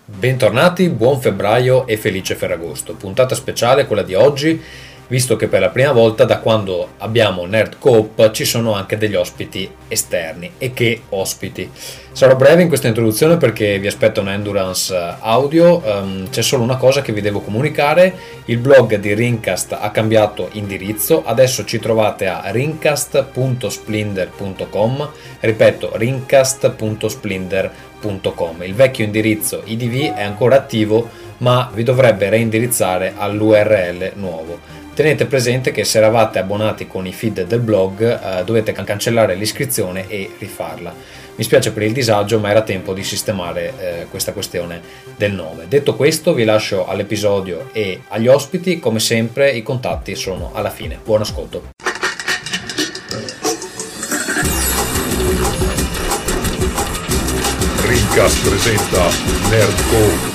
Bentornati, buon febbraio e felice Ferragosto. Puntata speciale quella di oggi, visto che per la prima volta da quando abbiamo Nerd Coop ci sono anche degli ospiti esterni. E che ospiti! Sarò breve in questa introduzione perché vi aspetto un endurance audio. C'è solo una cosa che vi devo comunicare: il blog di Rincast ha cambiato indirizzo, adesso ci trovate a rincast.splendor.com, ripeto rincast.splendor.com. Il vecchio indirizzo IDV è ancora attivo, ma vi dovrebbe reindirizzare all'URL nuovo. Tenete presente che se eravate abbonati con i feed del blog dovete cancellare l'iscrizione e rifarla. Mi spiace per il disagio, ma era tempo di sistemare questa questione del nome. Detto questo, vi lascio all'episodio e agli ospiti. Come sempre i contatti sono alla fine. Buon ascolto. Rincast presenta Nerd Coop.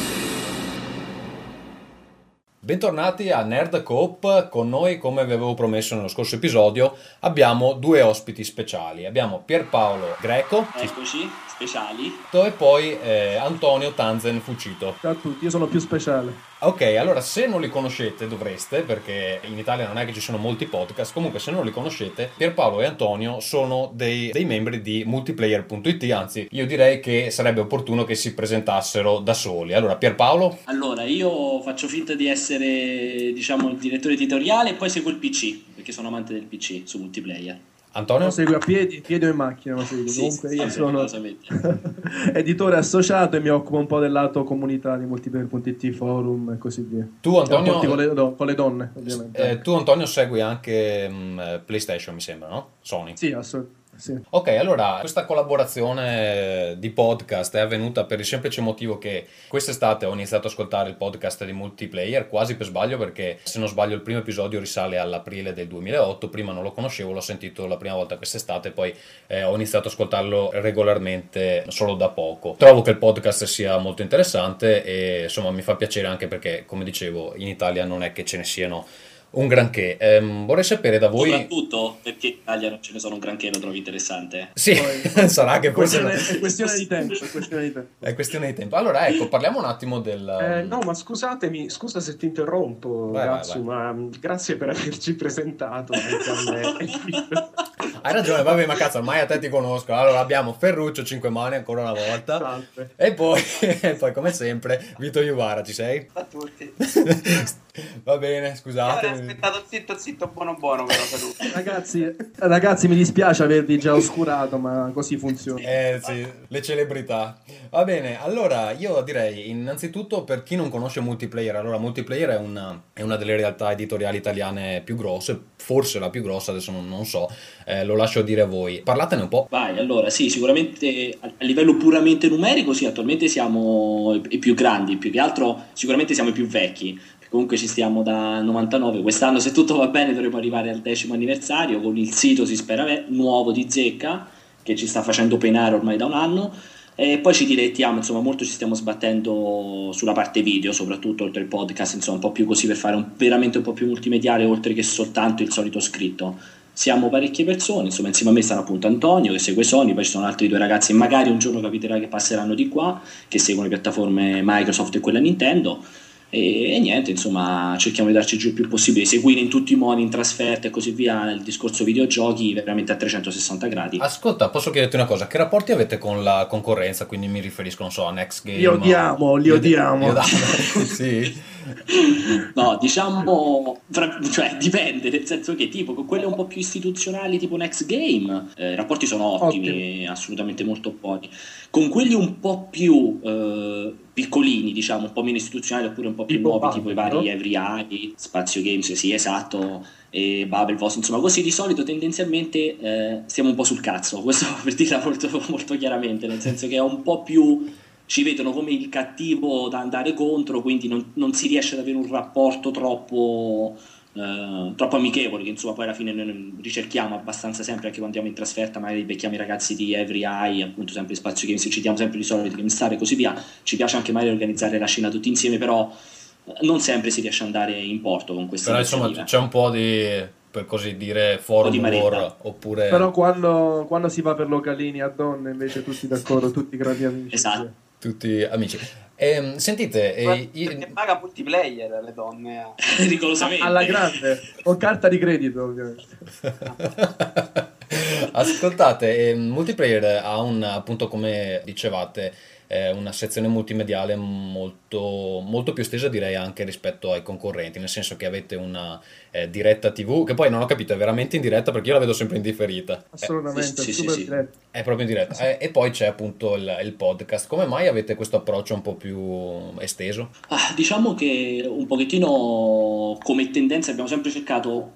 Bentornati a Nerd Coop. Con noi, come vi avevo promesso nello scorso episodio, abbiamo due ospiti speciali. Abbiamo Pierpaolo Greco. Eccoci, speciali. E poi Antonio Tanzen Fucito. Ciao a tutti, io sono più speciale. Ok, allora se non li conoscete dovreste, perché in Italia non è che ci sono molti podcast, comunque se non li conoscete, Pierpaolo e Antonio sono dei membri di multiplayer.it, anzi io direi che sarebbe opportuno che si presentassero da soli. Allora Pierpaolo? Allora, io faccio finta di essere, diciamo, il direttore editoriale e poi seguo il PC, perché sono amante del PC su multiplayer. Antonio? Lo segui a piedi o in macchina? Lo segui. Sì, Comunque io sempre, sono editore associato e mi occupo un po' del lato comunità di multiplayer.it, forum e così via. Tu Antonio? Con le donne, ovviamente. Tu Antonio segui anche PlayStation, mi sembra, no? Sony? Sì, assolutamente. Sì. Ok, allora questa collaborazione di podcast è avvenuta per il semplice motivo che quest'estate ho iniziato ad ascoltare il podcast di multiplayer quasi per sbaglio, perché se non sbaglio il primo episodio risale all'aprile del 2008, prima non lo conoscevo, l'ho sentito la prima volta quest'estate, poi ho iniziato ad ascoltarlo regolarmente solo da poco. Trovo che il podcast sia molto interessante e insomma mi fa piacere anche perché, come dicevo, in Italia non è che ce ne siano un granché. Vorrei sapere da voi. Soprattutto perché in Italia non ce ne sono un granché, lo trovi interessante? Sì, Poi, sarà che poi è questione di tempo. È questione di tempo. Allora, ecco, parliamo un attimo del. No, ma scusatemi, scusa se ti interrompo, Gatsu, ma grazie per averci presentato anche a me. Hai ragione, vabbè, ma cazzo, ormai a te ti conosco. Allora abbiamo Ferruccio 5 mani ancora una volta. Salve. E poi come sempre, Vito Iuvara, ci sei? A tutti. Va bene, scusate. Ho aspettato zitto, buono, però saluto. Ragazzi, mi dispiace avervi già oscurato, ma così funziona. Sì, le celebrità. Va bene, allora io direi innanzitutto per chi non conosce multiplayer, allora multiplayer è una delle realtà editoriali italiane più grosse, forse la più grossa, adesso non so, lo lascio dire a voi. Parlatene un po'. Vai, allora sì, sicuramente a livello puramente numerico sì, attualmente siamo i più grandi, più che altro sicuramente siamo i più vecchi. Comunque ci stiamo da 99, quest'anno se tutto va bene dovremo arrivare al 10° anniversario con il sito, si spera, nuovo di Zecca, che ci sta facendo penare ormai da un anno, e poi ci dilettiamo, insomma molto ci stiamo sbattendo sulla parte video, soprattutto oltre il podcast, insomma un po' più così per fare veramente un po' più multimediale oltre che soltanto il solito scritto. Siamo parecchie persone, insomma insieme a me stanno appunto Antonio che segue Sony, poi ci sono altri due ragazzi, magari un giorno capiterà che passeranno di qua, che seguono le piattaforme Microsoft e quella Nintendo. E niente, insomma cerchiamo di darci giù il più possibile, seguire in tutti i modi, in trasferta e così via il discorso videogiochi veramente a 360 gradi. Ascolta, posso chiederti una cosa, che rapporti avete con la concorrenza? Quindi mi riferisco, non so, a Next Game. Li odiamo. Sì. No, diciamo, cioè dipende, nel senso che tipo con quelle un po' più istituzionali tipo Next Game i rapporti sono ottimi, assolutamente molto buoni. Con quelli un po' più piccolini, diciamo, un po' meno istituzionali oppure un po' più nuovi, tipo i vari Every Eye, Spazio Games, sì, esatto, e Babel Voss, insomma così di solito tendenzialmente stiamo un po' sul cazzo, questo per dirla molto, molto chiaramente, nel senso che è un po' più ci vedono come il cattivo da andare contro, quindi non si riesce ad avere un rapporto troppo amichevole, che insomma poi alla fine noi ricerchiamo abbastanza sempre, anche quando andiamo in trasferta magari becchiamo i ragazzi di Every Eye, appunto sempre Spazio Games, ci diamo sempre di solito GameStar e così via. Ci piace anche magari organizzare la scena tutti insieme, però non sempre si riesce ad andare in porto con queste iniziative. Però insomma c'è un po' di, per così dire, forum war, oppure. Però quando si va per localini a donne invece tutti d'accordo, tutti grandi amici. Esatto. tutti amici. Sentite, perché paga multiplayer le donne ricolosamente alla grande, con carta di credito ovviamente. Ascoltate, Multiplayer ha appunto come dicevate, una sezione multimediale molto, molto più estesa, direi, anche rispetto ai concorrenti, nel senso che avete una diretta TV, che poi non ho capito, è veramente in diretta perché io la vedo sempre in differita. Assolutamente, sì, super sì. diretto. È proprio in diretta. E poi c'è appunto il podcast. Come mai avete questo approccio un po' più esteso? Diciamo che un pochettino come tendenza abbiamo sempre cercato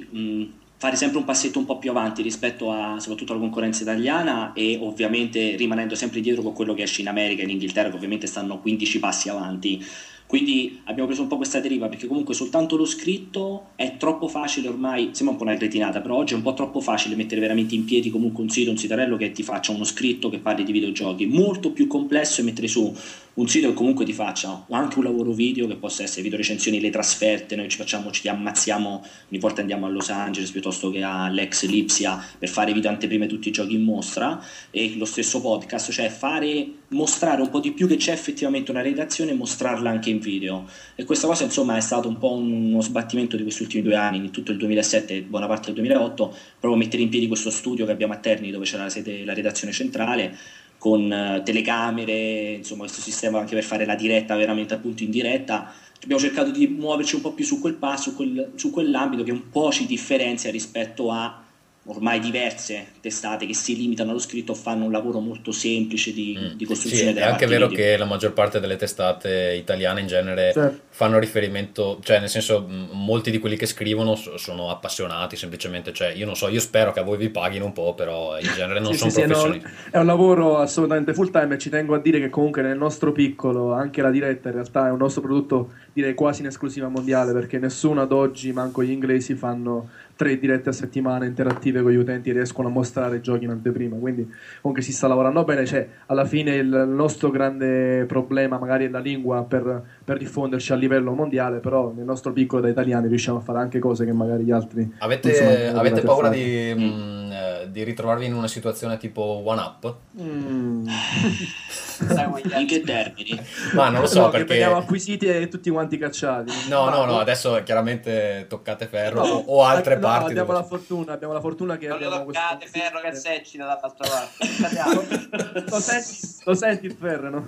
di fare sempre un passetto un po' più avanti rispetto a soprattutto alla concorrenza italiana, e ovviamente rimanendo sempre dietro con quello che esce in America e in Inghilterra, che ovviamente stanno 15 passi avanti. Quindi abbiamo preso un po' questa deriva, perché comunque soltanto lo scritto è troppo facile ormai, sembra un po' una cretinata, però oggi è un po' troppo facile mettere veramente in piedi comunque un sitarello che ti faccia uno scritto che parli di videogiochi. Molto più complesso è mettere su un sito che comunque ti faccia anche un lavoro video, che possa essere video recensioni, le trasferte, noi ci ammazziamo, ogni volta andiamo a Los Angeles piuttosto che all'ex Lipsia per fare video anteprime tutti i giochi in mostra, e lo stesso podcast, cioè mostrare un po' di più che c'è effettivamente una redazione e mostrarla anche in video. E questa cosa insomma è stato un po' uno sbattimento di questi ultimi 2 anni, in tutto il 2007 e buona parte del 2008, proprio mettere in piedi questo studio che abbiamo a Terni, dove c'era la redazione centrale, con telecamere, insomma questo sistema anche per fare la diretta veramente appunto in diretta. Abbiamo cercato di muoverci un po' più su quel passo, su quell'ambito che un po' ci differenzia rispetto a ormai diverse testate che si limitano allo scritto, fanno un lavoro molto semplice di costruzione sì, della è anche parte vero video. che la maggior parte delle testate italiane in genere Certo. fanno riferimento, cioè nel senso molti di quelli che scrivono sono appassionati semplicemente, cioè io non so, io spero che a voi vi paghino un po', però in genere non sono professionisti. No, è un lavoro assolutamente full time, e ci tengo a dire che comunque nel nostro piccolo anche la diretta in realtà è un nostro prodotto, direi quasi in esclusiva mondiale, perché nessuno ad oggi, manco gli inglesi, fanno 3 dirette a settimana interattive con gli utenti e riescono a mostrare giochi in anteprima, quindi comunque si sta lavorando bene. Cioè, alla fine il nostro grande problema magari è la lingua per diffonderci a livello mondiale, però nel nostro piccolo da italiani riusciamo a fare anche cose che magari gli altri avete paura di ritrovarvi in una situazione tipo One Up? In che termini? Ma non lo so, no, perché che veniamo acquisiti e tutti quanti cacciati. no, adesso chiaramente toccate ferro o altre parti abbiamo la fortuna che non abbiamo lo toccate, ferro che secina dall'altra parte. lo senti il ferro, no?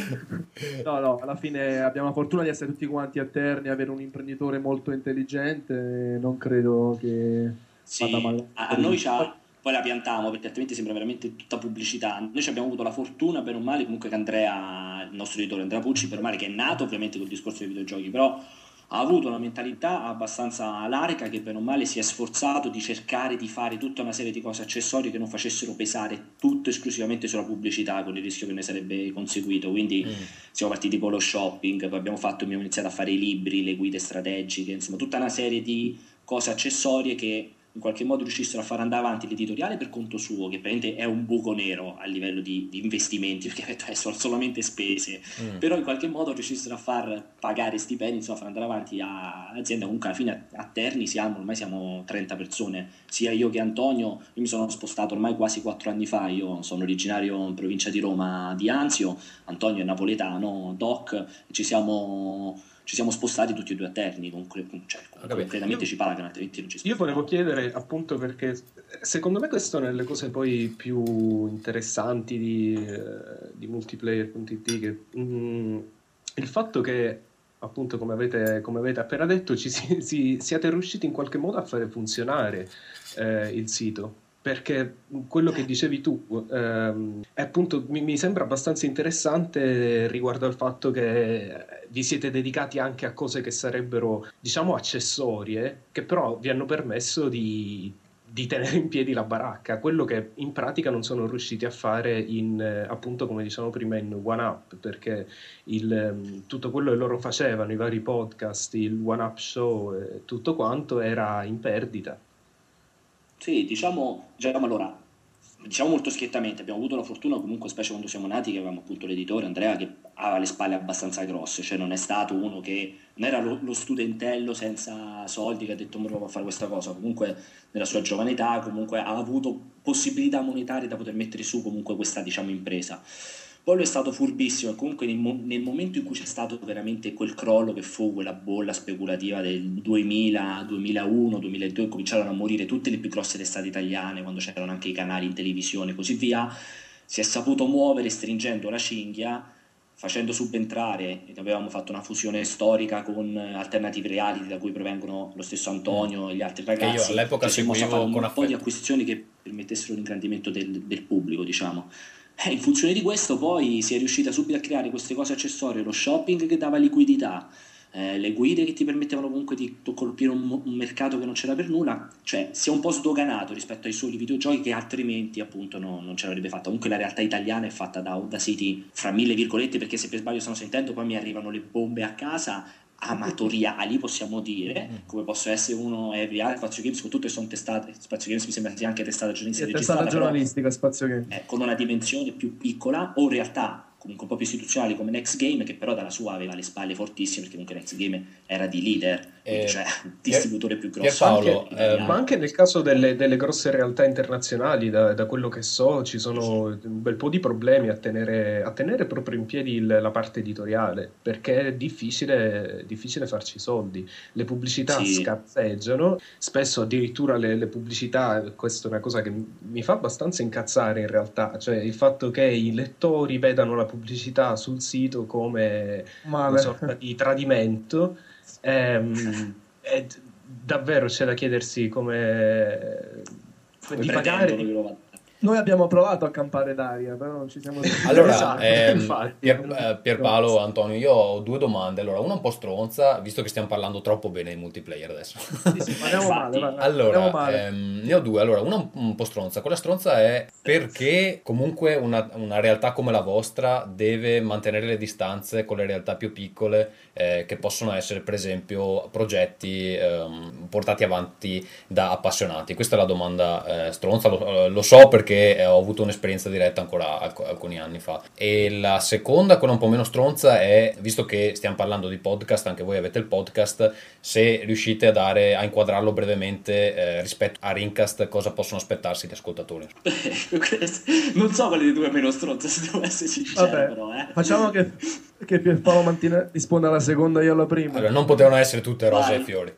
No, alla fine abbiamo la fortuna di essere tutti quanti a Terni, avere un imprenditore molto intelligente, non credo che vada male. A noi poi la piantiamo, perché altrimenti sembra veramente tutta pubblicità. Noi ci abbiamo avuto la fortuna, bene o male, comunque che Andrea, il nostro editore Andrea Pucci, per male, che è nato ovviamente col discorso dei videogiochi, però ha avuto una mentalità abbastanza larga, che bene o male si è sforzato di cercare di fare tutta una serie di cose accessorie che non facessero pesare tutto esclusivamente sulla pubblicità, con il rischio che ne sarebbe conseguito. Quindi siamo partiti con lo shopping, poi abbiamo iniziato a fare i libri, le guide strategiche, insomma tutta una serie di cose accessorie che in qualche modo riuscissero a far andare avanti l'editoriale per conto suo, che praticamente è un buco nero a livello di investimenti, perché sono solamente spese, però in qualche modo riuscissero a far pagare stipendi, insomma a far andare avanti l'azienda. Comunque alla fine a Terni ormai siamo 30 persone, sia io che Antonio. Io mi sono spostato ormai quasi 4 anni fa, io sono originario in provincia di Roma, di Anzio, Antonio è napoletano, Doc, ci siamo spostati tutti e due a Terni, concretamente ci pagano, altrimenti non ci spostiamo. Io volevo chiedere, appunto, perché secondo me questo è una delle cose poi più interessanti di multiplayer.it, che il fatto che, appunto, come avete appena detto, siate riusciti in qualche modo a fare funzionare il sito. Perché quello che dicevi tu appunto mi sembra abbastanza interessante riguardo al fatto che vi siete dedicati anche a cose che sarebbero, diciamo, accessorie, che però vi hanno permesso di tenere in piedi la baracca, quello che in pratica non sono riusciti a fare appunto, come dicevamo prima, in One Up, perché tutto quello che loro facevano, i vari podcast, il One Up Show, tutto quanto era in perdita. Sì, diciamo molto schiettamente, abbiamo avuto la fortuna comunque, specie quando siamo nati, che avevamo appunto l'editore Andrea che aveva le spalle abbastanza grosse, cioè non è stato uno che non era lo studentello senza soldi che ha detto: "Mi provo a fare questa cosa". Comunque nella sua giovane età comunque ha avuto possibilità monetarie da poter mettere su comunque questa, diciamo, impresa. Poi lui è stato furbissimo e comunque nel momento in cui c'è stato veramente quel crollo che fu quella bolla speculativa del 2000, 2001, 2002, cominciarono a morire tutte le più grosse testate italiane, quando c'erano anche i canali in televisione e così via, si è saputo muovere stringendo la cinghia, facendo subentrare, avevamo fatto una fusione storica con Alternative Reality da cui provengono lo stesso Antonio e gli altri ragazzi, io all'epoca siamo seguivo fare un con po' di affetto. acquisizioni che permettessero l'ingrandimento del pubblico, diciamo. In funzione di questo poi si è riuscita subito a creare queste cose accessorie, lo shopping che dava liquidità, le guide che ti permettevano comunque di colpire un mercato che non c'era per nulla, cioè si è un po' sdoganato rispetto ai soli videogiochi che altrimenti appunto non ce l'avrebbe fatta. Comunque la realtà italiana è fatta da siti fra mille virgolette, perché se per sbaglio stanno sentendo poi mi arrivano le bombe a casa, amatoriali possiamo dire, come possono essere uno Heavy Art, Spazio Games, con tutte sono testate, Spazio Games mi sembra sia anche testata giornalistica registrata, giornalistica Spazio Games, con una dimensione più piccola, o in realtà comunque un po' più istituzionali come Next Game, che però dalla sua aveva le spalle fortissime, perché comunque Next Game era di leader, cioè distributore più grosso. Paolo, ma anche nel caso delle grosse realtà internazionali, da quello che so, ci sono un bel po' di problemi a tenere proprio in piedi la parte editoriale, perché è difficile farci soldi. Le pubblicità scarseggiano, spesso addirittura le pubblicità, questa è una cosa che mi fa abbastanza incazzare in realtà, cioè il fatto che i lettori vedano la pubblicità sul sito come una sorta di tradimento. Davvero c'è da chiedersi come di pagare. Noi abbiamo provato a campare d'aria, però non ci siamo allora Pierpaolo, Antonio, io ho due domande. Allora, una un po' stronza, visto che stiamo parlando troppo bene di multiplayer adesso. Sì, parliamo male. Allora, ne ho due. Allora, una un po' stronza. Quella stronza è perché comunque una realtà come la vostra deve mantenere le distanze con le realtà più piccole, che possono essere per esempio progetti portati avanti da appassionati. Questa è la domanda stronza, lo so perché ho avuto un'esperienza diretta ancora alcuni anni fa. E la seconda, quella un po' meno stronza, è, visto che stiamo parlando di podcast, anche voi avete il podcast, se riuscite a inquadrarlo brevemente rispetto a Rincast, cosa possono aspettarsi gli ascoltatori? Non so quale dei due è meno stronza, se devo essere sincero. Vabbè, però facciamo che Pierpaolo Mantina risponda alla seconda e io alla prima. Allora, non potevano essere tutte rose e fiori.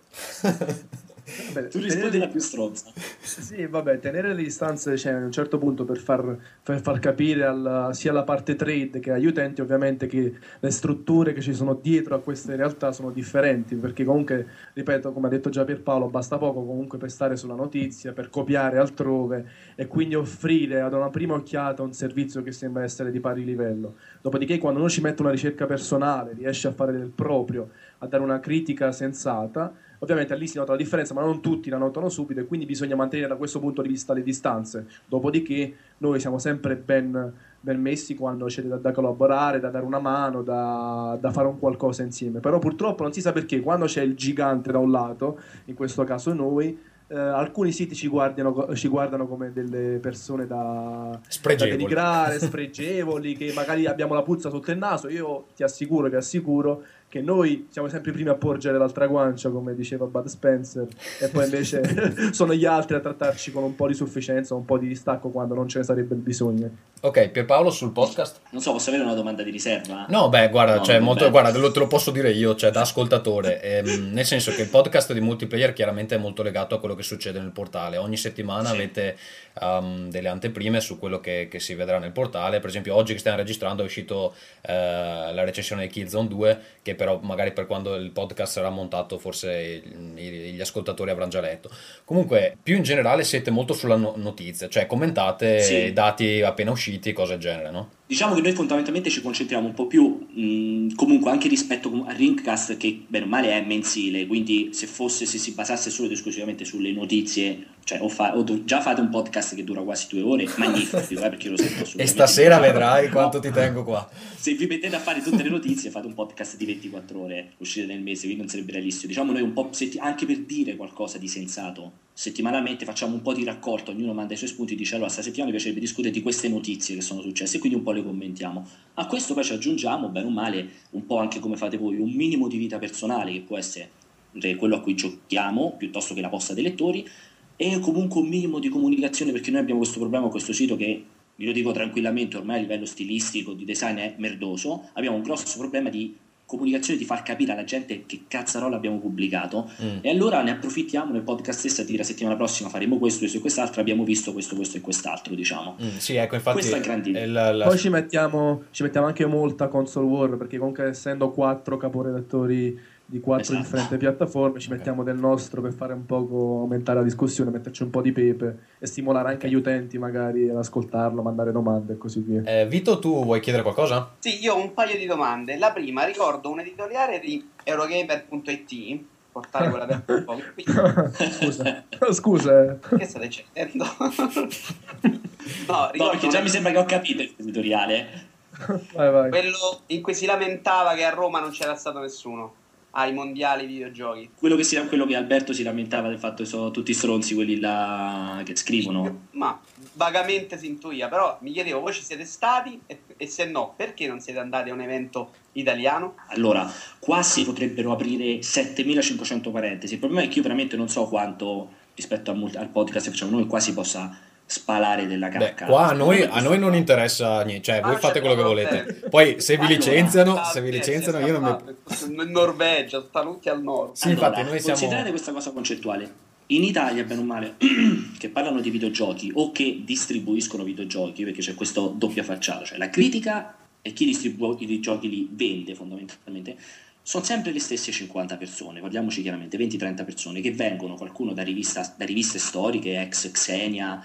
Vabbè, tu rispondi la più stronza. Sì, vabbè, tenere le distanze, cioè, a un certo punto per far capire sia alla parte trade che agli utenti ovviamente che le strutture che ci sono dietro a queste realtà sono differenti, perché comunque, ripeto, come ha detto già Pierpaolo, basta poco comunque per stare sulla notizia, per copiare altrove e quindi offrire ad una prima occhiata un servizio che sembra essere di pari livello. Dopodiché quando uno ci mette una ricerca personale, riesce a fare del proprio, a dare una critica sensata, ovviamente lì si nota la differenza, ma non tutti la notano subito e quindi bisogna mantenere da questo punto di vista le distanze. Dopodiché noi siamo sempre ben messi quando c'è da collaborare, da dare una mano, da fare un qualcosa insieme. Però purtroppo non si sa perché quando c'è il gigante da un lato, in questo caso noi, alcuni siti ci guardano come delle persone da denigrare, spregevoli, che magari abbiamo la puzza sotto il naso. Io vi assicuro che noi siamo sempre i primi a porgere l'altra guancia, come diceva Bud Spencer, e poi invece sono gli altri a trattarci con un po' di sufficienza, un po' di distacco quando non ce ne sarebbe il bisogno. Ok, Pierpaolo, sul podcast? Non so, posso avere una domanda di riserva? No, beh, guarda, guarda, te lo posso dire io, cioè da ascoltatore, nel senso che il podcast di multiplayer chiaramente è molto legato a quello che succede nel portale. Ogni settimana avete delle anteprime su quello che si vedrà nel portale. Per esempio oggi che stiamo registrando è uscito la recensione di Killzone 2, che però magari per quando il podcast sarà montato forse gli ascoltatori avranno già letto. Comunque più in generale siete molto sulla notizia, cioè commentate dati appena usciti, cose del genere, no? Diciamo che noi fondamentalmente ci concentriamo un po' più comunque anche rispetto a Rincast, che bene o male è mensile, quindi se si basasse solo ed esclusivamente sulle notizie, cioè già fate un podcast che dura quasi 2 ore, magnifico, perché lo sento assolutamente. E stasera vedrai quanto ti tengo qua. Se vi mettete a fare tutte le notizie fate un podcast di 24 ore, uscite nel mese, quindi non sarebbe realistico. Diciamo noi un po' anche per dire qualcosa di sensato, settimanalmente facciamo un po' di raccolta, ognuno manda i suoi spunti, dice allora questa settimana mi piacerebbe discutere di queste notizie che sono successe, e quindi un po' le commentiamo. A questo poi ci aggiungiamo, bene o male, un po' anche come fate voi, un minimo di vita personale, che può essere quello a cui giochiamo piuttosto che la posta dei lettori, e comunque un minimo di comunicazione, perché noi abbiamo questo problema con questo sito che vi lo dico tranquillamente, ormai a livello stilistico, di design è merdoso, abbiamo un grosso problema di comunicazione, di far capire alla gente che cazzarola abbiamo pubblicato, e allora ne approfittiamo nel podcast stesso a dire la settimana prossima faremo questo e quest'altro, abbiamo visto questo e quest'altro, diciamo. Sì, ecco, infatti questa è grande poi ci mettiamo anche molta console war, perché comunque essendo 4 caporedattori di 4 differenti piattaforme ci mettiamo del nostro per fare un po' aumentare la discussione, metterci un po' di pepe e stimolare anche gli utenti magari ad ascoltarlo, mandare domande e così via. Vito, tu vuoi chiedere qualcosa? Sì, io ho un paio di domande. La prima, ricordo un editoriale di Eurogamer.it, portale quella del po'. Scusa. Che state cercando? No, perché già mi sembra che ho capito il editoriale. Vai. Quello in cui si lamentava che a Roma non c'era stato nessuno ai mondiali videogiochi. Quello che Alberto si lamentava del fatto che sono tutti stronzi quelli là che scrivono. Ma vagamente si intuia, però mi chiedevo, voi ci siete stati e se no, perché non siete andati a un evento italiano? Allora, qua si potrebbero aprire 7500 parentesi. Il problema è che io veramente non so quanto rispetto al podcast che facciamo noi qua si possa spalare della cacca. Qua a noi non interessa niente, cioè voi fate quello che volete. Poi se vi licenziano, io non mi... in Norvegia, stanno tutti al nord. Sì, allora, infatti noi siamo... considerate questa cosa concettuale. In Italia, bene o male, che parlano di videogiochi o che distribuiscono videogiochi, perché c'è questo doppia facciata, cioè la critica e chi distribuisce i videogiochi li vende fondamentalmente, sono sempre le stesse 50 persone, parliamoci chiaramente, 20-30 persone che vengono, qualcuno da riviste storiche, ex Xenia,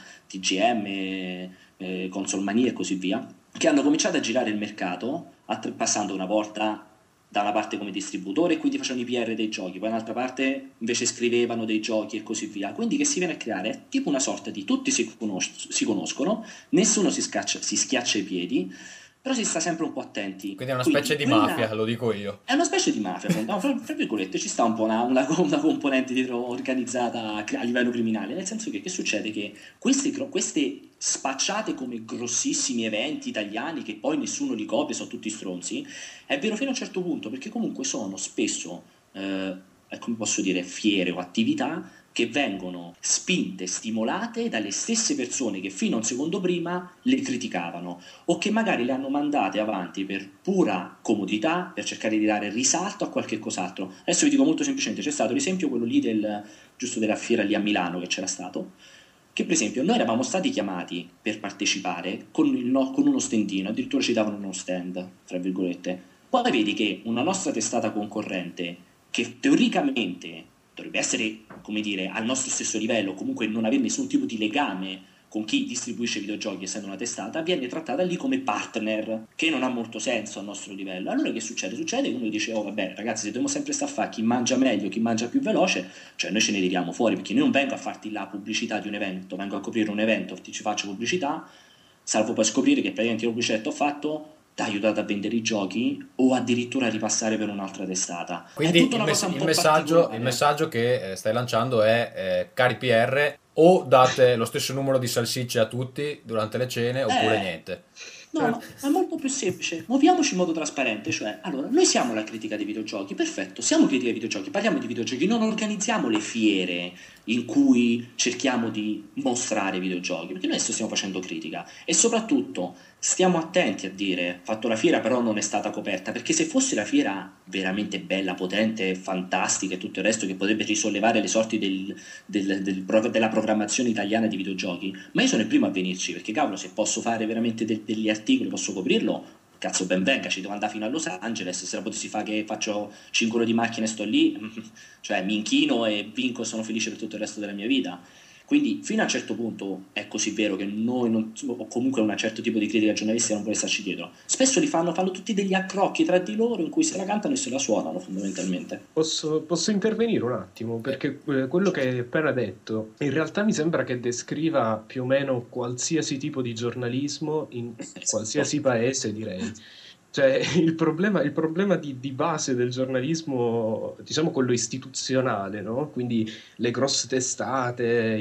TGM, Console Mania e così via, che hanno cominciato a girare il mercato passando una volta da una parte come distributore e quindi facevano i PR dei giochi, poi dall'altra parte invece scrivevano dei giochi e così via, quindi che si viene a creare tipo una sorta di tutti si conoscono, nessuno si schiaccia i piedi, però si sta sempre un po' attenti. Quindi è una specie di mafia, lo dico io. È una specie di mafia, fra virgolette, ci sta un po' una componente dietro organizzata a livello criminale, nel senso che succede che queste spacciate come grossissimi eventi italiani che poi nessuno li copia, sono tutti stronzi, è vero fino a un certo punto, perché comunque sono spesso, come posso dire, fiere o attività che vengono spinte, stimolate dalle stesse persone che fino a un secondo prima le criticavano o che magari le hanno mandate avanti per pura comodità, per cercare di dare risalto a qualche cos'altro. Adesso vi dico molto semplicemente, c'è stato l'esempio quello lì giusto della fiera lì a Milano che c'era stato, che per esempio noi eravamo stati chiamati per partecipare con uno stendino, addirittura ci davano uno stand, tra virgolette. Poi vedi che una nostra testata concorrente, che teoricamente dovrebbe essere, come dire, al nostro stesso livello, comunque non avere nessun tipo di legame con chi distribuisce videogiochi essendo una testata, viene trattata lì come partner, che non ha molto senso al nostro livello. Allora che succede? Succede che uno dice, oh vabbè ragazzi, se dobbiamo sempre stare a fare chi mangia meglio, chi mangia più veloce, cioè noi ce ne tiriamo fuori, perché io non vengo a farti la pubblicità di un evento, vengo a coprire un evento, ti ci faccio pubblicità, salvo poi scoprire che praticamente la pubblicità che ho fatto ti ha aiutato a vendere i giochi o addirittura a ripassare per un'altra testata. Quindi il messaggio che stai lanciando è cari PR, o date lo stesso numero di salsicce a tutti durante le cene oppure niente. No, ma è molto più semplice. Muoviamoci in modo trasparente, cioè, allora, noi siamo la critica dei videogiochi, perfetto, siamo critica dei videogiochi, parliamo di videogiochi, non organizziamo le fiere in cui cerchiamo di mostrare i videogiochi, perché noi adesso stiamo facendo critica e soprattutto stiamo attenti a dire, fatto la fiera però non è stata coperta, perché se fosse la fiera veramente bella, potente, fantastica e tutto il resto che potrebbe risollevare le sorti della programmazione italiana di videogiochi, ma io sono il primo a venirci, perché cavolo, se posso fare veramente degli articoli, posso coprirlo, cazzo ben venga, ci devo andare fino a Los Angeles, se la potessi fare che faccio 5 ore di macchina e sto lì, cioè mi inchino e vinco e sono felice per tutto il resto della mia vita. Quindi fino a un certo punto è così vero che noi o comunque un certo tipo di critica giornalistica non può starci dietro. Spesso li fanno tutti degli accrocchi tra di loro in cui se la cantano e se la suonano fondamentalmente. Posso intervenire un attimo? Perché quello che hai appena detto in realtà mi sembra che descriva più o meno qualsiasi tipo di giornalismo in qualsiasi paese, direi. Cioè il problema di base del giornalismo, diciamo quello istituzionale, no? Quindi le grosse testate,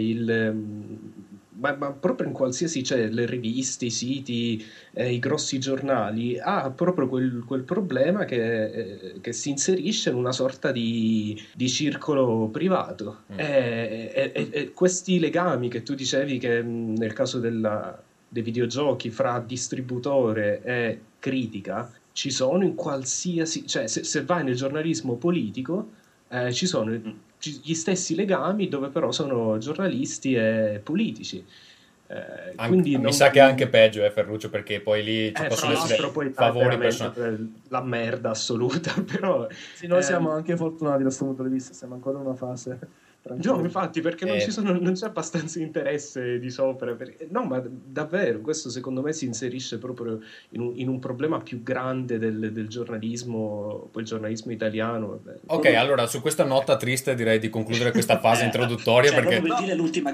ma proprio in qualsiasi, cioè le riviste, i siti, i grossi giornali, ha proprio quel problema che si inserisce in una sorta di circolo privato. E questi legami che tu dicevi che nel caso dei videogiochi fra distributore e critica ci sono in qualsiasi, cioè se vai nel giornalismo politico ci sono gli stessi legami dove però sono giornalisti e politici. Quindi mi sa che è anche peggio, Ferruccio, perché poi lì ci possono essere poi favori personali. la merda assoluta, però sì, noi siamo anche fortunati da questo punto di vista, siamo ancora in una fase no, infatti, perché non c'è abbastanza interesse di sopra. No, ma davvero, questo secondo me si inserisce proprio in un problema più grande del giornalismo, poi il giornalismo italiano. Vabbè. Ok, allora su questa nota triste direi di concludere questa fase introduttoria, cioè, perché per dire l'ultima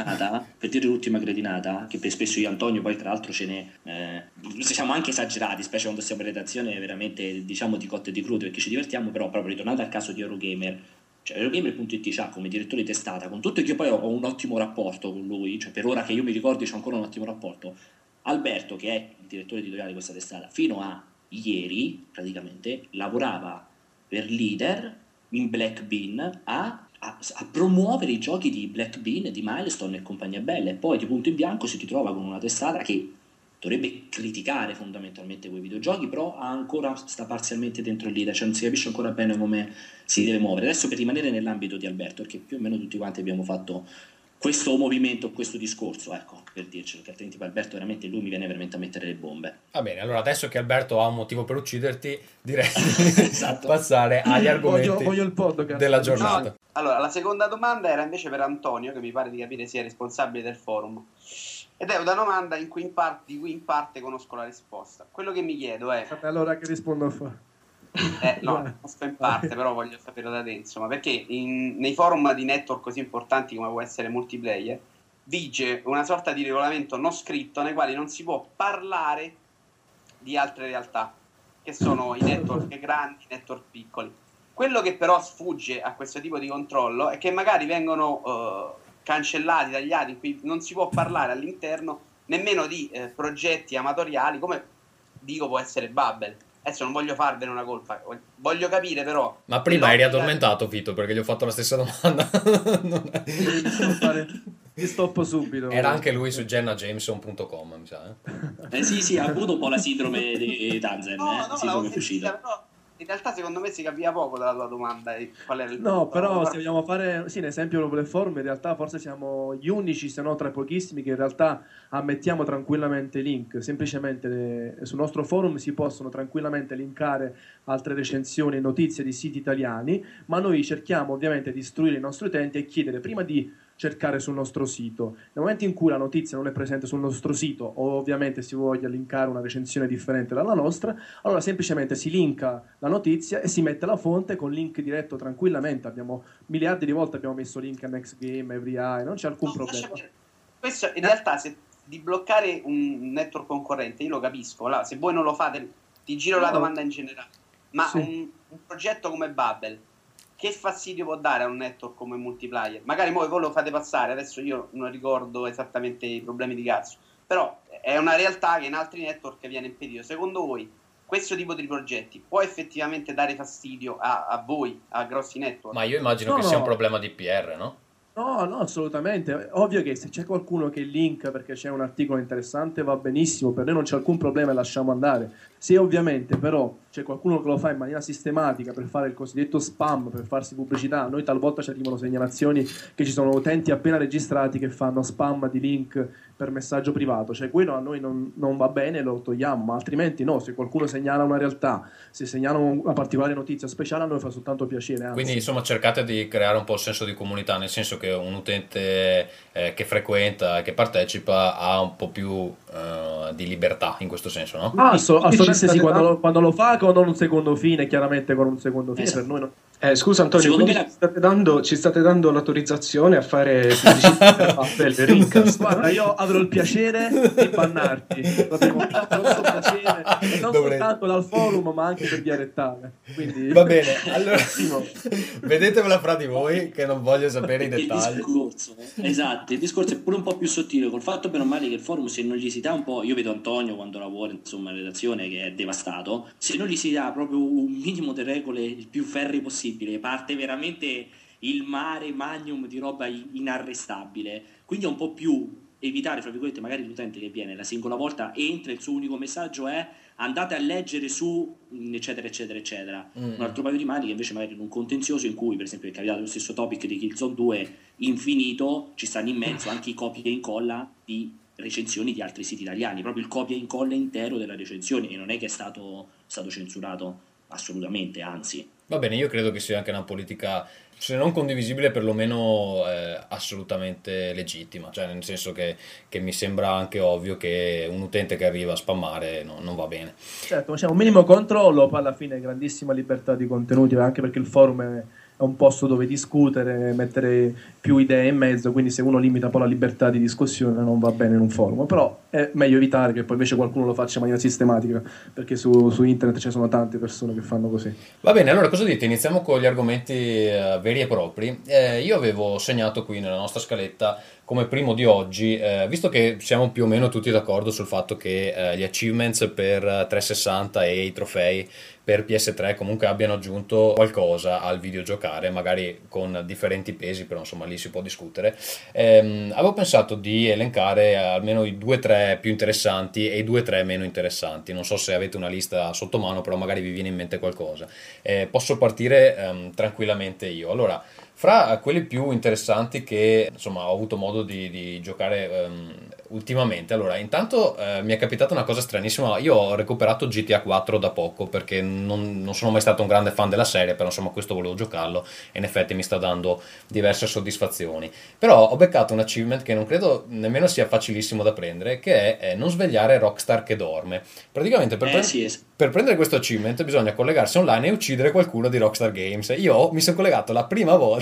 cretinata, che per spesso io e Antonio poi tra l'altro siamo anche esagerati, specie quando siamo in redazione, veramente diciamo di cotte e di crude, perché ci divertiamo, però proprio ritornando al caso di Eurogamer. Cioè, Eurogamer.it c'ha come direttore di testata, con tutto che io poi ho un ottimo rapporto con lui, cioè per ora che io mi ricordi c'ho ancora un ottimo rapporto. Alberto, che è il direttore editoriale di questa testata, fino a ieri praticamente lavorava per Leader in Black Bean a promuovere i giochi di Black Bean, di Milestone e compagnia bella, e poi di punto in bianco si ritrova con una testata che dovrebbe criticare fondamentalmente quei videogiochi, però ancora sta parzialmente dentro il leader, cioè non si capisce ancora bene come si deve muovere. Adesso, per rimanere nell'ambito di Alberto, perché più o meno tutti quanti abbiamo fatto questo movimento, questo discorso, ecco, per dircelo, che altrimenti per Alberto veramente lui mi viene veramente a mettere le bombe. Va bene, allora adesso che Alberto ha un motivo per ucciderti, direi di passare agli argomenti voglio il podcast della giornata. No, allora, la seconda domanda era invece per Antonio, che mi pare di capire sia responsabile del forum. Ed è una domanda di cui in parte conosco la risposta. Quello che mi chiedo è... Allora che rispondo a fare? No, conosco in parte, però voglio sapere da te, insomma, perché nei forum di network così importanti come può essere Multiplayer vige una sorta di regolamento non scritto nei quali non si può parlare di altre realtà, che sono i network grandi, i network piccoli. Quello che però sfugge a questo tipo di controllo è che magari vengono... cancellati, tagliati, in cui non si può parlare all'interno nemmeno di progetti amatoriali, come dico può essere Bubble. Adesso non voglio farvene una colpa, voglio capire però... Ma prima eri addormentato, Vito, perché gli ho fatto la stessa domanda. Ti stoppo subito. Era anche lui su jennajameson.com, mi sa. Sì, ha avuto un po' la sindrome di Tanzen, sindrome fucida. In realtà secondo me si capiva poco dalla tua domanda qual era il no, però se vogliamo fare un esempio proprio del forum, in realtà forse siamo gli unici, se no tra i pochissimi, che in realtà ammettiamo tranquillamente i link. Semplicemente sul nostro forum si possono tranquillamente linkare altre recensioni e notizie di siti italiani, ma noi cerchiamo ovviamente di istruire i nostri utenti e chiedere prima di cercare sul nostro sito. Nel momento in cui la notizia non è presente sul nostro sito, o ovviamente si voglia linkare una recensione differente dalla nostra, allora semplicemente si linka la notizia e si mette la fonte con link diretto tranquillamente. Abbiamo miliardi di volte abbiamo messo link a Next Game, Every Eye, non c'è alcun problema. Questo in realtà, se di bloccare un network concorrente, io lo capisco, allora, se voi non lo fate, ti giro la domanda in generale, ma un progetto come Bubble, che fastidio può dare a un network come Multiplayer? Magari voi lo fate passare, adesso io non ricordo esattamente i problemi di cazzo, però è una realtà che in altri network viene impedito. Secondo voi questo tipo di progetti può effettivamente dare fastidio a voi, a grossi network? Ma io immagino che sia un problema di PR, no? No, assolutamente. Ovvio che se c'è qualcuno che linka perché c'è un articolo interessante va benissimo, per noi non c'è alcun problema e lasciamo andare. Se ovviamente però c'è qualcuno che lo fa in maniera sistematica per fare il cosiddetto spam, per farsi pubblicità, a noi talvolta ci arrivano segnalazioni che ci sono utenti appena registrati che fanno spam di link per messaggio privato, cioè quello a noi non va bene, lo togliamo, ma altrimenti no, se qualcuno segnala una realtà, se segnala una particolare notizia speciale a noi fa soltanto piacere. Anzi. Quindi insomma cercate di creare un po' il senso di comunità, nel senso che un utente che frequenta, che partecipa ha un po' più di libertà in questo senso, no? Assolutamente sì, quando lo fa con un secondo fine, chiaramente con un secondo fine, per noi non... Scusa Antonio, quindi ci state dando l'autorizzazione a fare pubblicità per Rincast? Guarda, io avrò il piacere di bannarti, proprio con grosso piacere, e non soltanto dal forum ma anche per via rettale. Quindi... Va bene, allora vedetevela fra di voi che non voglio sapere i dettagli. Il discorso è pure un po' più sottile, col fatto per male che il forum, se non gli si dà un po', io vedo Antonio quando lavora insomma in redazione che è devastato, se non gli si dà proprio un minimo di regole il più ferree possibile, parte veramente il mare magnum di roba inarrestabile, quindi è un po' più evitare, fra virgolette, magari l'utente che viene la singola volta, entra, il suo unico messaggio è andate a leggere su eccetera eccetera eccetera. Un altro paio di maniche invece magari in un contenzioso in cui, per esempio, è capitato lo stesso topic di Killzone 2 infinito, ci stanno in mezzo anche i copia e incolla di recensioni di altri siti italiani, proprio il copia e incolla intero della recensione, e non è che è stato censurato assolutamente, anzi. Va bene, io credo che sia anche una politica, se non condivisibile, perlomeno assolutamente legittima, cioè nel senso che mi sembra anche ovvio che un utente che arriva a spammare non va bene. Certo, ma c'è un minimo controllo, poi alla fine grandissima libertà di contenuti, anche perché il forum è un posto dove discutere, mettere più idee in mezzo, quindi se uno limita poi la libertà di discussione non va bene in un forum, però è meglio evitare che poi invece qualcuno lo faccia in maniera sistematica, perché su internet ci sono tante persone che fanno così. Va bene, allora cosa dite? Iniziamo con gli argomenti veri e propri. Io avevo segnato qui nella nostra scaletta come primo di oggi, visto che siamo più o meno tutti d'accordo sul fatto che gli achievements per 360 e i trofei per PS3 comunque abbiano aggiunto qualcosa al videogiocare, magari con differenti pesi, però insomma lì si può discutere. Avevo pensato di elencare almeno i 2-3 più interessanti e i 2-3 meno interessanti. Non so se avete una lista sotto mano, però magari vi viene in mente qualcosa. Posso partire tranquillamente io. Allora, fra quelli più interessanti che insomma ho avuto modo di giocare ultimamente, allora intanto mi è capitata una cosa stranissima. Io ho recuperato GTA 4 da poco perché non sono mai stato un grande fan della serie, però insomma questo volevo giocarlo e in effetti mi sta dando diverse soddisfazioni. Però ho beccato un achievement che non credo nemmeno sia facilissimo da prendere, che è non svegliare Rockstar che dorme. Praticamente per prendere questo achievement bisogna collegarsi online e uccidere qualcuno di Rockstar Games. Io mi sono collegato la prima volta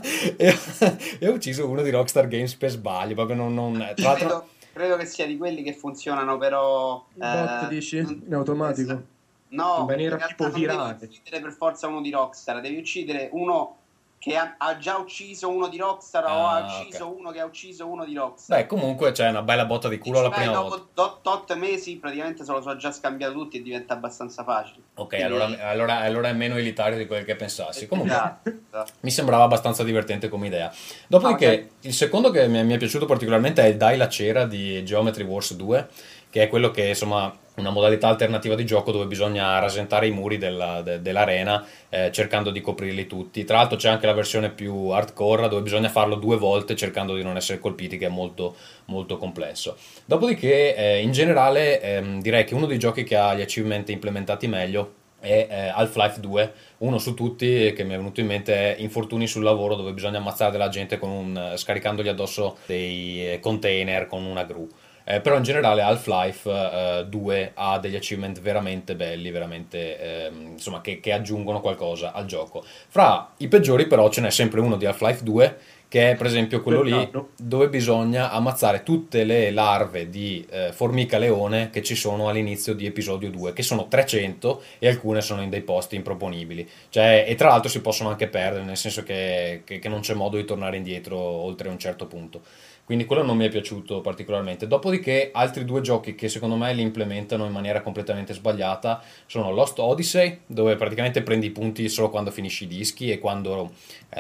e ho ucciso uno di Rockstar Games per sbaglio, proprio tra l'altro. Credo che sia di quelli che funzionano però bot dici? In automatico? No, in maniera in realtà tipo non devi virale. uccidere per forza uno di Rockstar, devi uccidere uno che ha già ucciso uno di Rockstar o ha ucciso uno che ha ucciso uno di Rockstar. Beh, comunque c'è una bella botta di culo la prima volta. Dopo 8 mesi praticamente se lo so già scambiato tutti e diventa abbastanza facile. Ok, Quindi... allora è meno elitario di quel che pensassi. Comunque esatto. mi sembrava abbastanza divertente come idea. Dopodiché il secondo che mi è piaciuto particolarmente è il Dai la cera di Geometry Wars 2, che è quello che insomma una modalità alternativa di gioco dove bisogna rasentare i muri dell'arena cercando di coprirli tutti. Tra l'altro c'è anche la versione più hardcore dove bisogna farlo 2 volte cercando di non essere colpiti, che è molto molto complesso. Dopodiché in generale direi che uno dei giochi che ha gli achievement implementati meglio è Half-Life 2, uno su tutti che mi è venuto in mente è Infortuni sul lavoro, dove bisogna ammazzare della gente scaricandogli addosso dei container con una gru. Però in generale Half-Life 2 ha degli achievement veramente belli, veramente insomma che aggiungono qualcosa al gioco. Fra i peggiori però ce n'è sempre uno di Half-Life 2, che è per esempio quello lì dove bisogna ammazzare tutte le larve di formica leone che ci sono all'inizio di episodio 2, che sono 300 e alcune sono in dei posti improponibili, cioè, e tra l'altro si possono anche perdere, nel senso che non c'è modo di tornare indietro oltre un certo punto. Quindi quello non mi è piaciuto particolarmente. Dopodiché altri 2 giochi che secondo me li implementano in maniera completamente sbagliata sono Lost Odyssey, dove praticamente prendi i punti solo quando finisci i dischi e quando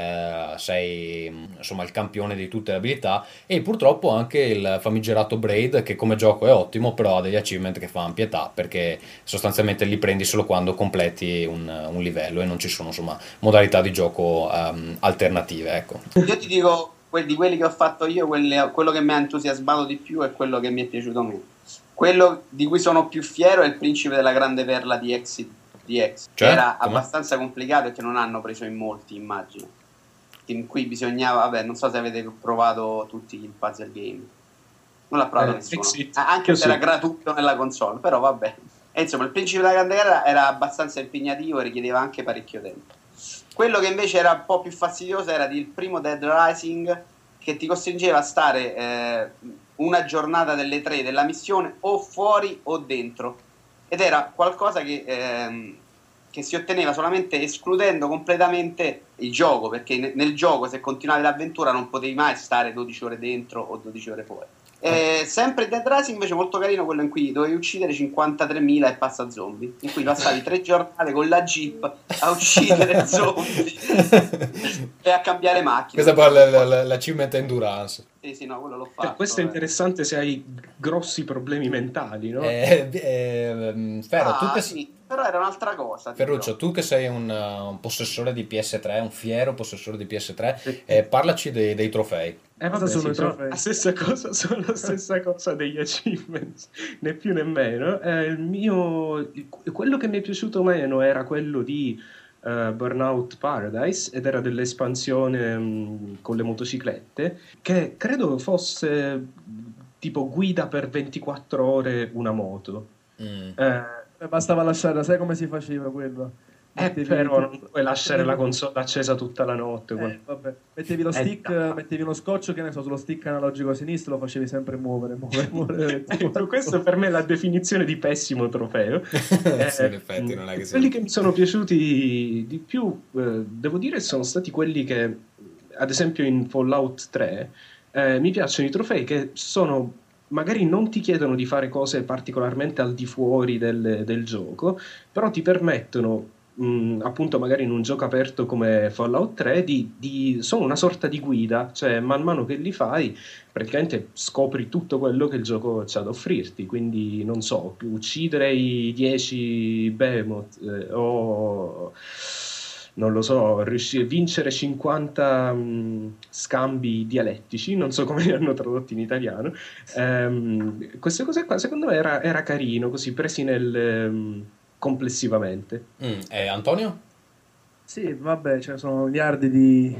sei insomma il campione di tutte le abilità, e purtroppo anche il famigerato Braid, che come gioco è ottimo, però ha degli achievement che fanno pietà, perché sostanzialmente li prendi solo quando completi un livello e non ci sono insomma modalità di gioco alternative, ecco. Io ti dico, di quelli che ho fatto io, quello che mi ha entusiasmato di più è quello che mi è piaciuto meno. Quello di cui sono più fiero è il Principe della Grande Perla di Exit DX, che era abbastanza complicato e che non hanno preso in molti, immagino. In cui bisognava, vabbè, non so se avete provato tutti il puzzle game. Non l'ha provato nessuno. Anche se era gratuito nella console, però vabbè. E insomma, il Principe della Grande Perla era abbastanza impegnativo e richiedeva anche parecchio tempo. Quello che invece era un po' più fastidioso era il primo Dead Rising, che ti costringeva a stare una giornata delle 3 della missione o fuori o dentro, ed era qualcosa che si otteneva solamente escludendo completamente il gioco, perché nel gioco, se continuavi l'avventura, non potevi mai stare 12 ore dentro o 12 ore fuori. Sempre Dead Rising invece molto carino, quello in cui dovevi uccidere 53.000 e passa zombie, in cui passavi 3 giornate con la jeep a uccidere zombie e a cambiare macchine. Questa poi è l'achievement endurance. Sì, no, quello l'ho fatto. Questo è interessante se hai grossi problemi mentali, no? Ferro, tu che sì, però era un'altra cosa. Ferruccio, tu che sei un possessore di PS3, un fiero possessore di PS3, parlaci dei trofei. Cosa sono i trofei? La stessa cosa, sono la stessa cosa degli achievements, né più né meno. Quello che mi è piaciuto meno era quello di Burnout Paradise, ed era dell'espansione con le motociclette, che credo fosse tipo guida per 24 ore una moto. Bastava lasciarla, sai come si faceva quello? Però non puoi lasciare la console accesa tutta la notte. Vabbè. Mettevi lo stick, mettevi uno scotch, che ne so, sullo stick analogico sinistro, lo facevi sempre muovere. Ecco, questo per me è la definizione di pessimo trofeo. Sì, in effetti non è che quelli che mi sono piaciuti di più, devo dire, sono stati quelli che, ad esempio in Fallout 3, mi piacciono i trofei che sono... magari non ti chiedono di fare cose particolarmente al di fuori del gioco, però ti permettono, appunto magari in un gioco aperto come Fallout 3, sono una sorta di guida, cioè man mano che li fai praticamente scopri tutto quello che il gioco c'ha da offrirti, quindi non so, uccidere i 10 behemoth o... non lo so, riuscire a vincere 50 scambi dialettici, non so come li hanno tradotti in italiano. Queste cose qua secondo me era carino, così presi complessivamente. Antonio? Sì, vabbè, ce ne sono miliardi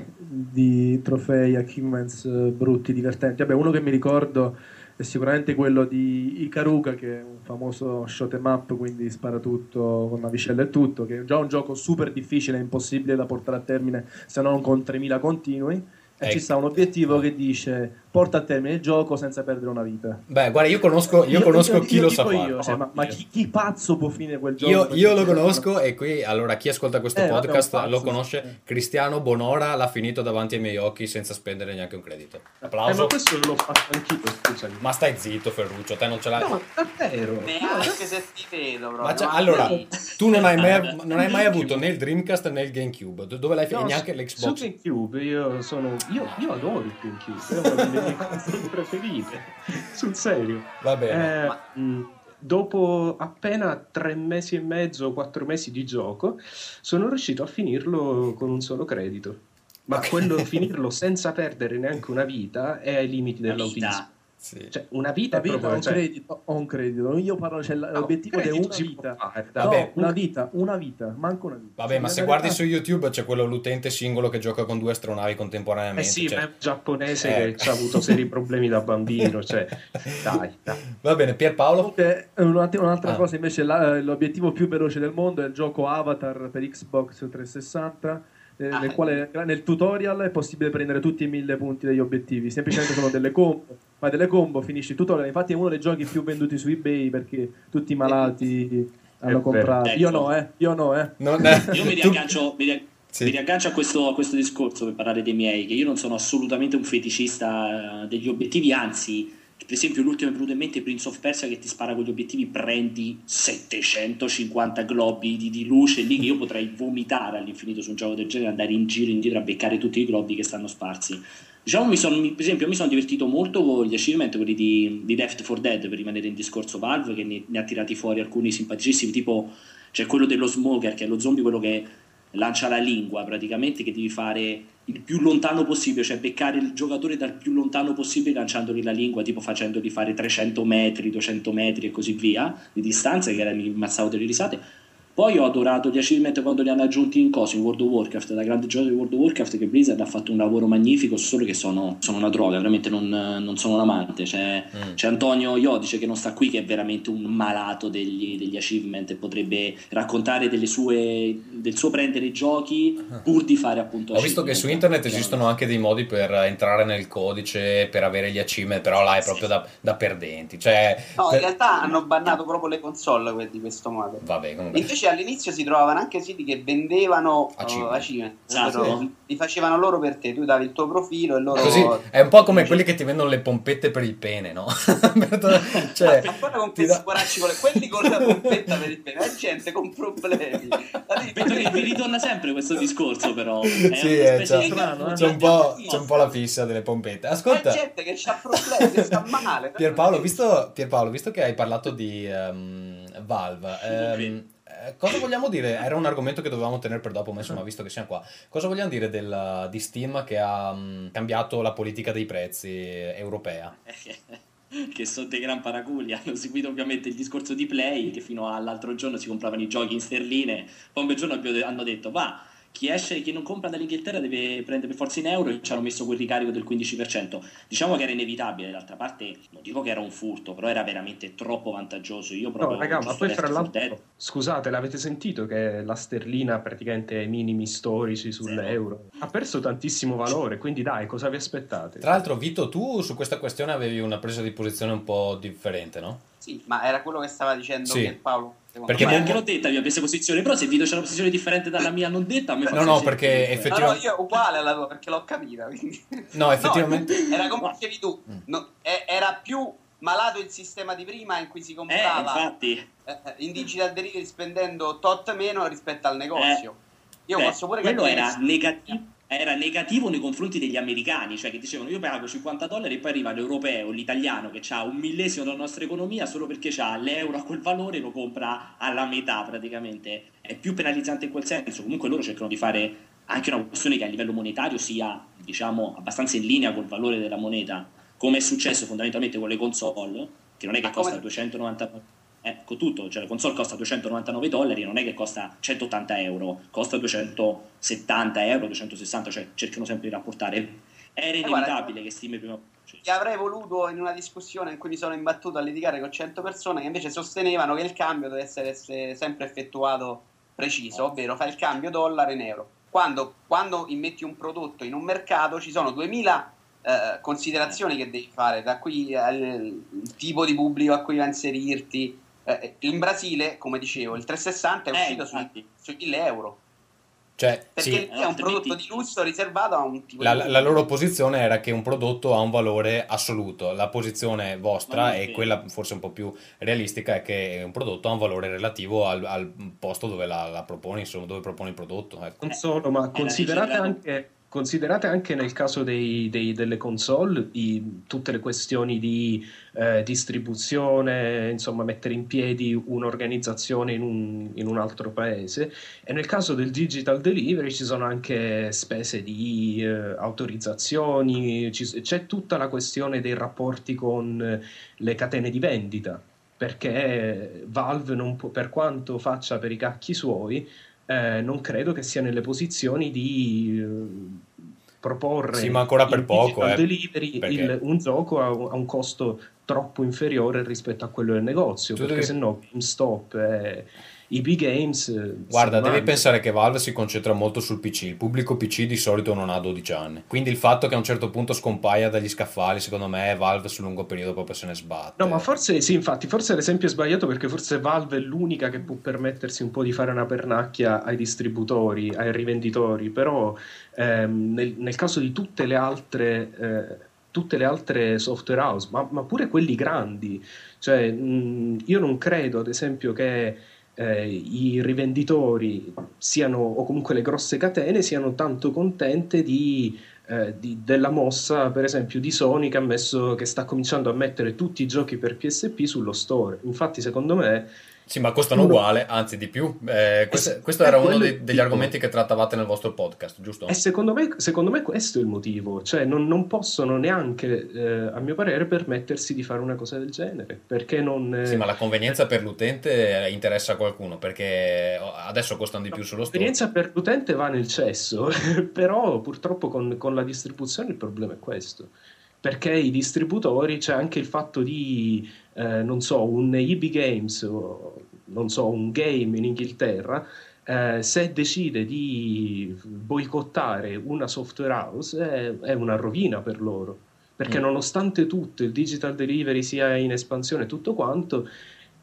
di trofei, achievements brutti, divertenti. Vabbè, uno che mi ricordo è sicuramente quello di Ikaruga, che è un famoso shoot 'em up, quindi spara tutto con navicella e tutto, che è già un gioco super difficile, impossibile da portare a termine se non con 3000 continui, e ci sta un obiettivo che dice porta a termine il gioco senza perdere una vita. Beh, guarda, io conosco chi lo sa fare. Cioè, ma chi pazzo può finire quel gioco? Io lo conosco, e qui allora chi ascolta questo podcast lo conosce. Cristiano Bonora l'ha finito davanti ai miei occhi senza spendere neanche un credito. Applauso. Ma questo l'ho fatto anch'io, scusami. Ma stai zitto, Ferruccio, te non ce l'hai. No, davvero. Neanche se ti vedo, proprio. Ma allora, tu non hai mai avuto né il Dreamcast né il GameCube. Dove l'hai finito? Neanche l'Xbox. Su GameCube io adoro il GameCube, è una delle mie console preferite, sul serio. Va bene. Dopo appena 3 mesi e mezzo, 4 mesi di gioco, sono riuscito a finirlo con un solo credito. Ma quello finirlo senza perdere neanche una vita è ai limiti dell'autismo. Sì. Cioè, una vita, proprio, ho un credito. Io parlo, l'obiettivo è una vita. Vabbè, una vita, manco una vita. Vabbè, ma se guardi su YouTube c'è quello l'utente singolo che gioca con 2 astronavi contemporaneamente. Sì, ma è un giapponese che ha avuto seri problemi da bambino, cioè dai. Va bene, Pierpaolo? Un'altra cosa invece, l'obiettivo più veloce del mondo è il gioco Avatar per Xbox 360. Nel quale nel tutorial è possibile prendere tutti i 1000 punti degli obiettivi, semplicemente sono delle combo, fai delle combo, finisci il tutorial. Infatti è uno dei giochi più venduti su eBay perché tutti i malati hanno comprato. Io no. Io mi riaggancio a questo discorso per parlare dei miei, che io non sono assolutamente un feticista degli obiettivi, anzi, per esempio l'ultimo è venuto in mente, Prince of Persia, che ti spara con gli obiettivi, prendi 750 globi di luce lì, che io potrei vomitare all'infinito su un gioco del genere, andare in giro indietro a beccare tutti i globi che stanno sparsi. Diciamo, per esempio mi sono divertito molto con gli achievement, quelli di Left 4 Dead, per rimanere in discorso Valve, che ne ha tirati fuori alcuni simpaticissimi, tipo c'è quello dello smoker, che è lo zombie, quello che lancia la lingua praticamente, che devi fare il più lontano possibile, cioè beccare il giocatore dal più lontano possibile lanciandogli la lingua, tipo facendogli fare 300 metri, 200 metri e così via di distanza, che mi ammazzavo delle risate. Poi ho adorato gli achievement quando li hanno aggiunti in World of Warcraft, da grande giocatore di World of Warcraft, che Blizzard ha fatto un lavoro magnifico, solo che sono una droga, veramente non sono un amante. C'è Antonio Iodice che non sta qui, che è veramente un malato degli achievement, e potrebbe raccontare del suo prendere i giochi pur di fare appunto Ho visto che su internet esistono anche dei modi per entrare nel codice per avere gli achievement, però là è proprio da perdenti. Cioè, no, in realtà hanno bannato proprio le console di questo modo. Vabbè, comunque. Invece invece all'inizio si trovavano anche siti che vendevano achievement. Esatto. Li facevano loro per te, tu davi il tuo profilo e loro... Così è un po' come quelli che ti vendono le pompette per il pene, no? Cioè, ma guarda con questi poracci, quelli con la pompetta per il pene, è gente con problemi. Vedo che vi ritorna sempre questo discorso, però. Sì, C'è un po' la fissa delle pompette. Ascolta, c'è gente che ha problemi, che sta male. Pierpaolo, visto che hai parlato di Valve, cosa vogliamo dire? Era un argomento che dovevamo tenere per dopo, ma insomma, visto che siamo qua, cosa vogliamo dire di Steam che ha cambiato la politica dei prezzi europea? Che sono dei gran paraculi, hanno seguito ovviamente il discorso di Play, che fino all'altro giorno si compravano i giochi in sterline, poi un bel giorno hanno detto chi non compra dall'Inghilterra deve prendere per forza in euro, e ci hanno messo quel ricarico del 15%. Diciamo che era inevitabile, d'altra parte non dico che era un furto, però era veramente troppo vantaggioso. Io proprio no, raga, ma poi fra l'altro, scusate, l'avete sentito che la sterlina praticamente ai minimi storici sull'euro? Ha perso tantissimo valore, quindi dai, cosa vi aspettate? Tra l'altro, Vito, tu su questa questione avevi una presa di posizione un po' differente, no? Sì, ma era quello che stava dicendo Paolo. Perché anche l'ho detta la mia presa posizione, però se Vito c'è una posizione differente dalla mia non detta, a me fa no, perché effettivamente io uguale alla tua, perché l'ho capita, quindi... No, effettivamente era come dicevi tu, era più malato il sistema di prima in cui si comprava infatti. In digital delivery spendendo tot meno rispetto al negozio. Io posso pure quello era negativo nei confronti degli americani, cioè che dicevano io pago $50 e poi arriva l'europeo, l'italiano che ha 1/1000 della nostra economia, solo perché ha l'euro a quel valore lo compra alla metà praticamente. È più penalizzante in quel senso. Comunque loro cercano di fare anche una questione che a livello monetario sia, diciamo, abbastanza in linea col valore della moneta, come è successo fondamentalmente con le console, che non è che costa 290 con tutto, cioè la console costa $299, non è che costa 180 euro, costa 270 euro, 260, cioè cercano sempre di rapportare. Era inevitabile che Steam prima... Ti avrei voluto in una discussione in cui mi sono imbattuto a litigare con 100 persone che invece sostenevano che il cambio deve essere sempre effettuato preciso, ovvero fai il cambio dollaro in euro. Quando immetti un prodotto in un mercato ci sono 2000 considerazioni che devi fare, da qui il tipo di pubblico a cui va a inserirti. In Brasile, come dicevo, il 360 è uscito sui 1.000 euro. Cioè, perché è un prodotto di lusso riservato a un tipo di la loro posizione era che un prodotto ha un valore assoluto. La posizione vostra e quella forse un po' più realistica è che un prodotto ha un valore relativo al posto dove la proponi, insomma, dove proponi il prodotto, ecco. Non solo, ma considerate anche nel caso delle console tutte le questioni di distribuzione, insomma mettere in piedi un'organizzazione in un altro paese, e nel caso del digital delivery ci sono anche spese di autorizzazioni, c'è tutta la questione dei rapporti con le catene di vendita, perché Valve non può, per quanto faccia per i cacchi suoi, non credo che sia nelle posizioni di proporre ma ancora per poco delivery un gioco a un costo troppo inferiore rispetto a quello del negozio, perché sennò GameStop i big games guarda, devi pensare che Valve si concentra molto sul PC, il pubblico PC di solito non ha 12 anni, quindi il fatto che a un certo punto scompaia dagli scaffali, secondo me Valve sul lungo periodo proprio se ne sbatte. No, ma forse sì, infatti forse l'esempio è sbagliato, perché forse Valve è l'unica che può permettersi un po' di fare una pernacchia ai distributori, ai rivenditori, però nel caso di tutte le altre software house, ma pure quelli grandi, cioè io non credo ad esempio che i rivenditori siano, o comunque le grosse catene, siano tanto contente della mossa, per esempio, di Sony, che sta cominciando a mettere tutti i giochi per PSP sullo store. Infatti, secondo me... Sì, ma costano uguale, anzi di più. Questo era uno degli argomenti che trattavate nel vostro podcast, giusto? E secondo me questo è il motivo. Cioè non possono neanche, a mio parere, permettersi di fare una cosa del genere. Perché non... Sì, ma la convenienza per l'utente interessa a qualcuno, perché adesso costano di più sullo store. L'esperienza per l'utente va nel cesso, però purtroppo con la distribuzione il problema è questo. Perché i distributori, c'è anche il fatto di, non so, un EB Games, o, non so, un game in Inghilterra, se decide di boicottare una software house è una rovina per loro, perché nonostante tutto il digital delivery sia in espansione e tutto quanto,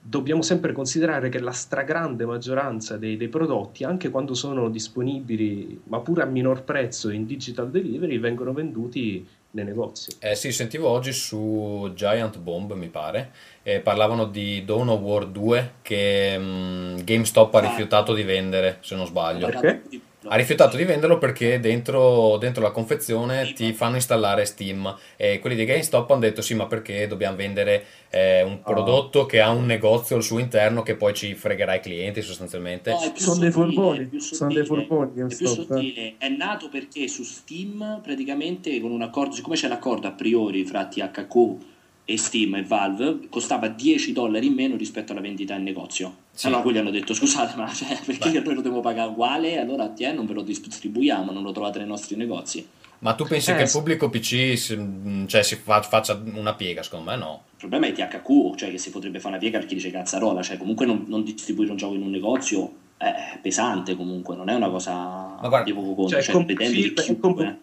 dobbiamo sempre considerare che la stragrande maggioranza dei prodotti, anche quando sono disponibili, ma pure a minor prezzo in digital delivery, vengono venduti nei negozi. Sì, sentivo oggi su Giant Bomb, mi pare, parlavano di Dawn of War 2 che GameStop ha rifiutato di vendere, se non sbaglio. Perché? Ha rifiutato di venderlo perché dentro la confezione ti fanno installare Steam, e quelli di GameStop hanno detto sì, ma perché dobbiamo vendere un prodotto che ha un negozio al suo interno che poi ci fregherà i clienti sostanzialmente. No, è più Sono dei sottile, furboni, è più sono dei sottile, furboni è più GameStop. sottile. È nato perché su Steam praticamente con un accordo, siccome c'è l'accordo a priori fra THQ e Steam e Valve, costava $10 in meno rispetto alla vendita in negozio. Sì. Allora quelli hanno detto scusate, ma perché noi lo devo pagare uguale? Allora a te non ve lo distribuiamo, non lo trovate nei nostri negozi. Ma tu pensi che il pubblico PC si faccia una piega? Secondo me no. Il problema è THQ, cioè che si potrebbe fare una piega perché dice cazzarola, cioè comunque non distribuire un gioco in un negozio è pesante, comunque non è una cosa di poco conto, cioè pretende di chiunque.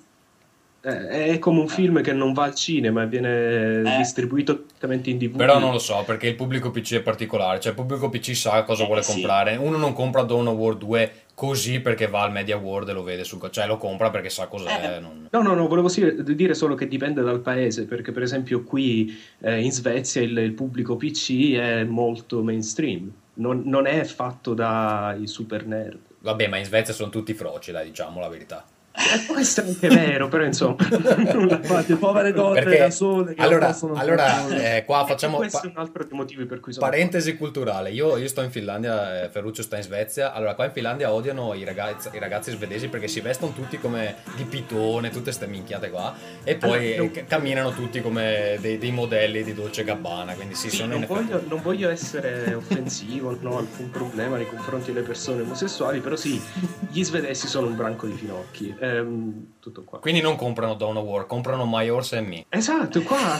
È come un film che non va al cinema e viene distribuito direttamente in DVD. Però non lo so, perché il pubblico PC è particolare, cioè il pubblico PC sa cosa vuole comprare. Uno non compra Dawn of War 2 così perché va al Media World e lo vede cioè lo compra perché sa cos'è. No, volevo dire solo che dipende dal paese, perché per esempio qui in Svezia il pubblico PC è molto mainstream, non è fatto dai super nerd. Vabbè, ma in Svezia sono tutti froci, dai, diciamo la verità. Questo è anche vero, però insomma Infatti, povere donne Perché da sole che non possono qua facciamo questo è un altro dei motivi per cui sono parentesi culturale. Io sto in Finlandia, Ferruccio sta in Svezia. Allora qua in Finlandia odiano i ragazzi svedesi perché si vestono tutti come di pitone, tutte ste minchiate qua, e poi camminano tutti come dei modelli di Dolce Gabbana, quindi non voglio essere offensivo, non ho alcun problema nei confronti delle persone omosessuali, però sì, gli svedesi sono un branco di finocchi. Tutto qua. Quindi non comprano Dawn of War, comprano My Horse and Me. Esatto, qua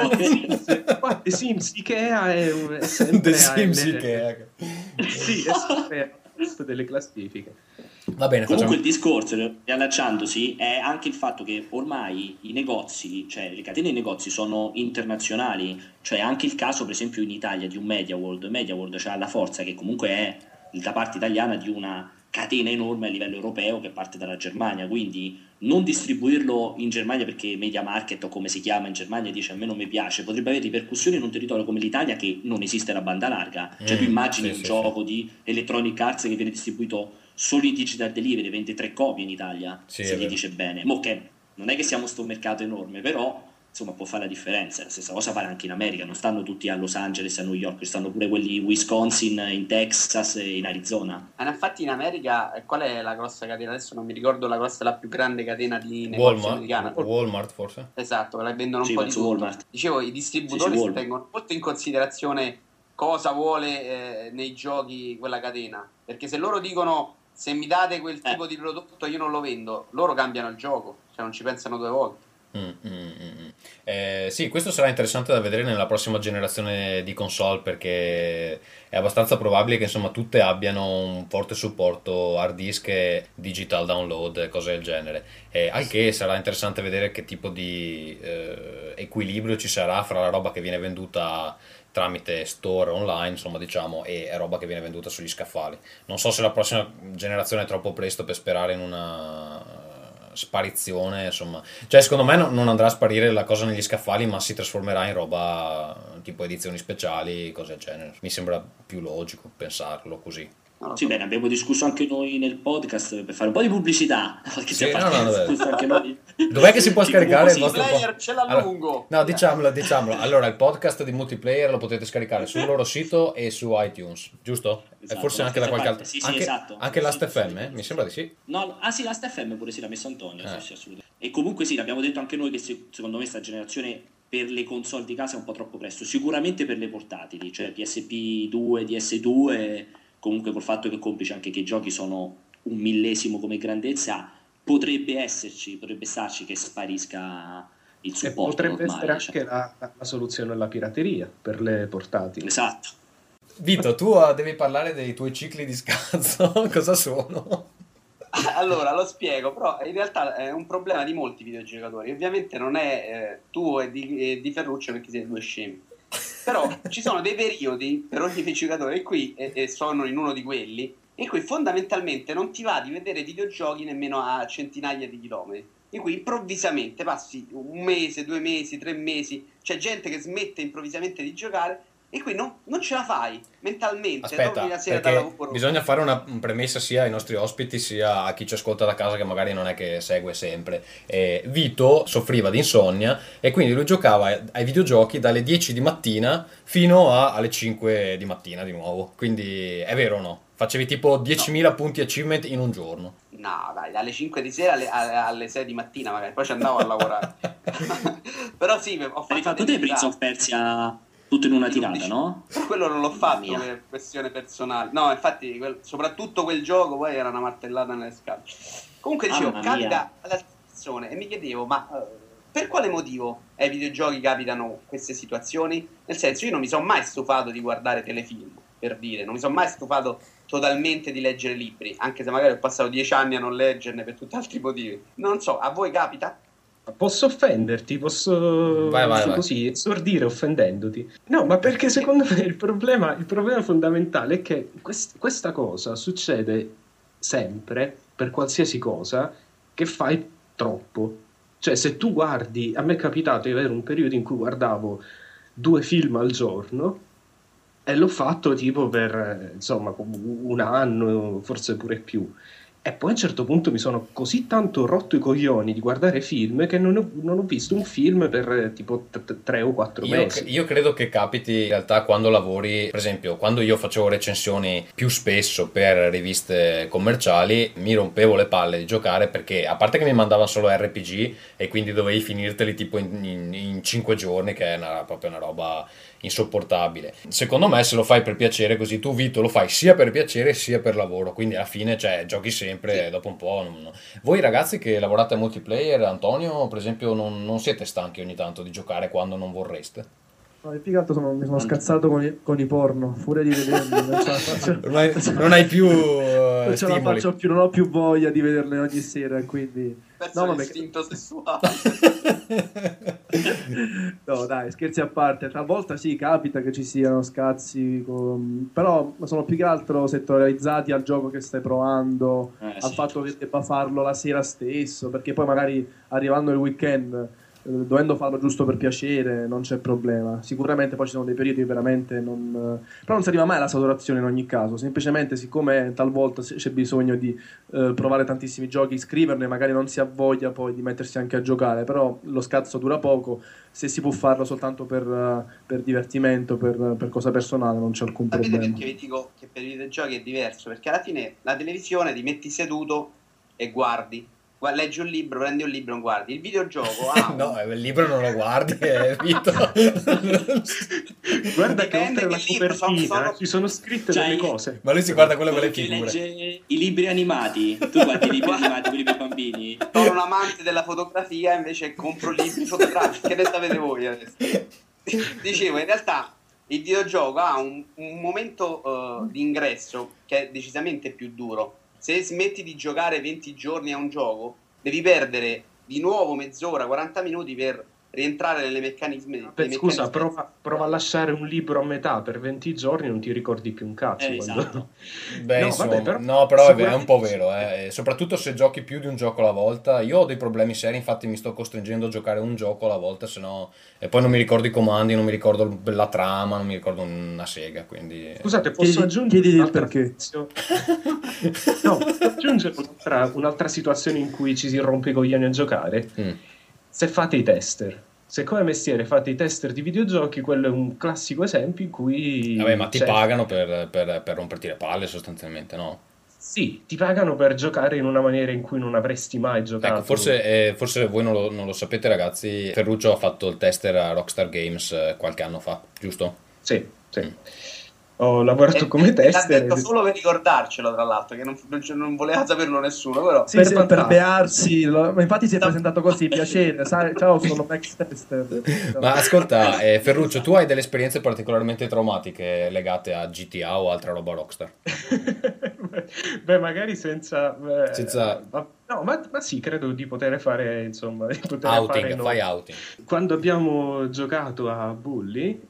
The Sims Ikea è sempre The Sims Ikea. Sì, è sempre delle classifiche. Va bene, comunque il discorso, riallacciandosi, è anche il fatto che ormai i negozi, cioè le catene di negozi sono internazionali, cioè anche il caso per esempio in Italia di un Media World c'ha la forza che comunque è da parte italiana di una catena enorme a livello europeo che parte dalla Germania, quindi non distribuirlo in Germania perché Media Market o come si chiama in Germania dice a me non mi piace, potrebbe avere ripercussioni in un territorio come l'Italia che non esiste la banda larga, cioè tu immagini un gioco di Electronic Arts che viene distribuito solo in digital delivery, vende 3 copie in Italia, se gli dice bene, ma ok, non è che siamo sto mercato enorme, però insomma può fare la differenza. La stessa cosa vale anche in America, non stanno tutti a Los Angeles, a New York, stanno pure quelli in Wisconsin, in Texas e in Arizona. Infatti in America qual è la grossa catena? Adesso non mi ricordo la più grande catena di negozi americana. Walmart forse? Esatto, la vendono un po' di tutto. Walmart. Dicevo, i distributori si tengono molto in considerazione cosa vuole nei giochi quella catena, perché se loro dicono se mi date quel tipo di prodotto io non lo vendo, loro cambiano il gioco, cioè non ci pensano 2 volte. Sì, questo sarà interessante da vedere nella prossima generazione di console, perché è abbastanza probabile che insomma tutte abbiano un forte supporto hard disk e digital download e cose del genere, al che sarà interessante vedere che tipo di equilibrio ci sarà fra la roba che viene venduta tramite store online, insomma, diciamo, e roba che viene venduta sugli scaffali. Non so se la prossima generazione è troppo presto per sperare in una sparizione, insomma, cioè secondo me non andrà a sparire la cosa negli scaffali, ma si trasformerà in roba tipo edizioni speciali, cose del genere. Mi sembra più logico pensarlo così. Sì, bene, abbiamo discusso anche noi nel podcast per fare un po' di pubblicità. Sì, anche noi. Dov'è che si può scaricare il vostro ce l'allungo? No, diciamolo. Allora, il podcast di Multiplayer lo potete scaricare sul loro sito e su iTunes, giusto? Esatto, e forse anche da qualche altra. Sì, anche, esatto. Anche Last.fm? Mi sembra di sì. No, sì, Last.fm pure sì, l'ha messo Antonio. Sì, assolutamente. E comunque sì, l'abbiamo detto anche noi che secondo me sta generazione per le console di casa è un po' troppo presto. Sicuramente per le portatili, cioè PSP2, DS2. Comunque col fatto che complice anche che i giochi sono 1/1000 come grandezza, potrebbe starci che sparisca il supporto. E potrebbe normale, essere anche la soluzione alla pirateria per le portatili. Esatto. Vito, tu devi parlare dei tuoi cicli di scazzo. Cosa sono? Allora, lo spiego, però in realtà è un problema di molti videogiocatori. Ovviamente non è tuo e di Ferruccio, perché siete 2 scemi. Però ci sono dei periodi per ogni giocatore, e qui e sono in uno di quelli, in cui fondamentalmente non ti va di vedere videogiochi nemmeno a centinaia di chilometri, in cui improvvisamente passi un mese, 2 mesi, 3 mesi, c'è gente che smette improvvisamente di giocare e qui non ce la fai mentalmente. Aspetta, torni la sera dalla perché lavoro. bisogna fare una premessa sia ai nostri ospiti sia a chi ci ascolta da casa che magari non è che segue sempre. Vito soffriva di insonnia e quindi lui giocava ai videogiochi dalle 10 di mattina fino alle 5 di mattina di nuovo. Quindi è vero o no? Facevi tipo 10.000 punti achievement in un giorno. No, dai, dalle 5 di sera alle 6 di mattina magari, poi ci andavo a lavorare. Però sì, ho Hai fatto te Prince of Persia tutto in una tirata, no? Per quello non l'ho fatto per questione personale. No, infatti, soprattutto quel gioco poi era una martellata nelle scale. Comunque dicevo, capita ad altre persone e mi chiedevo, ma per quale motivo ai videogiochi capitano queste situazioni? Nel senso, io non mi sono mai stufato di guardare telefilm, per dire, non mi sono mai stufato totalmente di leggere libri, anche se magari ho passato 10 anni a non leggerne per tutti altri motivi. Non so, a voi capita? Posso offenderti? Posso vai. così esordire offendendoti? No, ma perché secondo me il problema fondamentale è che questa cosa succede sempre, per qualsiasi cosa, che fai troppo. Cioè, se tu guardi, a me è capitato di avere un periodo in cui guardavo 2 film al giorno e l'ho fatto tipo per, insomma, un anno, forse pure più. E poi a un certo punto mi sono così tanto rotto i coglioni di guardare film che non ho visto un film per tipo 3 o 4 mesi. Io credo che capiti in realtà quando lavori, per esempio, quando io facevo recensioni più spesso per riviste commerciali, mi rompevo le palle di giocare perché, a parte che mi mandavano solo RPG e quindi dovevi finirteli tipo in 5 giorni, che è proprio una roba insopportabile. Secondo me, se lo fai per piacere, così tu, Vito, lo fai sia per piacere sia per lavoro, quindi alla fine, cioè, giochi sempre, dopo un po'. Voi ragazzi che lavorate a multiplayer, Antonio, per esempio, non siete stanchi ogni tanto di giocare quando non vorreste? No, più che altro mi sono scazzato con i porno, furia di vederli, non ce la faccio. Ormai non hai più non ce la stimoli. faccio più, non ho più voglia di vederle ogni sera, quindi Penso l'istinto sessuale. No, dai, scherzi a parte, talvolta sì, capita che ci siano scazzi, però sono più che altro settorializzati al gioco che stai provando, al fatto che debba farlo la sera stesso, perché poi magari arrivando il weekend, dovendo farlo giusto per piacere, non c'è problema. Sicuramente poi ci sono dei periodi veramente però non si arriva mai alla saturazione in ogni caso, semplicemente siccome talvolta c'è bisogno di provare tantissimi giochi, scriverne, magari non si ha voglia poi di mettersi anche a giocare, però lo scazzo dura poco, se si può farlo soltanto per divertimento, per cosa personale, non c'è alcun problema. Perché vi dico che per i videogiochi è diverso, perché alla fine la televisione ti metti seduto e guardi. Leggi un libro, prendi un libro e non guardi. Il videogioco no, il libro non lo guardi, Vito. Guarda che oltre alla copertina ci sono scritte delle cose. Ma lui si guarda quello con le figure. Legge i libri animati. Tu guardi i libri animati, quelli per bambini. Sono un amante della fotografia, invece compro libri fotografici. Che ne sapete voi adesso? Dicevo, in realtà il videogioco ha un momento di ingresso che è decisamente più duro. Se smetti di giocare 20 giorni a un gioco, devi perdere di nuovo mezz'ora, 40 minuti per rientrare nelle meccanismi. Scusa, prova a lasciare un libro a metà per 20 giorni, non ti ricordi più un cazzo. Esatto. Beh, insomma, però è un po' vero, soprattutto se giochi più di un gioco alla volta. Io ho dei problemi seri, infatti mi sto costringendo a giocare un gioco alla volta, se no e poi non mi ricordo i comandi, non mi ricordo la trama, non mi ricordo una sega, quindi scusate, posso aggiungere il perché? No, posso aggiungere un'altra situazione in cui ci si rompe i coglioni a giocare. Se fate i tester, se come mestiere fate i tester di videogiochi, quello è un classico esempio in cui vabbè, ma ti pagano per romperti le palle sostanzialmente, no? Sì, ti pagano per giocare in una maniera in cui non avresti mai giocato. Ecco, forse voi non lo sapete, ragazzi. Ferruccio ha fatto il tester a Rockstar Games qualche anno fa, giusto? Sì. Ho lavorato come tester. L'ha detto solo per ricordarcelo, tra l'altro, che non voleva saperlo nessuno, però. Sì, per bearsi, ma infatti si è presentato così, piacere, ciao, sono Max Tester. Ma ascolta, Ferruccio, tu hai delle esperienze particolarmente traumatiche legate a GTA o altra roba Rockstar? Beh, magari senza... No, No, ma sì, credo di poter fare, insomma, di poter Outing, fare fai outing. Quando abbiamo giocato a Bully,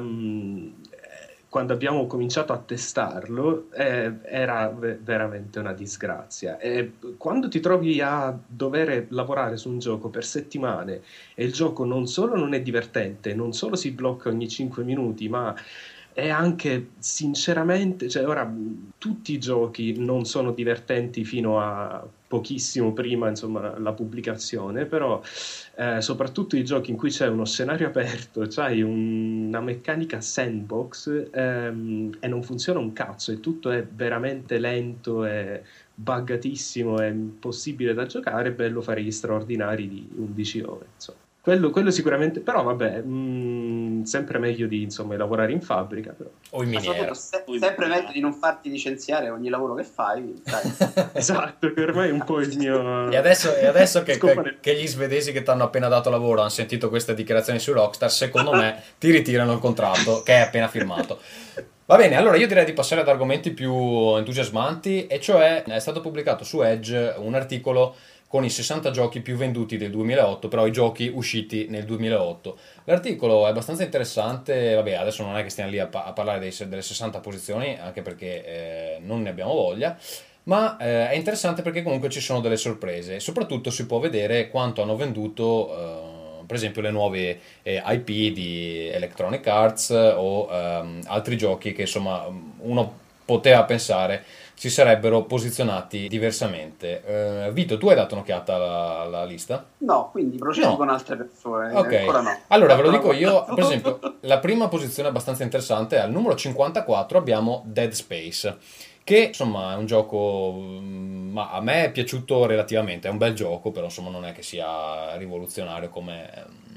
quando abbiamo cominciato a testarlo, era veramente una disgrazia. E quando ti trovi a dover lavorare su un gioco per settimane e il gioco non solo non è divertente, non solo si blocca ogni 5 minuti, ma è anche sinceramente, cioè ora tutti i giochi non sono divertenti fino a pochissimo prima, insomma, la pubblicazione, però soprattutto i giochi in cui c'è uno scenario aperto, c'hai una meccanica sandbox e non funziona un cazzo, e tutto è veramente lento e buggatissimo, è impossibile da giocare, bello fare gli straordinari di 11 ore, insomma. Quello sicuramente, però vabbè, sempre meglio di insomma lavorare in fabbrica, però. O in miniera. Sempre meglio di non farti licenziare ogni lavoro che fai, dai. Esatto, che ormai è un po' il mio... E adesso che gli svedesi che ti hanno appena dato lavoro hanno sentito queste dichiarazioni su Rockstar, secondo me ti ritirano il contratto che è appena firmato. Va bene, allora io direi di passare ad argomenti più entusiasmanti, e cioè è stato pubblicato su Edge un articolo con i 60 giochi più venduti del 2008, però i giochi usciti nel 2008. L'articolo è abbastanza interessante, vabbè, adesso non è che stiamo lì a parlare delle 60 posizioni, anche perché non ne abbiamo voglia, ma è interessante perché comunque ci sono delle sorprese, soprattutto si può vedere quanto hanno venduto, per esempio, le nuove IP di Electronic Arts o altri giochi che insomma uno poteva pensare si sarebbero posizionati diversamente. Vito, tu hai dato un'occhiata alla lista? No, quindi procedi con altre persone. Ok, Ancora no. Allora ve lo dico io, per esempio, la prima posizione abbastanza interessante è al numero 54 abbiamo Dead Space, che insomma è un gioco, ma a me è piaciuto relativamente, è un bel gioco, però insomma non è che sia rivoluzionario come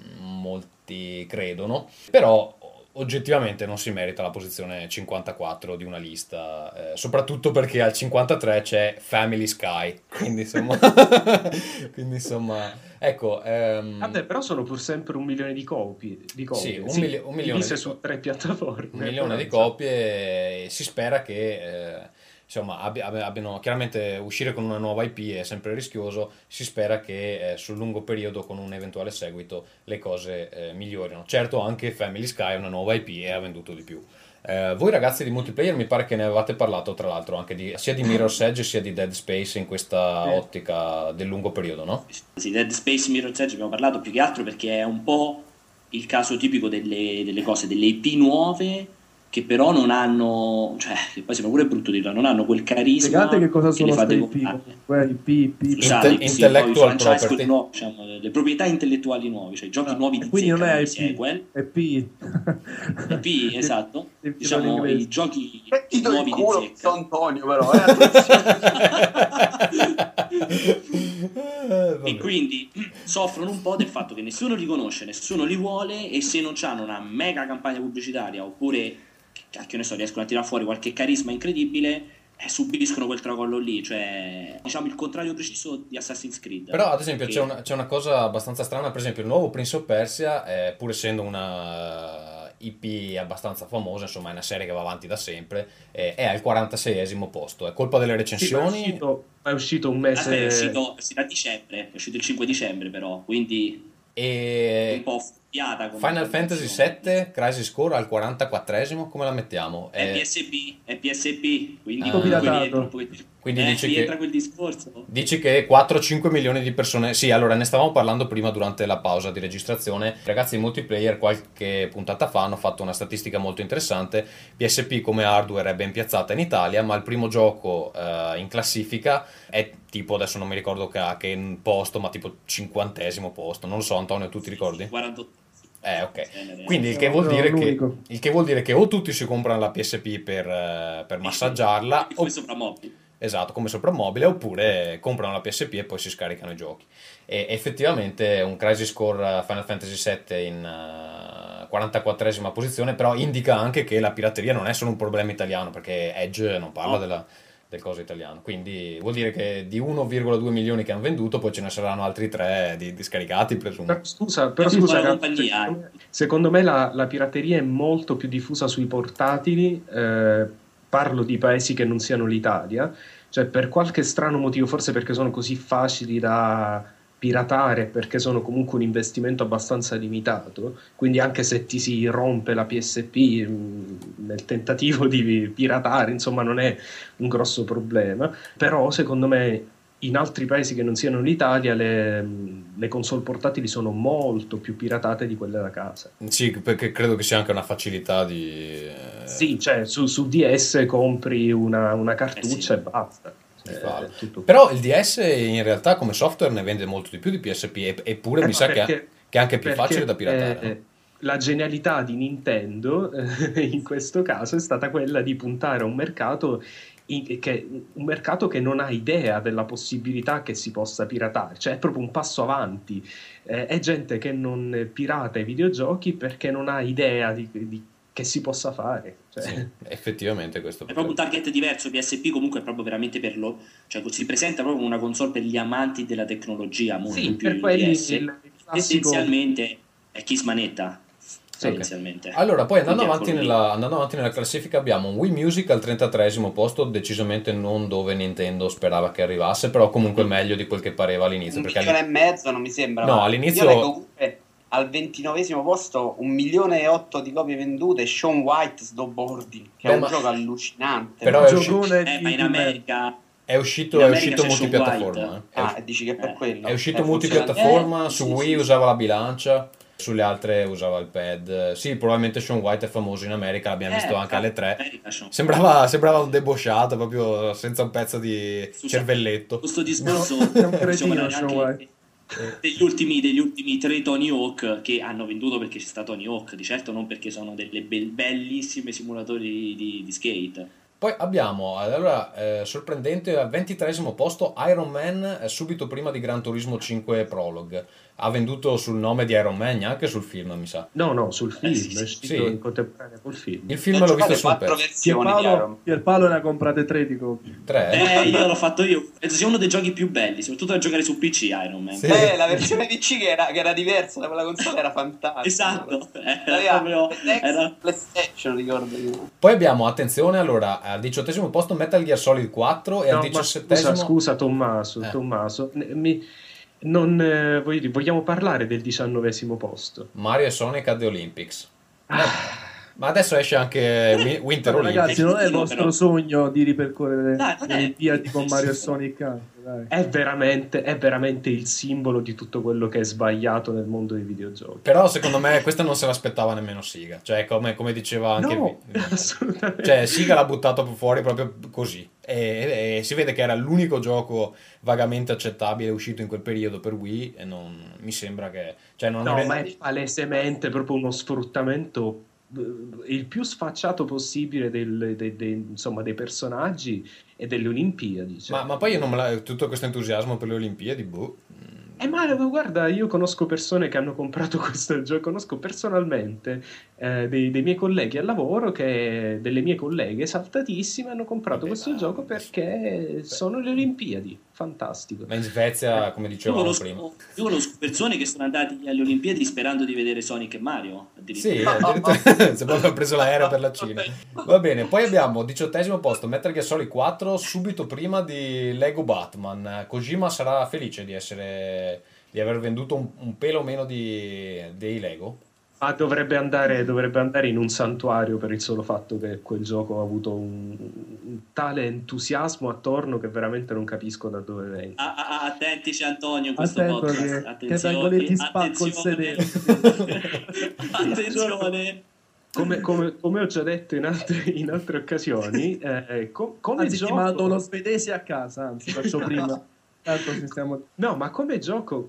molti credono, però oggettivamente non si merita la posizione 54 di una lista, soprattutto perché al 53 c'è Family Sky, quindi insomma ecco, vabbè, però sono pur sempre 1 milione di copie, sì, un milione divise su 3 piattaforme, 1 milione di copie, e si spera che insomma abbiano chiaramente, uscire con una nuova IP è sempre rischioso, si spera che sul lungo periodo con un eventuale seguito le cose migliorino. Certo, anche Family Sky è una nuova IP e ha venduto di più. Voi ragazzi di multiplayer mi pare che ne avevate parlato tra l'altro anche sia di Mirror's Edge sia di Dead Space in questa ottica del lungo periodo, no? Sì, Dead Space e Mirror's Edge abbiamo parlato più che altro perché è un po' il caso tipico delle cose, delle IP nuove che però non hanno, cioè, che poi sembra pure brutto dirlo, non hanno quel carisma. Spiegate che cosa sono li fa queste IP? Scusate, Intellectual property. Diciamo, le proprietà intellettuali nuove, cioè i giochi nuovi di quindi non è IP, sequel. è P. IP, esatto. Diciamo i giochi nuovi di Zecca. Antonio però, E quindi soffrono un po' del fatto che nessuno li conosce, nessuno li vuole, e se non hanno una mega campagna pubblicitaria oppure che ne so, riescono a tirare fuori qualche carisma incredibile, subiscono quel tracollo lì, cioè diciamo il contrario preciso di Assassin's Creed. Però ad esempio c'è una cosa abbastanza strana, per esempio il nuovo Prince of Persia, pur essendo una IP abbastanza famosa, insomma è una serie che va avanti da sempre, è al 46esimo posto, è colpa delle recensioni? Sì, è uscito un mese... È uscito a dicembre, è uscito il 5 dicembre però, quindi e un po' fiata come Final Fantasy VII Crisis Core al 44esimo, come la mettiamo? È PSP, quindi quindi dici quel discorso. Dici che 4-5 milioni di persone. Sì, allora ne stavamo parlando prima durante la pausa di registrazione. I ragazzi di multiplayer qualche puntata fa hanno fatto una statistica molto interessante. PSP come hardware è ben piazzata in Italia, ma il primo gioco in classifica è tipo, adesso non mi ricordo che posto, ma tipo 50esimo posto, non lo so Antonio, tu ti ricordi? 48. Ok. Quindi il che vuol dire che o tutti si comprano la PSP per massaggiarla come soprammobile. Esatto, come soprammobile, oppure comprano la PSP e poi si scaricano i giochi. E effettivamente un Crisis Core Final Fantasy VII in 44esima posizione, però indica anche che la pirateria non è solo un problema italiano, perché Edge non parla del coso italiano, quindi vuol dire che di 1,2 milioni che hanno venduto poi ce ne saranno altri 3 di scaricati, presumo. Scusa, secondo me la pirateria è molto più diffusa sui portatili, parlo di paesi che non siano l'Italia, Cioè, per qualche strano motivo, forse perché sono così facili da piratare, perché sono comunque un investimento abbastanza limitato, quindi anche se ti si rompe la PSP nel tentativo di piratare, insomma, non è un grosso problema. Però secondo me in altri paesi che non siano l'Italia le console portatili sono molto più piratate di quelle da casa. Sì, perché credo che sia anche una facilità di... Sì, cioè su DS compri una cartuccia sì. e basta. Tutto. Però il DS in realtà come software ne vende molto di più di PSP, eppure mi sa che è anche più facile da piratare. No? La genialità di Nintendo in questo caso è stata quella di puntare a un mercato che non ha idea della possibilità che si possa piratare, cioè è proprio un passo avanti. È gente che non pirata i videogiochi perché non ha idea di che si possa fare. Cioè. Sì, effettivamente questo è proprio un target diverso. PSP comunque è proprio veramente per cioè si presenta proprio una console per gli amanti della tecnologia, molto sì, più per quelli DS. Essenzialmente è chi smanetta. Allora, poi andando avanti nella classifica abbiamo un Wii Music al 33esimo posto, decisamente non dove Nintendo sperava che arrivasse, però comunque meglio di quel che pareva all'inizio. 1,5 milioni non mi sembra. No, all'inizio... Io comunque al 29esimo posto 1,8 milioni di copie vendute, Shaun White Snowboarding, che è un gioco allucinante. Però ma in America... È uscito multipiattaforma. Dici che per quello. È uscito multipiattaforma, su Wii usava la bilancia, sulle altre usava il pad. Sì, probabilmente Shaun White è famoso in America, l'abbiamo visto anche alle 3. Sembrava un debosciato, proprio senza un pezzo di cervelletto. Questo discorso degli ultimi 3 Tony Hawk che hanno venduto perché c'è stato Tony Hawk, di certo non perché sono delle bellissime simulatori di skate. Poi abbiamo, allora, sorprendente, al 23esimo posto Iron Man, subito prima di Gran Turismo 5 Prologue. Ha venduto sul nome di Iron Man, neanche sul film, mi sa. No, sul film, è uscito in contemporanea col film. Il film l'ho visto sul pezzo. Pierpaolo ne ha comprate 3 di copie. 3? Io l'ho fatto io. Penso sia uno dei giochi più belli, soprattutto da giocare su PC Iron Man. Sì. La versione PC che era diversa da quella console era fantastica. Esatto. Era PlayStation, ricordo io. Poi abbiamo, attenzione, allora, al 18esimo posto Metal Gear Solid 4 e al 17esimo... Scusa Tommaso, vogliamo parlare del 19esimo posto. Mario e Sonic at the Olympics. Ma adesso esce anche Winter Olympics. Ragazzi, non è il vostro sogno di ripercorrere le Olimpiadi con Mario e Sonic anche, dai. È veramente il simbolo di tutto quello che è sbagliato nel mondo dei videogiochi. Però secondo me questa non se l'aspettava nemmeno Sega. Cioè, come diceva anche assolutamente. Cioè, Sega l'ha buttato fuori proprio così. E si vede che era l'unico gioco vagamente accettabile uscito in quel periodo per Wii. E non mi sembra che. Cioè, ma è palesemente proprio uno sfruttamento il più sfacciato possibile insomma, dei personaggi e delle Olimpiadi. Cioè. Ma poi io tutto questo entusiasmo per le Olimpiadi, Ma guarda, io conosco persone che hanno comprato questo gioco, conosco personalmente dei miei colleghi al lavoro, delle mie colleghe saltatissime hanno comprato questo gioco perché sono le Olimpiadi. Fantastico. Ma in Svezia, come dicevamo prima. Io conosco persone che sono andati alle Olimpiadi sperando di vedere Sonic e Mario. Sì, addirittura se proprio ha preso l'aereo per la Cina. Va bene, poi abbiamo 18esimo posto Metal Gear Solid 4, subito prima di Lego Batman. Kojima sarà felice di aver venduto un pelo meno dei Lego. Ma dovrebbe andare in un santuario per il solo fatto che quel gioco ha avuto un tale entusiasmo attorno che veramente non capisco da dove venga. Attentici Antonio in questo podcast. Che vengono ti spacco il sedere. Attenzione. Come ho già detto in altre occasioni, come anzi, gioco... ti mando lo svedese a casa, anzi faccio prima. No, ma come gioco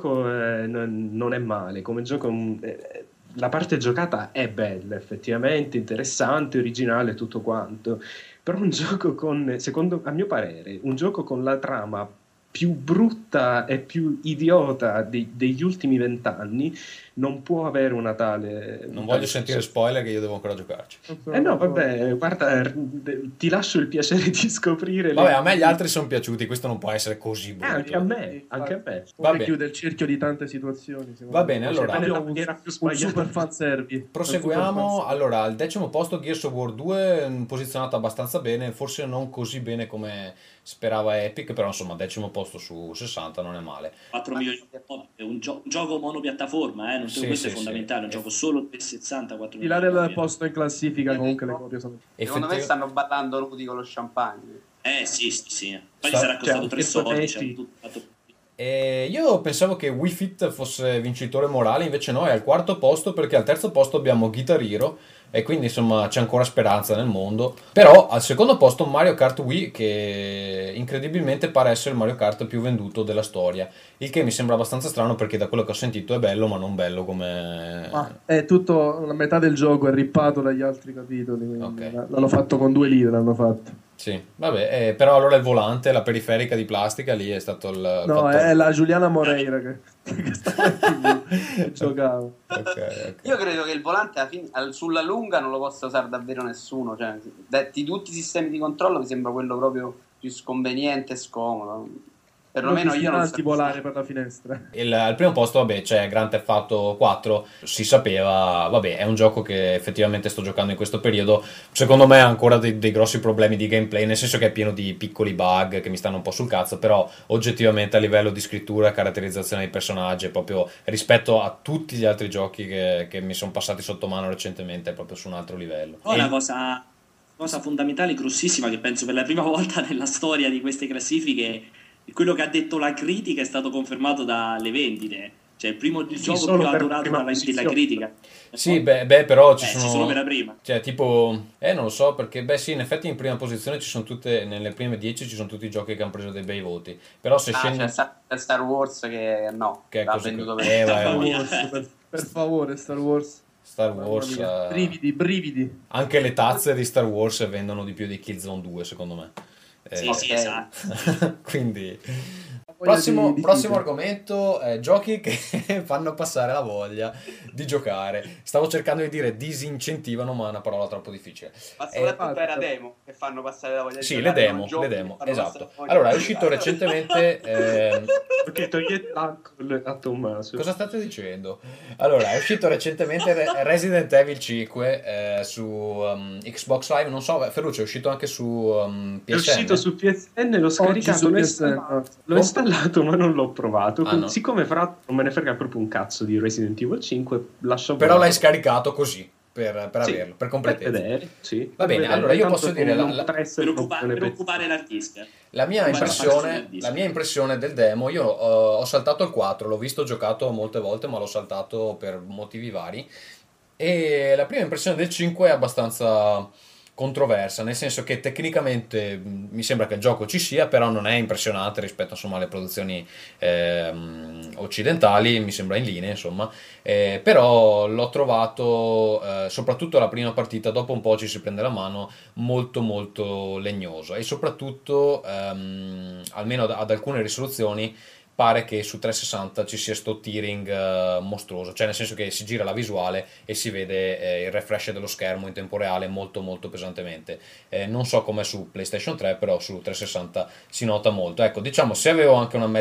non è male, come gioco la parte giocata è bella, effettivamente interessante, originale, tutto quanto, però un gioco a mio parere, un gioco con la trama più brutta e più idiota degli ultimi 20 anni non può avere una tale... Non voglio sentire spoiler che io devo ancora giocarci. No, vabbè, guarda, ti lascio il piacere di scoprire... Vabbè, a me gli altri sono piaciuti, questo non può essere così brutto. Anche a me. Vabbè. Chiude il cerchio di tante situazioni. Va bene, allora... un super fanservice. Proseguiamo, allora, al 10° posto Gears of War 2, posizionato abbastanza bene, forse non così bene come sperava Epic, però insomma 10° posto su 60 non è male. 4 milioni di euro, è un gioco monopiattaforma, non Sì, questo sì, è fondamentale, sì. un gioco solo 360, 4 Di là milioni del di euro. posto in classifica, comunque le copie sono... Secondo me stanno ballando nudi con lo champagne. Sì. Poi gli sarà costato 3 soldi, cioè, tutto fatto. Io pensavo che Wii Fit fosse vincitore morale, invece no, è al 4° posto, perché al 3° posto abbiamo Guitar Hero e quindi insomma c'è ancora speranza nel mondo. Però al 2° posto Mario Kart Wii, che incredibilmente pare essere il Mario Kart più venduto della storia, il che mi sembra abbastanza strano perché da quello che ho sentito è bello, ma non bello come... Ma è tutto, la metà del gioco è rippato dagli altri capitoli, quindi Ok. l'hanno fatto con 2 lire, l'hanno fatto. Sì, vabbè, però allora il volante, la periferica di plastica lì è stato il No, fattore. è la Giuliana Moreira che stava in TV e giocava. Ok. Io credo che il volante sulla lunga non lo possa usare davvero nessuno. Cioè, di tutti i sistemi di controllo mi sembra quello proprio più sconveniente e scomodo. Perlomeno io non so. volare per la finestra. Al primo posto, vabbè, c'è Grand Theft Auto 4, si sapeva, vabbè, è un gioco che effettivamente sto giocando in questo periodo. Secondo me ha ancora dei grossi problemi di gameplay, nel senso che è pieno di piccoli bug che mi stanno un po' sul cazzo, però oggettivamente a livello di scrittura e caratterizzazione dei personaggi, proprio rispetto a tutti gli altri giochi che mi sono passati sotto mano recentemente, è proprio su un altro livello. Poi una cosa fondamentale, grossissima, che penso per la prima volta nella storia di queste classifiche, quello che ha detto la critica è stato confermato dalle vendite. Cioè il gioco solo più per adorato prima della posizione. critica. Sì, beh, però ci Sì, sono... solo per la prima. Cioè, tipo... non lo so, perché, beh sì, in effetti in prima posizione ci sono tutte... Nelle prime 10 ci sono tutti i giochi che hanno preso dei bei voti. Però se scendi... C'è Star Wars che no, Che è l'ha così. venduto Vai. Star Wars, per favore, Star Wars. Star Mamma Wars... mia, brividi. Anche le tazze di Star Wars vendono di più di Killzone 2, secondo me. Sì, Ok. esatto. Quindi... Voglia Prossimo di argomento, giochi che fanno passare la voglia di giocare. Stavo cercando di dire disincentivano, ma è una parola troppo difficile. Ma soprattutto era demo che fanno passare la voglia di Sì, giocare, le non demo, giochi che fanno esatto. passare la voglia Allora, è di uscito giocare. recentemente... Perché togliete l'alcol a Tommaso. Cosa state dicendo? Allora, è uscito recentemente Resident Evil 5 su Xbox Live, non so, Ferruccio, è uscito anche su PSN? È uscito su PSN, l'ho scaricato, su l'ho PSN. installato, ma non l'ho provato. Ah, no. Siccome fra l'altro non me ne frega proprio un cazzo di Resident Evil 5, lascio Però l'hai perdere. scaricato così, per Sì, averlo, per per completezza. vedere, sì. Va bene, Per allora io tanto posso dire non la- potrà essere Per un'opzione occupare l'hard disk. La mia Come impressione, del demo, io ho saltato il 4, l'ho visto giocato molte volte, ma l'ho saltato per motivi vari. E la prima impressione del 5 è abbastanza controversa, nel senso che tecnicamente mi sembra che il gioco ci sia, però non è impressionante rispetto insomma alle produzioni occidentali, mi sembra in linea insomma. Però l'ho trovato, soprattutto la prima partita, dopo un po' ci si prende la mano, molto molto legnoso, e soprattutto almeno ad alcune risoluzioni pare che su 360 ci sia sto tearing mostruoso, cioè nel senso che si gira la visuale e si vede il refresh dello schermo in tempo reale molto molto pesantemente. Non so com'è su PlayStation 3, però su 360 si nota molto. Ecco, diciamo, se avevo anche una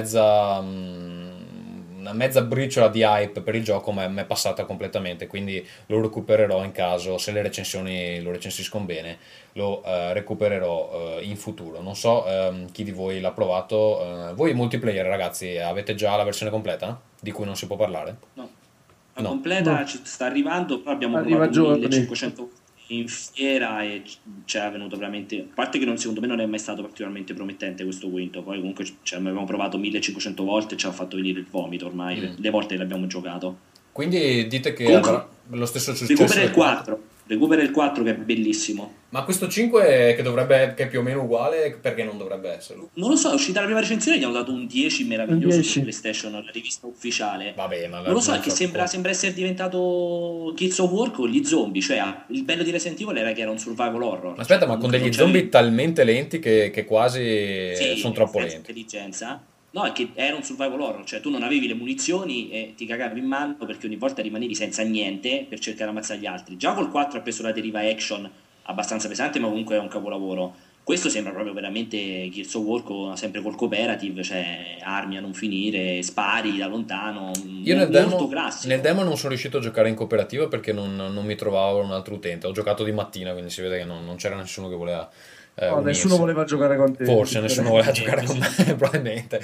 mezza briciola di hype per il gioco, ma mi è passata completamente, quindi lo recupererò in caso, se le recensioni lo recensiscono bene, lo recupererò in futuro. Non so chi di voi l'ha provato. Voi multiplayer, ragazzi, avete già la versione completa di cui non si può parlare? No. La No. completa No. ci sta arrivando, però abbiamo Arriva provato giorni. 1500 in fiera e ci è venuto veramente, a parte che secondo me non è mai stato particolarmente promettente questo quinto, poi comunque abbiamo provato 1500 volte e ci ha fatto venire il vomito ormai, le volte che l'abbiamo giocato. Quindi dite che Comunque, avrà lo stesso successo recupera il del 4 che è bellissimo. Ma questo 5 che è più o meno uguale, perché non dovrebbe esserlo? Non lo so, è uscita la prima recensione, gli hanno dato un 10 meraviglioso Un 10. su PlayStation, la rivista ufficiale. Vabbè, ma Non lo so, è che sembra essere diventato Gears of War con gli zombie, cioè il bello di Resident Evil era che era un survival horror. Ma aspetta, Cioè, ma con comunque degli non c'avevi- zombie talmente lenti che quasi Sì, sono troppo senza lenti. intelligenza. No, è che era un survival horror, cioè tu non avevi le munizioni e ti cagavi in mano perché ogni volta rimanevi senza niente per cercare di ammazzare gli altri. Già col 4 ha preso la deriva action abbastanza pesante, ma comunque è un capolavoro. Questo sembra proprio veramente Gears of War sempre col cooperative, cioè armi a non finire, spari da lontano, Io molto classico. nel demo non sono riuscito a giocare in cooperativa perché non mi trovavo un altro utente. Ho giocato di mattina, quindi si vede che non c'era nessuno che voleva No, nessuno voleva giocare con te. Forse nessuno voleva giocare con me, probabilmente.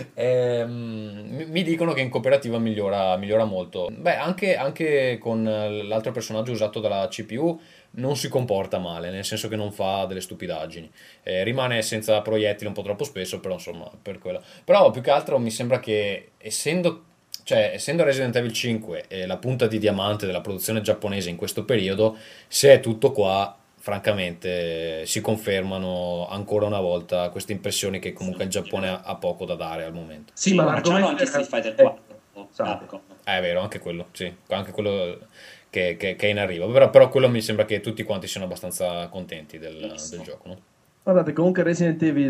Mi dicono che in cooperativa migliora molto. Beh, anche con l'altro personaggio usato dalla CPU non si comporta male, nel senso che non fa delle stupidaggini. Rimane senza proiettili un po' troppo spesso, però insomma, per quello. Però più che altro mi sembra che essendo Resident Evil 5 la punta di diamante della produzione giapponese in questo periodo, se è tutto qua, francamente si confermano ancora una volta queste impressioni che comunque il Giappone ha poco da dare al momento. Sì, ma l'argomento anche Street Fighter 4. Capcom. È vero, anche quello, sì, anche quello che è in arrivo. Però quello mi sembra che tutti quanti siano abbastanza contenti del gioco, no? Guardate, comunque Resident Evil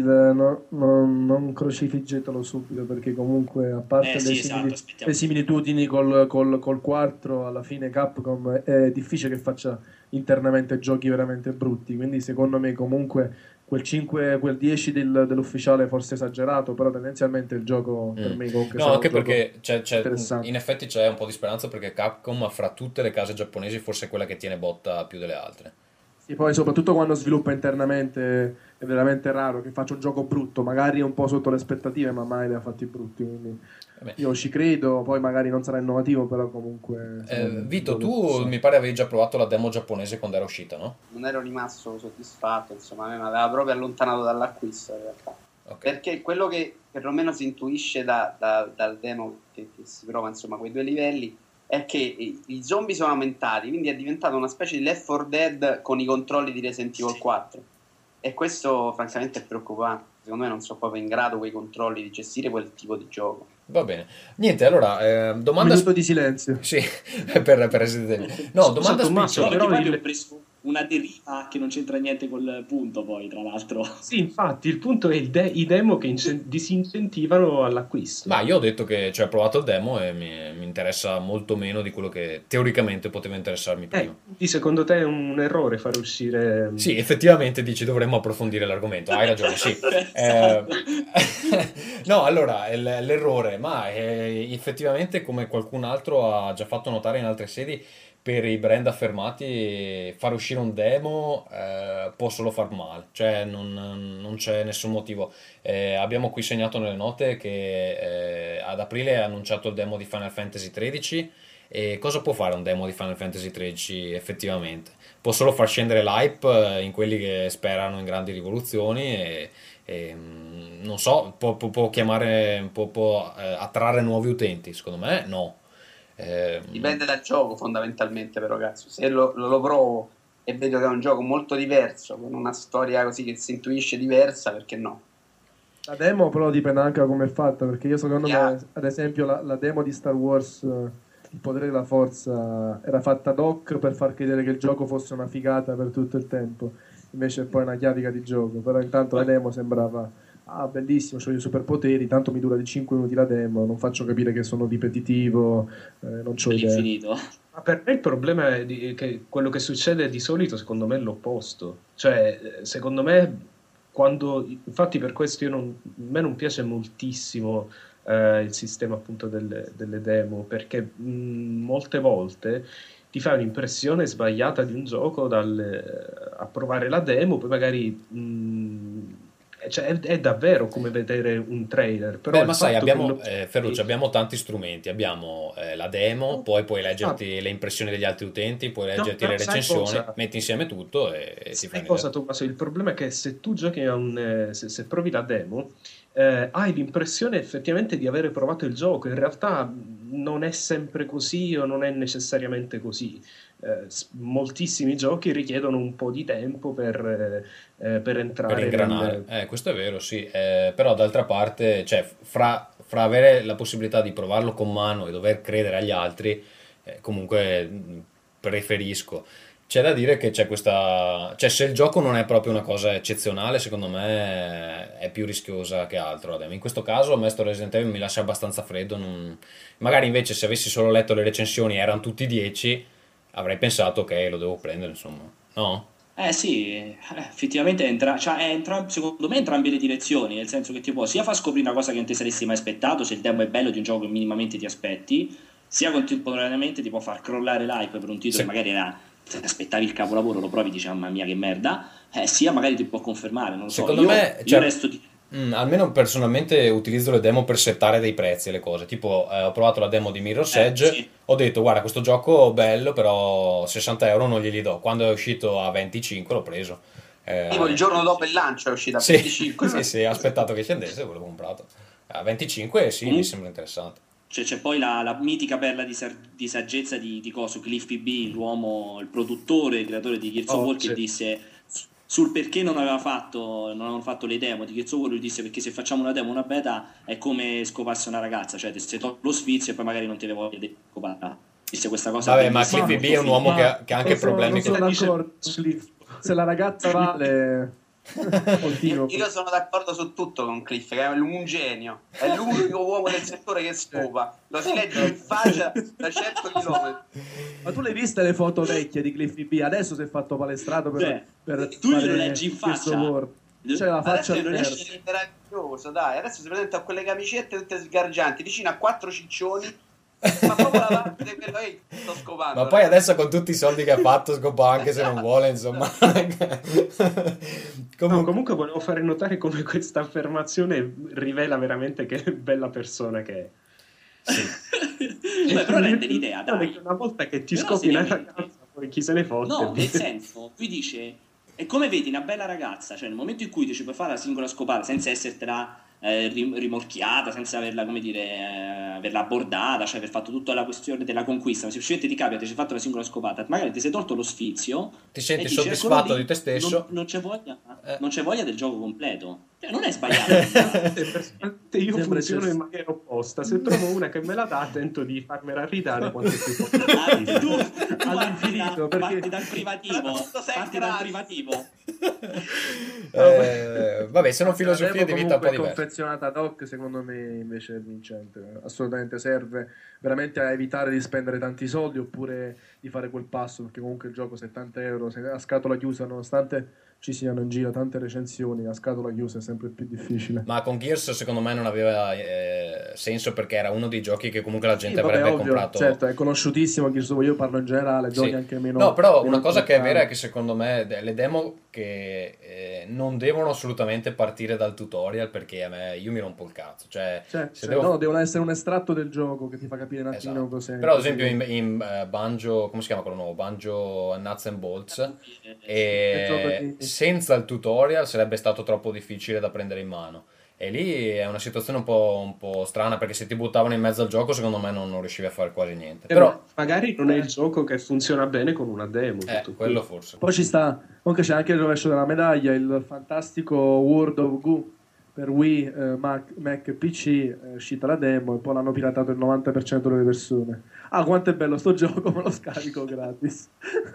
non crocifiggetelo subito, perché comunque a parte le similitudini col 4, alla fine Capcom è difficile che faccia internamente giochi veramente brutti, quindi secondo me comunque quel 5, quel 10 dell'ufficiale forse esagerato, però tendenzialmente il gioco per me comunque no, anche perché in effetti c'è un po' di speranza, perché Capcom fra tutte le case giapponesi forse è quella che tiene botta più delle altre. E poi soprattutto quando sviluppa internamente è veramente raro che faccia un gioco brutto, magari un po' sotto le aspettative, ma mai le ha fatti brutti, quindi io ci credo. Poi magari non sarà innovativo, però comunque Vito, tu mi pare avevi già provato la demo giapponese quando era uscita, no? Non ero rimasto soddisfatto, insomma, a me mi aveva proprio allontanato dall'acquisto in realtà. Okay. Perché quello che perlomeno si intuisce dal demo che si prova, insomma, quei 2 livelli, è che i zombie sono aumentati, quindi è diventato una specie di Left 4 Dead con i controlli di Resident Evil 4, e questo francamente è preoccupante. Secondo me non sono proprio in grado quei controlli di gestire quel tipo di gioco. Va bene, niente, allora domanda... Un minuto di silenzio. Sì, per Resident Evil. No, domanda Tommaso, però ho preso una deriva che non c'entra niente col punto, poi tra l'altro. Sì, infatti il punto è i demo che disincentivano all'acquisto. Ma io ho detto che ho provato il demo e mi interessa molto meno di quello che teoricamente poteva interessarmi prima. Quindi secondo te è un errore far uscire... Sì, effettivamente dici dovremmo approfondire l'argomento, hai ragione, sì. No, allora, l'errore, ma effettivamente, come qualcun altro ha già fatto notare in altre sedi, per i brand affermati fare uscire un demo può solo far male, cioè non c'è nessun motivo. Abbiamo qui segnato nelle note che ad aprile ha annunciato il demo di Final Fantasy XIII. E cosa può fare un demo di Final Fantasy XIII effettivamente? Può solo far scendere l'hype in quelli che sperano in grandi rivoluzioni e non so, può chiamare, può attrarre nuovi utenti? Secondo me no. Dipende dal gioco fondamentalmente, però cazzo, se lo provo e vedo che è un gioco molto diverso, con una storia così che si intuisce diversa, perché no? La demo però dipende anche da come è fatta, perché io secondo me, ad esempio, la demo di Star Wars Il potere della forza era fatta ad hoc per far credere che il gioco fosse una figata per tutto il tempo, invece è poi una chiavica di gioco. Però intanto la demo sembrava bellissimo, c'ho i superpoteri, tanto mi dura di 5 minuti la demo, non faccio capire che sono ripetitivo, non c'ho idea. Infinito. Ma per me il problema è che quello che succede di solito secondo me è l'opposto, cioè secondo me infatti per questo a me non piace moltissimo il sistema appunto delle demo, perché molte volte ti fa un'impressione sbagliata di un gioco a provare la demo, poi magari cioè è davvero come vedere un trailer. Però ma sai, Ferruccio, abbiamo tanti strumenti, abbiamo la demo, poi puoi leggerti le impressioni degli altri utenti, puoi leggerti le recensioni, metti insieme tutto e ti fai cosa, Tommaso? Il problema è che se tu giochi se provi la demo, hai l'impressione effettivamente di avere provato il gioco. In realtà non è sempre così, o non è necessariamente così. Moltissimi giochi richiedono un po' di tempo per entrare, per ingranare. Questo è vero, sì, però d'altra parte, cioè, fra avere la possibilità di provarlo con mano e dover credere agli altri, comunque preferisco. C'è da dire che c'è questa, cioè, se il gioco non è proprio una cosa eccezionale, secondo me è più rischiosa che altro. In questo caso a me sto Resident Evil mi lascia abbastanza freddo, magari invece se avessi solo letto le recensioni erano tutti 10, avrei pensato ok, lo devo prendere, insomma, no? Sì, effettivamente secondo me entrambe le direzioni, nel senso che ti può sia far scoprire una cosa che non ti saresti mai aspettato, se il demo è bello di un gioco che minimamente ti aspetti, sia contemporaneamente ti può far crollare l'hype per un titolo che magari era se aspettavi il capolavoro lo provi, dici mamma mia che merda, sia magari ti può confermare, non lo so. Secondo me, io resto di... almeno personalmente utilizzo le demo per settare dei prezzi e le cose, tipo ho provato la demo di Mirror's Edge, sì. ho detto guarda questo gioco bello però 60 euro non glieli do, quando è uscito a 25 l'ho preso. Tipo il giorno dopo il lancio è uscito a Sì, 25. sì, ho aspettato che scendesse e l'ho comprato. A 25 sì, mi sembra interessante. C'è poi la mitica perla di saggezza di Coso, Cliff PB, l'uomo, il produttore, il creatore di Gears of War, che disse sul perché non avevano fatto le demo di Gears of War, lui disse perché se facciamo una demo, una beta è come scoparsi una ragazza, cioè se togli lo sfizio e poi magari non ti avevo voglia di scoparla. Disse questa cosa. Vabbè, ma Cliff PB è un uomo che ha anche problemi con... Non sono d'accordo, se la ragazza vale... Io sono d'accordo su tutto con Cliff, che è un genio, è l'unico uomo del settore che scopa, lo si legge in faccia da 100 km. Ma tu le hai viste le foto vecchie di Cliff B? Adesso si è fatto palestrato per tu glielo leggi in faccia, cioè la faccia adesso è meraviglioso, dai, adesso si presenta con quelle camicette tutte sgargianti vicino a 4 ciccioni. Ma proprio la parte di quello, sto scopando. Ma poi adesso con tutti i soldi che ha fatto scopa anche se non vuole, insomma. Comunque volevo fare notare come questa affermazione rivela veramente che bella persona che è. Sì. Però rende l'idea, dai. Una volta che ti scopi una ragazza, poi chi se ne fotte. No, nel senso, lui dice, è come vedi una bella ragazza, cioè nel momento in cui ti ci puoi fare la singola scopata senza essertela rimorchiata, senza averla, come dire, averla abbordata, cioè aver fatto tutta la questione della conquista, ma semplicemente ti capita, ti sei fatto la singola scopata, magari ti sei tolto lo sfizio, ti senti soddisfatto di te stesso, non c'è voglia del gioco completo, cioè non è sbagliato. Io funziono in maniera opposta, se trovo una che me la dà tento di farmela ridare quanto più possibile. All'infinito, parti dal privativo. Vabbè, sono filosofie di vita un po' diverse. Confezionata ad hoc secondo me invece è vincente, assolutamente serve veramente a evitare di spendere tanti soldi oppure di fare quel passo, perché comunque il gioco 70 euro a scatola chiusa, nonostante ci siano in giro tante recensioni, a scatola chiusa è sempre più difficile. Ma con Gears secondo me non aveva senso, perché era uno dei giochi che comunque la gente avrebbe comprato. Certo, è conosciutissimo Gears of War, io parlo in generale, giochi anche meno. No, però una cosa che è vera è che secondo me le demo che non devono assolutamente partire dal tutorial, perché io mi rompo il cazzo, no, devono essere un estratto del gioco che ti fa capire un attimino cos'è. Però ad esempio in Banjo, come si chiama quello nuovo? Banjo Nuts and Bolts, senza il tutorial sarebbe stato troppo difficile da prendere in mano. E lì è una situazione un po' strana, perché se ti buttavano in mezzo al gioco secondo me non riuscivi a fare quasi niente. Però magari non è il gioco che funziona bene con una demo. Quello forse. Poi ci sta, comunque c'è anche il rovescio della medaglia, il fantastico World of Goo per Wii, Mac e PC, è uscita la demo e poi l'hanno piratato il 90% delle persone. Ah, quanto è bello sto gioco, me lo scarico gratis.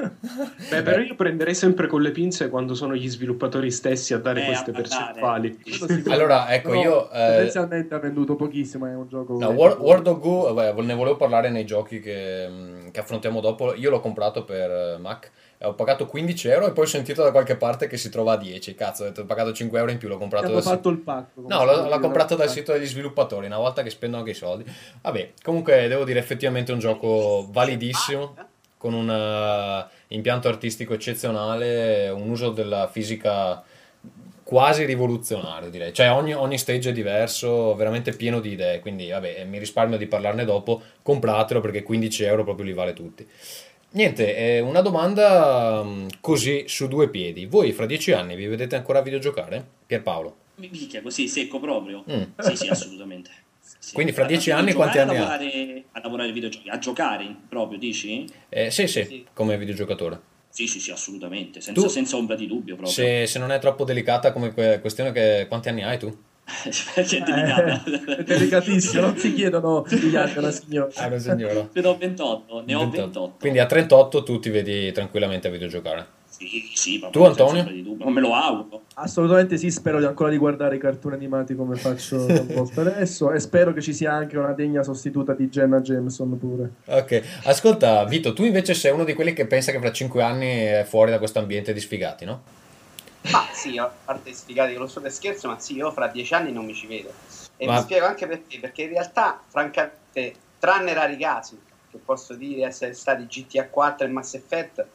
Però io prenderei sempre con le pinze quando sono gli sviluppatori stessi a dare queste percentuali. Allora, ecco, io potenzialmente ha venduto pochissimo, è un gioco. No, World of Goo, ne volevo parlare nei giochi che affrontiamo dopo. Io l'ho comprato per Mac. Ho pagato 15 euro e poi ho sentito da qualche parte che si trova a 10. Cazzo, ho pagato 5 euro in più, l'ho comprato dal fatto il pacco. No, l'ho comprato dal sito degli sviluppatori, una volta che spendo anche i soldi. Vabbè, comunque devo dire effettivamente un gioco validissimo, con un impianto artistico eccezionale, un uso della fisica quasi rivoluzionario, direi. Cioè ogni stage è diverso, veramente pieno di idee, quindi vabbè, mi risparmio di parlarne dopo. Compratelo perché 15 euro proprio li vale tutti. Niente, una domanda così su due piedi. Voi fra 10 anni vi vedete ancora a videgiocare? Pierpaolo? Minchia, così secco proprio? Sì, assolutamente. Sì. Quindi fra 10 anni quanti anni hai? A lavorare ai videogiochi, a giocare proprio, dici? Sì, come videogiocatore. Sì, assolutamente, senza ombra di dubbio proprio. Se non è troppo delicata come questione, quanti anni hai tu? Perché è delicata? È delicatissimo, non si chiedono gli anni alla signora. Una signora. Ne ho 28. Quindi a 38 tu ti vedi tranquillamente a videogiocare. Sì, tu Antonio? Non me lo auguro. Assolutamente sì, spero ancora di guardare i cartoni animati come faccio adesso, e spero che ci sia anche una degna sostituta di Jenna Jameson pure. Ok, ascolta Vito, tu invece sei uno di quelli che pensa che fra 5 anni è fuori da questo ambiente di sfigati, no? Ma sì, a parte sfigati che lo so per scherzo, ma sì, io fra 10 anni non mi ci vedo. E mi spiego anche perché in realtà, francamente, tranne rari casi, che posso dire essere stati GTA 4 e Mass Effect,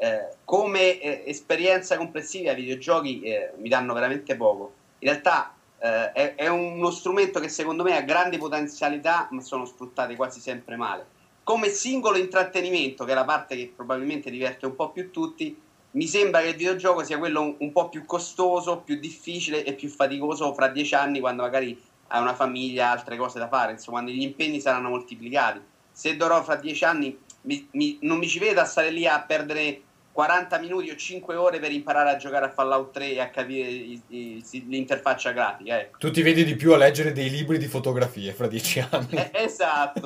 come esperienza complessiva i videogiochi mi danno veramente poco. In realtà è uno strumento che secondo me ha grandi potenzialità, ma sono sfruttate quasi sempre male. Come singolo intrattenimento, che è la parte che probabilmente diverte un po' più tutti, mi sembra che il videogioco sia quello un po' più costoso, più difficile e più faticoso fra 10 anni, quando magari hai una famiglia, altre cose da fare, insomma, quando gli impegni saranno moltiplicati. Se dovrò fra 10 anni non mi ci vedo a stare lì a perdere 40 minuti o 5 ore per imparare a giocare a Fallout 3 e a capire l'interfaccia grafica, ecco. Tu ti vedi di più a leggere dei libri di fotografie fra 10 anni. Esatto.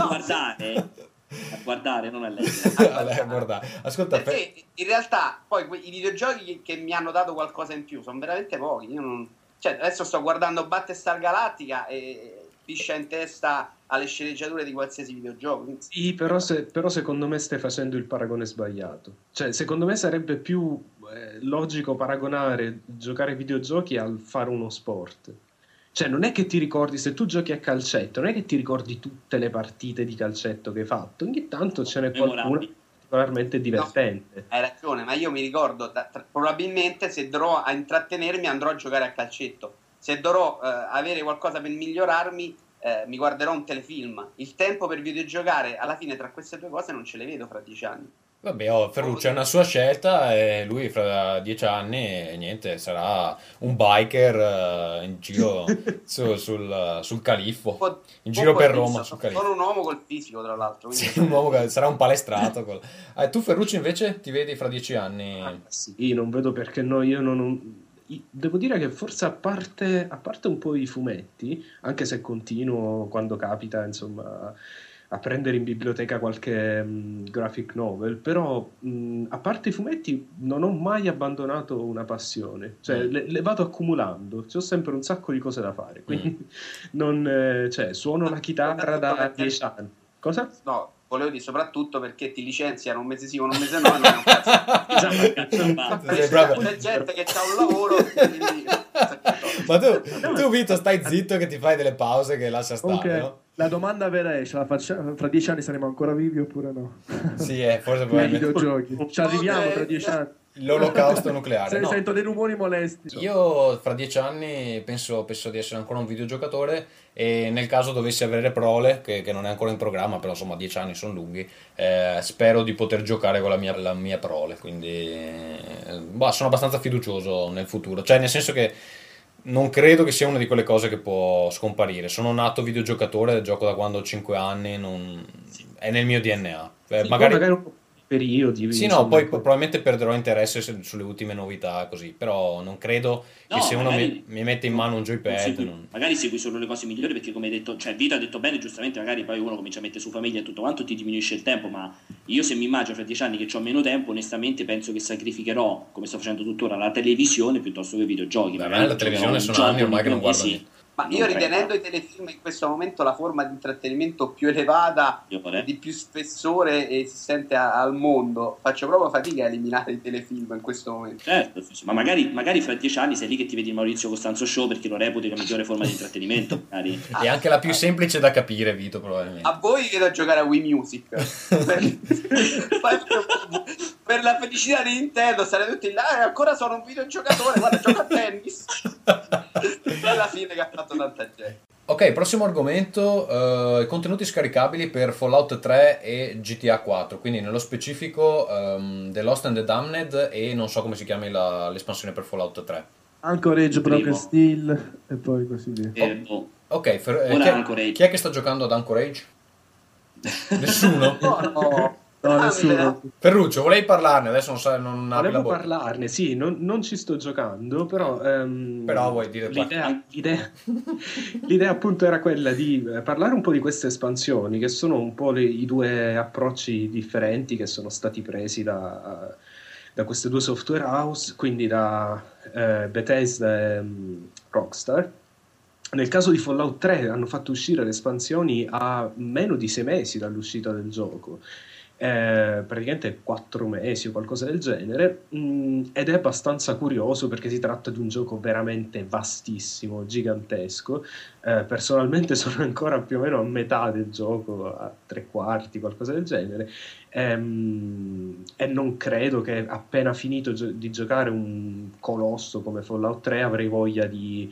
A guardare, non a leggere. Guardare. Ascolta, perché in realtà poi i videogiochi che mi hanno dato qualcosa in più sono veramente pochi. Io non... Cioè, adesso sto guardando Battlestar Galactica e piscia in testa alle sceneggiature di qualsiasi videogioco. Sì, però secondo me stai facendo il paragone sbagliato. Cioè, secondo me sarebbe più logico paragonare giocare ai videogiochi al fare uno sport. Cioè, non è che ti ricordi, se tu giochi a calcetto, non è che ti ricordi tutte le partite di calcetto che hai fatto. Ogni tanto ce n'è qualcuna particolarmente divertente. No, hai ragione, ma io mi ricordo, probabilmente se dovrò a intrattenermi andrò a giocare a calcetto. Se dovrò avere qualcosa per migliorarmi, mi guarderò un telefilm. Il tempo per videogiocare, alla fine, tra queste due cose non ce le vedo fra 10 anni. Vabbè, Ferruccio è una sua scelta e lui fra 10 anni niente, sarà un biker in giro sul Califfo, in giro per Roma. Sono un uomo col fisico, tra l'altro. Sì, un uomo che sarà un palestrato. Tu Ferruccio invece ti vedi fra 10 anni? Sì, non vedo perché no, io non... Devo dire che forse a parte un po' i fumetti, anche se continuo quando capita, insomma, a prendere in biblioteca qualche graphic novel, però a parte i fumetti non ho mai abbandonato una passione, cioè le vado accumulando, c'ho sempre un sacco di cose da fare, quindi suono la chitarra da 10 anni. Cosa? No, volevo dire soprattutto perché ti licenziano un mese sì o un mese no, non è un cazzo. C'è gente che ha un lavoro ma tu Vito stai zitto che ti fai delle pause che lascia stare, okay. No? La domanda vera è, ce la facciamo, fra 10 anni saremo ancora vivi oppure no? Sì, forse poi videogiochi. Ci arriviamo tra 10 anni. L'olocausto nucleare. Sento dei rumori molesti. Io fra 10 anni penso di essere ancora un videogiocatore e nel caso dovessi avere prole, che non è ancora in programma, però insomma 10 anni sono lunghi, spero di poter giocare con la mia prole, quindi sono abbastanza fiducioso nel futuro, cioè nel senso che non credo che sia una di quelle cose che può scomparire. Sono nato videogiocatore, gioco da quando ho 5 anni, è nel mio DNA. Sì, magari periodi. Sì, no, poi probabilmente perderò interesse sulle ultime novità, così. Però non credo che se uno mi mette in mano un joypad... Magari segui solo le cose migliori, perché come hai detto, cioè Vito ha detto bene, giustamente, magari poi uno comincia a mettere su famiglia e tutto quanto, ti diminuisce il tempo, ma io se mi immagino fra 10 anni che ho meno tempo, onestamente penso che sacrificherò, come sto facendo tuttora, la televisione piuttosto che i videogiochi. Beh, la televisione sono anni ormai che non guardo niente. Ma io ritenendo i telefilm in questo momento la forma di intrattenimento più elevata, di più spessore esistente al mondo, faccio proprio fatica a eliminare i telefilm in questo momento. Certo, ma magari fra 10 anni sei lì che ti vedi il Maurizio Costanzo Show perché lo reputi la migliore forma di intrattenimento. E anche la più semplice da capire, Vito, probabilmente. A voi vedo a giocare a Wii Music. Per la felicità di Nintendo sarete tutti là, ancora sono un videogiocatore, guarda, gioco a tennis. Alla fine che ha fatto tanta gente. Ok, prossimo argomento, contenuti scaricabili per Fallout 3 e GTA 4, quindi nello specifico The Lost and the Damned e non so come si chiami l'espansione per Fallout 3. Anchorage, Broken Steel e poi così via. Ok, chi è che sta giocando ad Anchorage? Nessuno? No, nessuno. Ferruccio, volevi parlarne? Adesso non apri la bocca. Volevo parlarne, sì, non ci sto giocando, però vuoi dire l'idea appunto era quella di parlare un po' di queste espansioni, che sono un po' i due approcci differenti che sono stati presi da queste due software house, quindi da Bethesda e Rockstar. Nel caso di Fallout 3 hanno fatto uscire le espansioni a meno di 6 mesi dall'uscita del gioco. praticamente 4 mesi o qualcosa del genere, ed è abbastanza curioso perché si tratta di un gioco veramente vastissimo, gigantesco. Personalmente sono ancora più o meno a metà del gioco, a 3/4, qualcosa del genere, e non credo che appena finito di giocare un colosso come Fallout 3 avrei voglia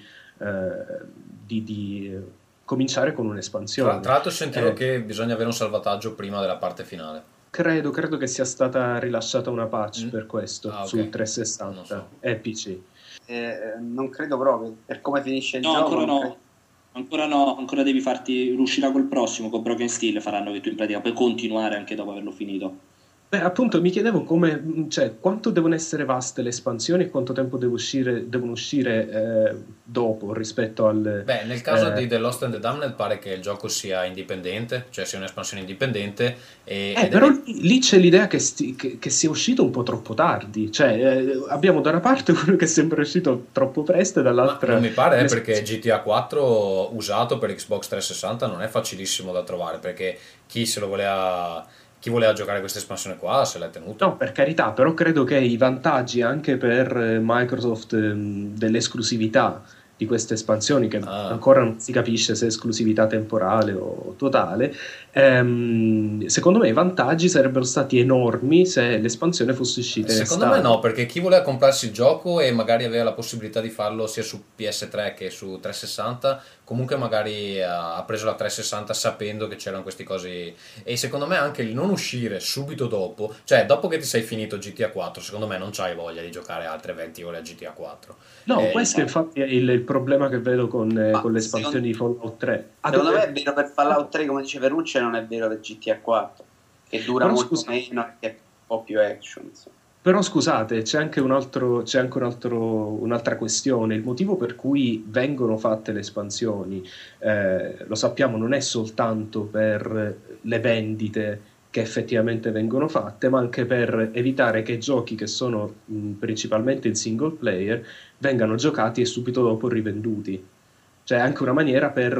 di cominciare con un'espansione. Tra l'altro sentivo che bisogna avere un salvataggio prima della parte finale. Credo che sia stata rilasciata una patch per questo Ah, ok. sul 360 Non so. e PC. Non credo proprio, per come finisce il No, gioco. ancora non no. credo. Ancora no, ancora devi farti. Uscirà col prossimo, con Broken Steel faranno che tu in pratica puoi continuare anche dopo averlo finito. Beh, appunto, mi chiedevo cioè, quanto devono essere vaste le espansioni e quanto tempo devono uscire dopo rispetto al... Beh, nel caso di The Lost and the Damned pare che il gioco sia indipendente, cioè sia un'espansione indipendente. Però lì c'è l'idea che sia uscito un po' troppo tardi. Cioè, abbiamo da una parte quello che sembra uscito troppo presto e dall'altra... Non mi pare, perché GTA 4 usato per Xbox 360 non è facilissimo da trovare, perché chi voleva giocare questa espansione qua se l'è tenuto. No, per carità, però credo che i vantaggi anche per Microsoft dell'esclusività di queste espansioni, che ancora non si capisce se è esclusività temporale o totale, secondo me i vantaggi sarebbero stati enormi se l'espansione fosse uscita in Secondo me no, perché chi voleva comprarsi il gioco e magari aveva la possibilità di farlo sia su PS3 che su 360, comunque magari ha preso la 360 sapendo che c'erano queste cose. E secondo me anche il non uscire subito dopo, cioè dopo che ti sei finito GTA 4, secondo me non c'hai voglia di giocare altre 20 ore a GTA 4. No, questo infatti è il problema che vedo con le espansioni di Fallout 3. Secondo me è vero per Fallout 3, come dice Ferruccio, non è vero per GTA 4, che dura Però molto meno e che è un po' più action, insomma. Però scusate, c'è anche un'altra questione. Il motivo per cui vengono fatte le espansioni, lo sappiamo, non è soltanto per le vendite che effettivamente vengono fatte, ma anche per evitare che giochi che sono principalmente in single player vengano giocati e subito dopo rivenduti. Cioè è anche una maniera per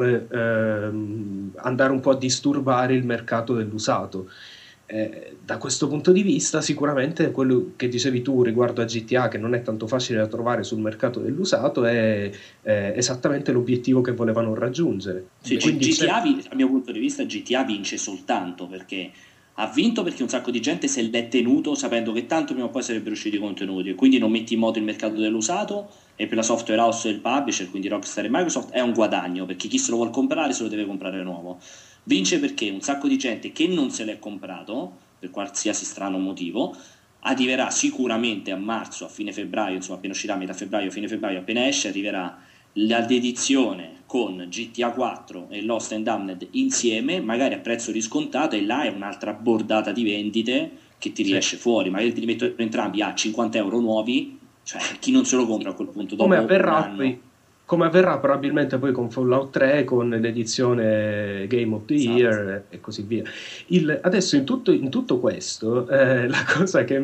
andare un po' a disturbare il mercato dell'usato. Da questo punto di vista sicuramente quello che dicevi tu riguardo a GTA, che non è tanto facile da trovare sul mercato dell'usato, è esattamente l'obiettivo che volevano raggiungere. Sì, Quindi GTA, dal mio punto di vista GTA vince soltanto perché ha vinto perché un sacco di gente se l'è tenuto sapendo che tanto prima o poi sarebbero usciti i contenuti, e quindi non metti in moto il mercato dell'usato, e per la software house e il publisher, quindi Rockstar e Microsoft, è un guadagno perché chi se lo vuole comprare se lo deve comprare nuovo. Vince perché un sacco di gente che non se l'è comprato per qualsiasi strano motivo arriverà sicuramente a marzo, a fine febbraio, insomma appena uscirà, metà febbraio, fine febbraio, appena esce arriverà l'edizione con GTA 4 e Lost and Damned insieme, magari a prezzo riscontato, e là è un'altra bordata di vendite che ti riesce fuori. Magari ti li metto entrambi a 50 euro nuovi, cioè chi non se lo compra a quel punto dopo come avverrà probabilmente poi con Fallout 3, con l'edizione Game of the Year e così via. Adesso in tutto questo la cosa che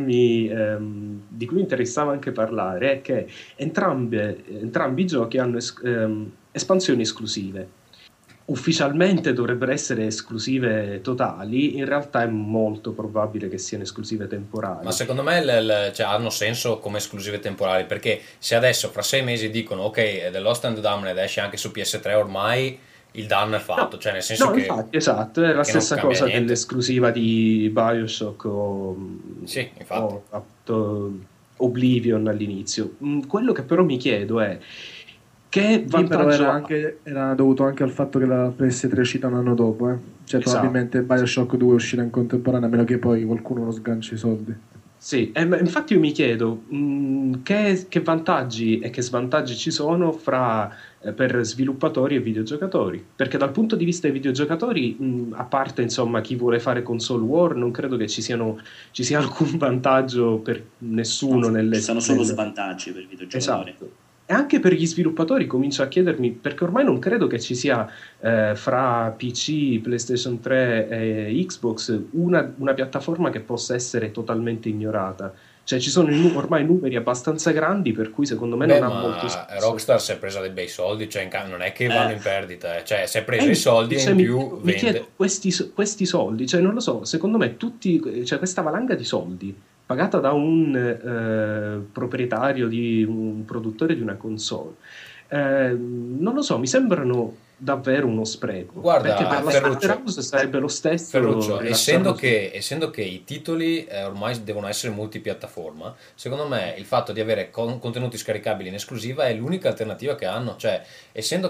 di cui interessava anche parlare è che entrambi i giochi hanno espansioni esclusive. Ufficialmente dovrebbero essere esclusive totali, in realtà è molto probabile che siano esclusive temporali. Ma secondo me cioè, hanno senso come esclusive temporali, perché se adesso fra 6 mesi dicono ok, The Lost and the Damned esce anche su PS3, ormai il danno è fatto, cioè nel senso che infatti, esatto, è la stessa cosa dell'esclusiva di BioShock sì, infatti. o Oblivion all'inizio. Quello che però mi chiedo è che vantaggio era dovuto anche al fatto che la PS3 è uscita un anno dopo, cioè probabilmente BioShock 2 uscirà in contemporanea, a meno che poi qualcuno non sganci i soldi. Sì, infatti io mi chiedo che vantaggi e che svantaggi ci sono per sviluppatori e videogiocatori, perché dal punto di vista dei videogiocatori, a parte insomma chi vuole fare console war, non credo che ci sia alcun vantaggio per nessuno. Ci sono solo svantaggi per i videogiocatori. Esatto. E anche per gli sviluppatori comincio a chiedermi, perché ormai non credo che ci sia fra PC, PlayStation 3 e Xbox una piattaforma che possa essere totalmente ignorata. Cioè ci sono ormai numeri abbastanza grandi, per cui secondo me non ha molto senso. Rockstar si è presa dei bei soldi, cioè non è che vanno in perdita, cioè si è presa i soldi e in più mi vende. chiedo, questi soldi, cioè non lo so, secondo me cioè questa valanga di soldi pagata da un proprietario di un produttore di una console, non lo so, mi sembrano davvero uno spreco. Guarda, perché per la Ferruccio, Starter House sarebbe lo stesso. Ferruccio, essendo rilasciarlo che i titoli ormai devono essere multipiattaforma, secondo me il fatto di avere contenuti scaricabili in esclusiva è l'unica alternativa che hanno. Cioè, essendo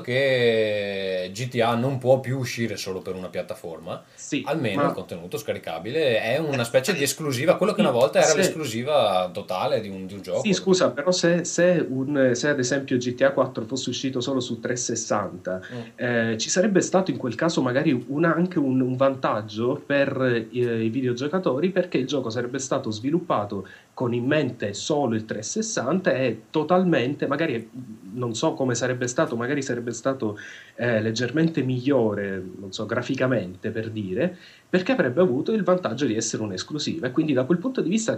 che GTA non può più uscire solo per una piattaforma, Sì, almeno ma il contenuto scaricabile è una specie di esclusiva, quello che una volta era se- l'esclusiva totale di un gioco. Sì, scusa, però se ad esempio GTA 4 fosse uscito solo su 360, ci sarebbe stato in quel caso magari anche un vantaggio per i videogiocatori, perché il gioco sarebbe stato sviluppato con in mente solo il 360 e totalmente, magari non so come sarebbe stato, magari sarebbe stato leggermente migliore, non so, graficamente per dire, perché avrebbe avuto il vantaggio di essere un'esclusiva, e quindi da quel punto di vista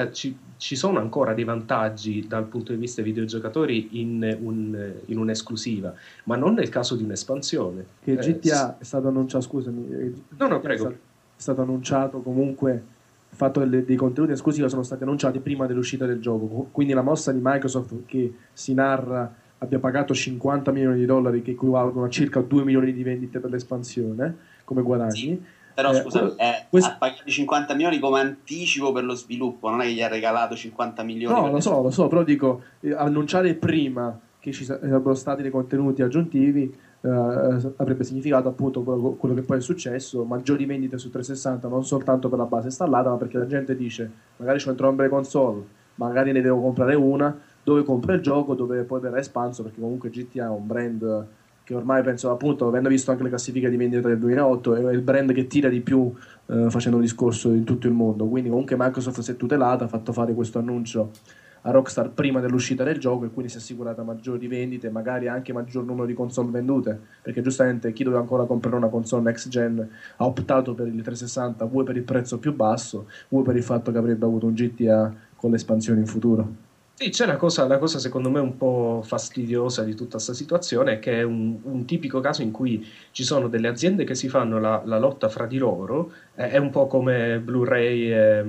ci sono ancora dei vantaggi dal punto di vista dei videogiocatori in un'esclusiva, ma non nel caso di un'espansione. Che GTA è stato annunciato, scusami, No, prego. È stato annunciato comunque. Il fatto dei contenuti esclusivi sono stati annunciati prima dell'uscita del gioco, quindi la mossa di Microsoft, che si narra abbia pagato 50 milioni di dollari, che equivalgono a circa 2 milioni di vendite per l'espansione come guadagni. Sì, però scusa, ha pagato 50 milioni come anticipo per lo sviluppo, non è che gli ha regalato 50 milioni. No, lo so, però dico, annunciare prima che ci sarebbero stati dei contenuti aggiuntivi avrebbe significato appunto quello che poi è successo: maggiori vendite su 360, non soltanto per la base installata, ma perché la gente dice magari c'ho entrambe le console, magari ne devo comprare una, dove compro il gioco, dove poi verrà espanso, perché comunque GTA è un brand che ormai, penso, appunto, avendo visto anche le classifiche di vendita del 2008, è il brand che tira di più facendo un discorso in tutto il mondo. Quindi comunque Microsoft si è tutelata, ha fatto fare questo annuncio a Rockstar prima dell'uscita del gioco, e quindi si è assicurata maggiori vendite, magari anche maggior numero di console vendute, perché giustamente chi doveva ancora comprare una console next gen ha optato per il 360, vuoi per il prezzo più basso, vuoi per il fatto che avrebbe avuto un GTA con l'espansione in futuro. Sì, c'è una cosa secondo me un po' fastidiosa di tutta questa situazione, che è un tipico caso in cui ci sono delle aziende che si fanno la lotta fra di loro, è un po' come Blu-ray e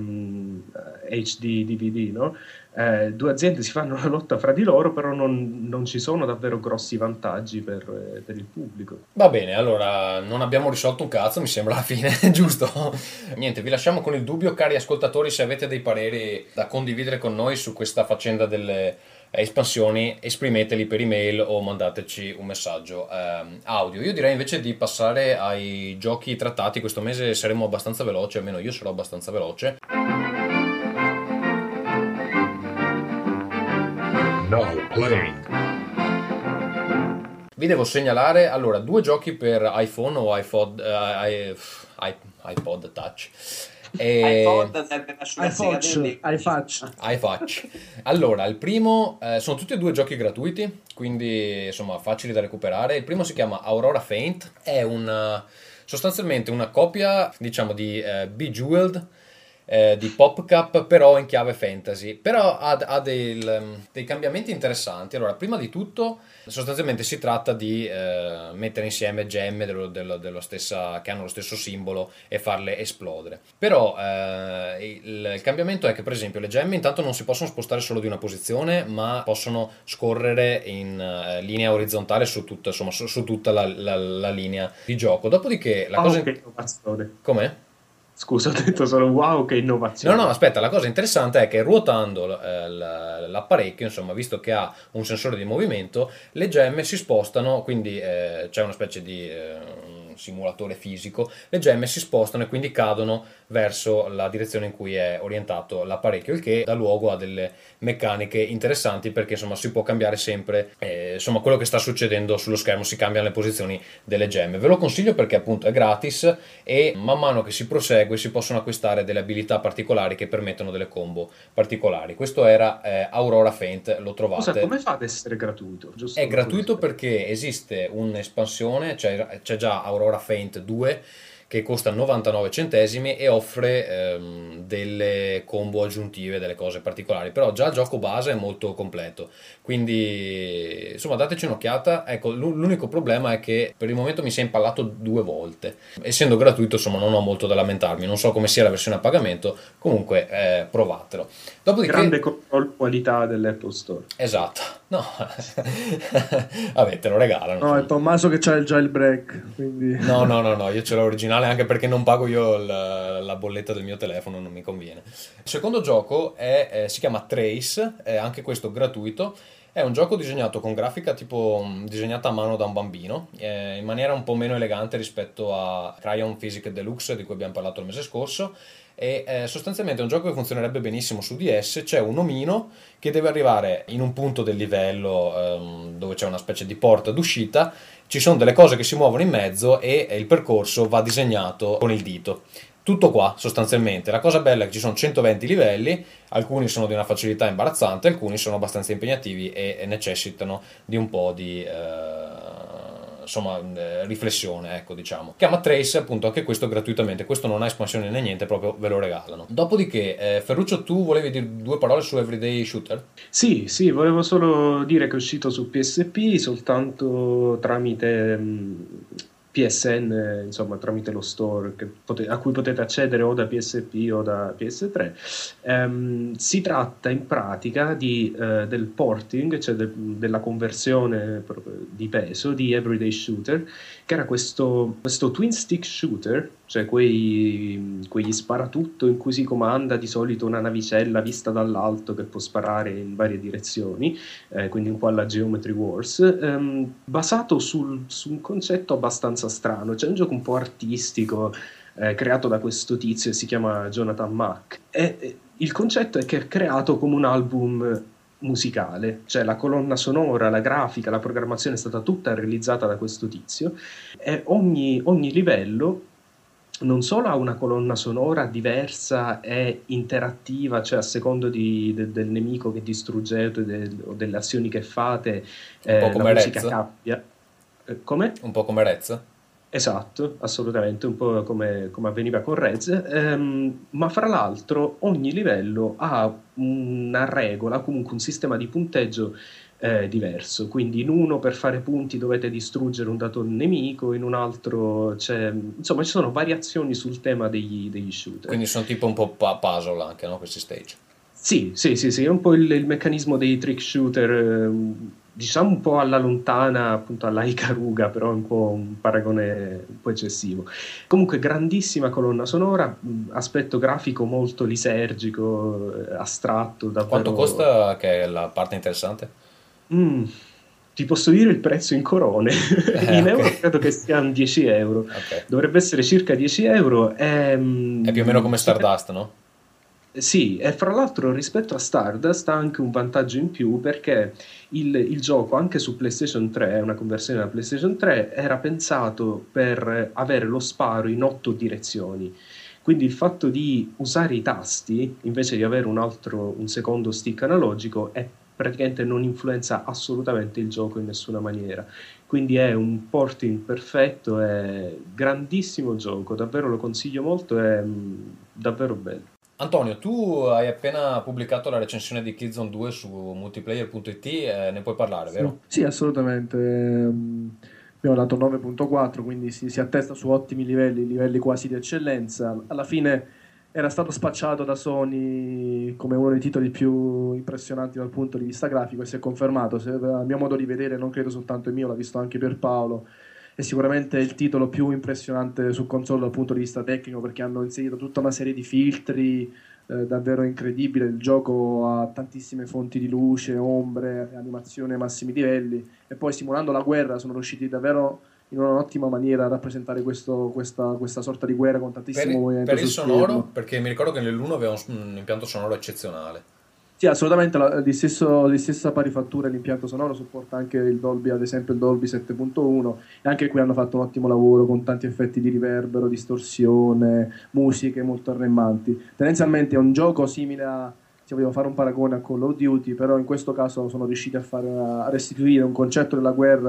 HD, DVD, no? Due aziende si fanno la lotta fra di loro, però non ci sono davvero grossi vantaggi per il pubblico. Va bene, allora non abbiamo risolto un cazzo, mi sembra alla fine, giusto? Niente, vi lasciamo con il dubbio, cari ascoltatori, se avete dei pareri da condividere con noi su questa faccenda delle espansioni, esprimeteli per email o mandateci un messaggio audio. Io direi invece di passare ai giochi trattati. Questo mese saremo abbastanza veloci, almeno io sarò abbastanza veloce. Now playing. Vi devo segnalare allora 2 giochi per iPhone o iPod Touch. iPod serve per asciugarsi i capelli. iFatch. Allora, il primo sono tutti e 2 giochi gratuiti, quindi insomma facili da recuperare. Il primo si chiama Aurora Faint, è sostanzialmente una copia, diciamo, di Bejeweled, di PopCap, però in chiave fantasy. Però ha dei cambiamenti interessanti. Allora, prima di tutto, sostanzialmente si tratta di mettere insieme gemme dello stessa, che hanno lo stesso simbolo, e farle esplodere. Però il cambiamento è che, per esempio, le gemme intanto non si possono spostare solo di una posizione, ma possono scorrere in linea orizzontale su tutta la linea di gioco. Dopodiché la cosa... Che innovazione. Com'è? Scusa, ho detto solo wow, che innovazione. No, aspetta, la cosa interessante è che ruotando l'apparecchio, insomma, visto che ha un sensore di movimento, le gemme si spostano, quindi c'è una specie di simulatore fisico, le gemme si spostano e quindi cadono verso la direzione in cui è orientato l'apparecchio, il che dà luogo a delle meccaniche interessanti, perché insomma si può cambiare sempre insomma quello che sta succedendo sullo schermo, si cambiano le posizioni delle gemme. Ve lo consiglio perché appunto è gratis e man mano che si prosegue si possono acquistare delle abilità particolari che permettono delle combo particolari. Questo era Aurora Faint, lo trovate. Scusa, come fa ad essere gratuito? È gratuito perché esiste un'espansione, c'è già Aurora Faint 2, che costa 99 centesimi e offre delle combo aggiuntive, delle cose particolari, però già il gioco base è molto completo, quindi insomma dateci un'occhiata. Ecco, l'unico problema è che per il momento mi si è impallato 2 volte, essendo gratuito insomma non ho molto da lamentarmi, non so come sia la versione a pagamento, comunque provatelo. Dopodiché... Grande control qualità dell'Apple Store. Esatto, no, vabbè, te lo regalano. No, è Tommaso che c'ha il jailbreak, quindi... No, io ce l'ho originale, anche perché non pago io la bolletta del mio telefono, non mi conviene. Il secondo gioco si chiama Trace, è anche questo gratuito. È un gioco disegnato con grafica tipo disegnata a mano da un bambino, in maniera un po' meno elegante rispetto a Crayon Physics Deluxe di cui abbiamo parlato il mese scorso. E sostanzialmente è un gioco che funzionerebbe benissimo su DS. C'è un omino che deve arrivare in un punto del livello dove c'è una specie di porta d'uscita, ci sono delle cose che si muovono in mezzo e il percorso va disegnato con il dito. Tutto qua sostanzialmente. La cosa bella è che ci sono 120 livelli, alcuni sono di una facilità imbarazzante, alcuni sono abbastanza impegnativi e necessitano di un po' di riflessione, ecco, diciamo. Chiama Trace, appunto, anche questo gratuitamente, questo non ha espansione né niente, proprio ve lo regalano. Dopodiché Ferruccio, tu volevi dire 2 parole su Everyday Shooter? Sì, volevo solo dire che è uscito su PSP soltanto tramite PSN, insomma tramite lo store a cui potete accedere o da PSP o da PS3. Si tratta in pratica del porting, cioè della conversione di peso di Everyday Shooter, che era questo twin stick shooter, cioè quegli sparatutto in cui si comanda di solito una navicella vista dall'alto che può sparare in varie direzioni, quindi un po' alla Geometry Wars, basato su un concetto abbastanza strano. C'è un gioco un po' artistico creato da questo tizio che si chiama Jonathan Mack, e il concetto è che è creato come un album musicale, cioè la colonna sonora, la grafica, la programmazione è stata tutta realizzata da questo tizio, e ogni livello non solo ha una colonna sonora diversa e interattiva, cioè a secondo del nemico che distruggete o delle azioni che fate, un po' come la musica Rez. cambia. Come? Un po' come Rez? Esatto, assolutamente, un po' come avveniva con Rez, ma fra l'altro ogni livello ha una regola, comunque un sistema di punteggio diverso, quindi in uno per fare punti dovete distruggere un dato nemico, in un altro insomma ci sono variazioni sul tema degli shooter. Quindi sono tipo un po' puzzle anche, no? Questi stage. Sì, è un po' il meccanismo dei trick shooter, diciamo un po' alla lontana, appunto alla Ikaruga, però è un po' un paragone un po' eccessivo. Comunque grandissima colonna sonora, aspetto grafico molto lisergico, astratto, davvero. Quanto costa, che è la parte interessante? Ti posso dire il prezzo in corone. In euro credo che siano 10 euro. Okay. Dovrebbe essere circa 10 euro. È più o meno come Stardust, no? Sì, e fra l'altro rispetto a Stardust ha anche un vantaggio in più, perché il gioco anche su PlayStation 3, è una conversione da PlayStation 3, era pensato per avere lo sparo in 8 direzioni. Quindi il fatto di usare i tasti invece di avere un secondo stick analogico praticamente non influenza assolutamente il gioco in nessuna maniera. Quindi è un porting perfetto, è grandissimo gioco, davvero lo consiglio molto, è davvero bello. Antonio, tu hai appena pubblicato la recensione di Killzone 2 su multiplayer.it, ne puoi parlare, vero? Sì, assolutamente. Abbiamo dato 9.4, quindi si attesta su ottimi livelli quasi di eccellenza. Alla fine era stato spacciato da Sony come uno dei titoli più impressionanti dal punto di vista grafico e si è confermato. A mio modo di vedere, non credo soltanto il mio, l'ha visto anche Pierpaolo, è sicuramente il titolo più impressionante su console dal punto di vista tecnico, perché hanno inserito tutta una serie di filtri davvero incredibile. Il gioco ha tantissime fonti di luce, ombre, animazione ai massimi livelli, e poi simulando la guerra sono riusciti davvero in un'ottima maniera a rappresentare questa sorta di guerra con tantissimo movimento per il sul sonoro, schermo. perché mi ricordo che nell'1 aveva un impianto sonoro eccezionale. Sì, assolutamente, di stessa pari fattura l'impianto sonoro, supporta anche il Dolby, ad esempio il Dolby 7.1, e anche qui hanno fatto un ottimo lavoro con tanti effetti di riverbero, distorsione, musiche molto arremmanti. Tendenzialmente è un gioco simile se vogliamo fare un paragone a Call of Duty, però in questo caso sono riusciti a restituire un concetto della guerra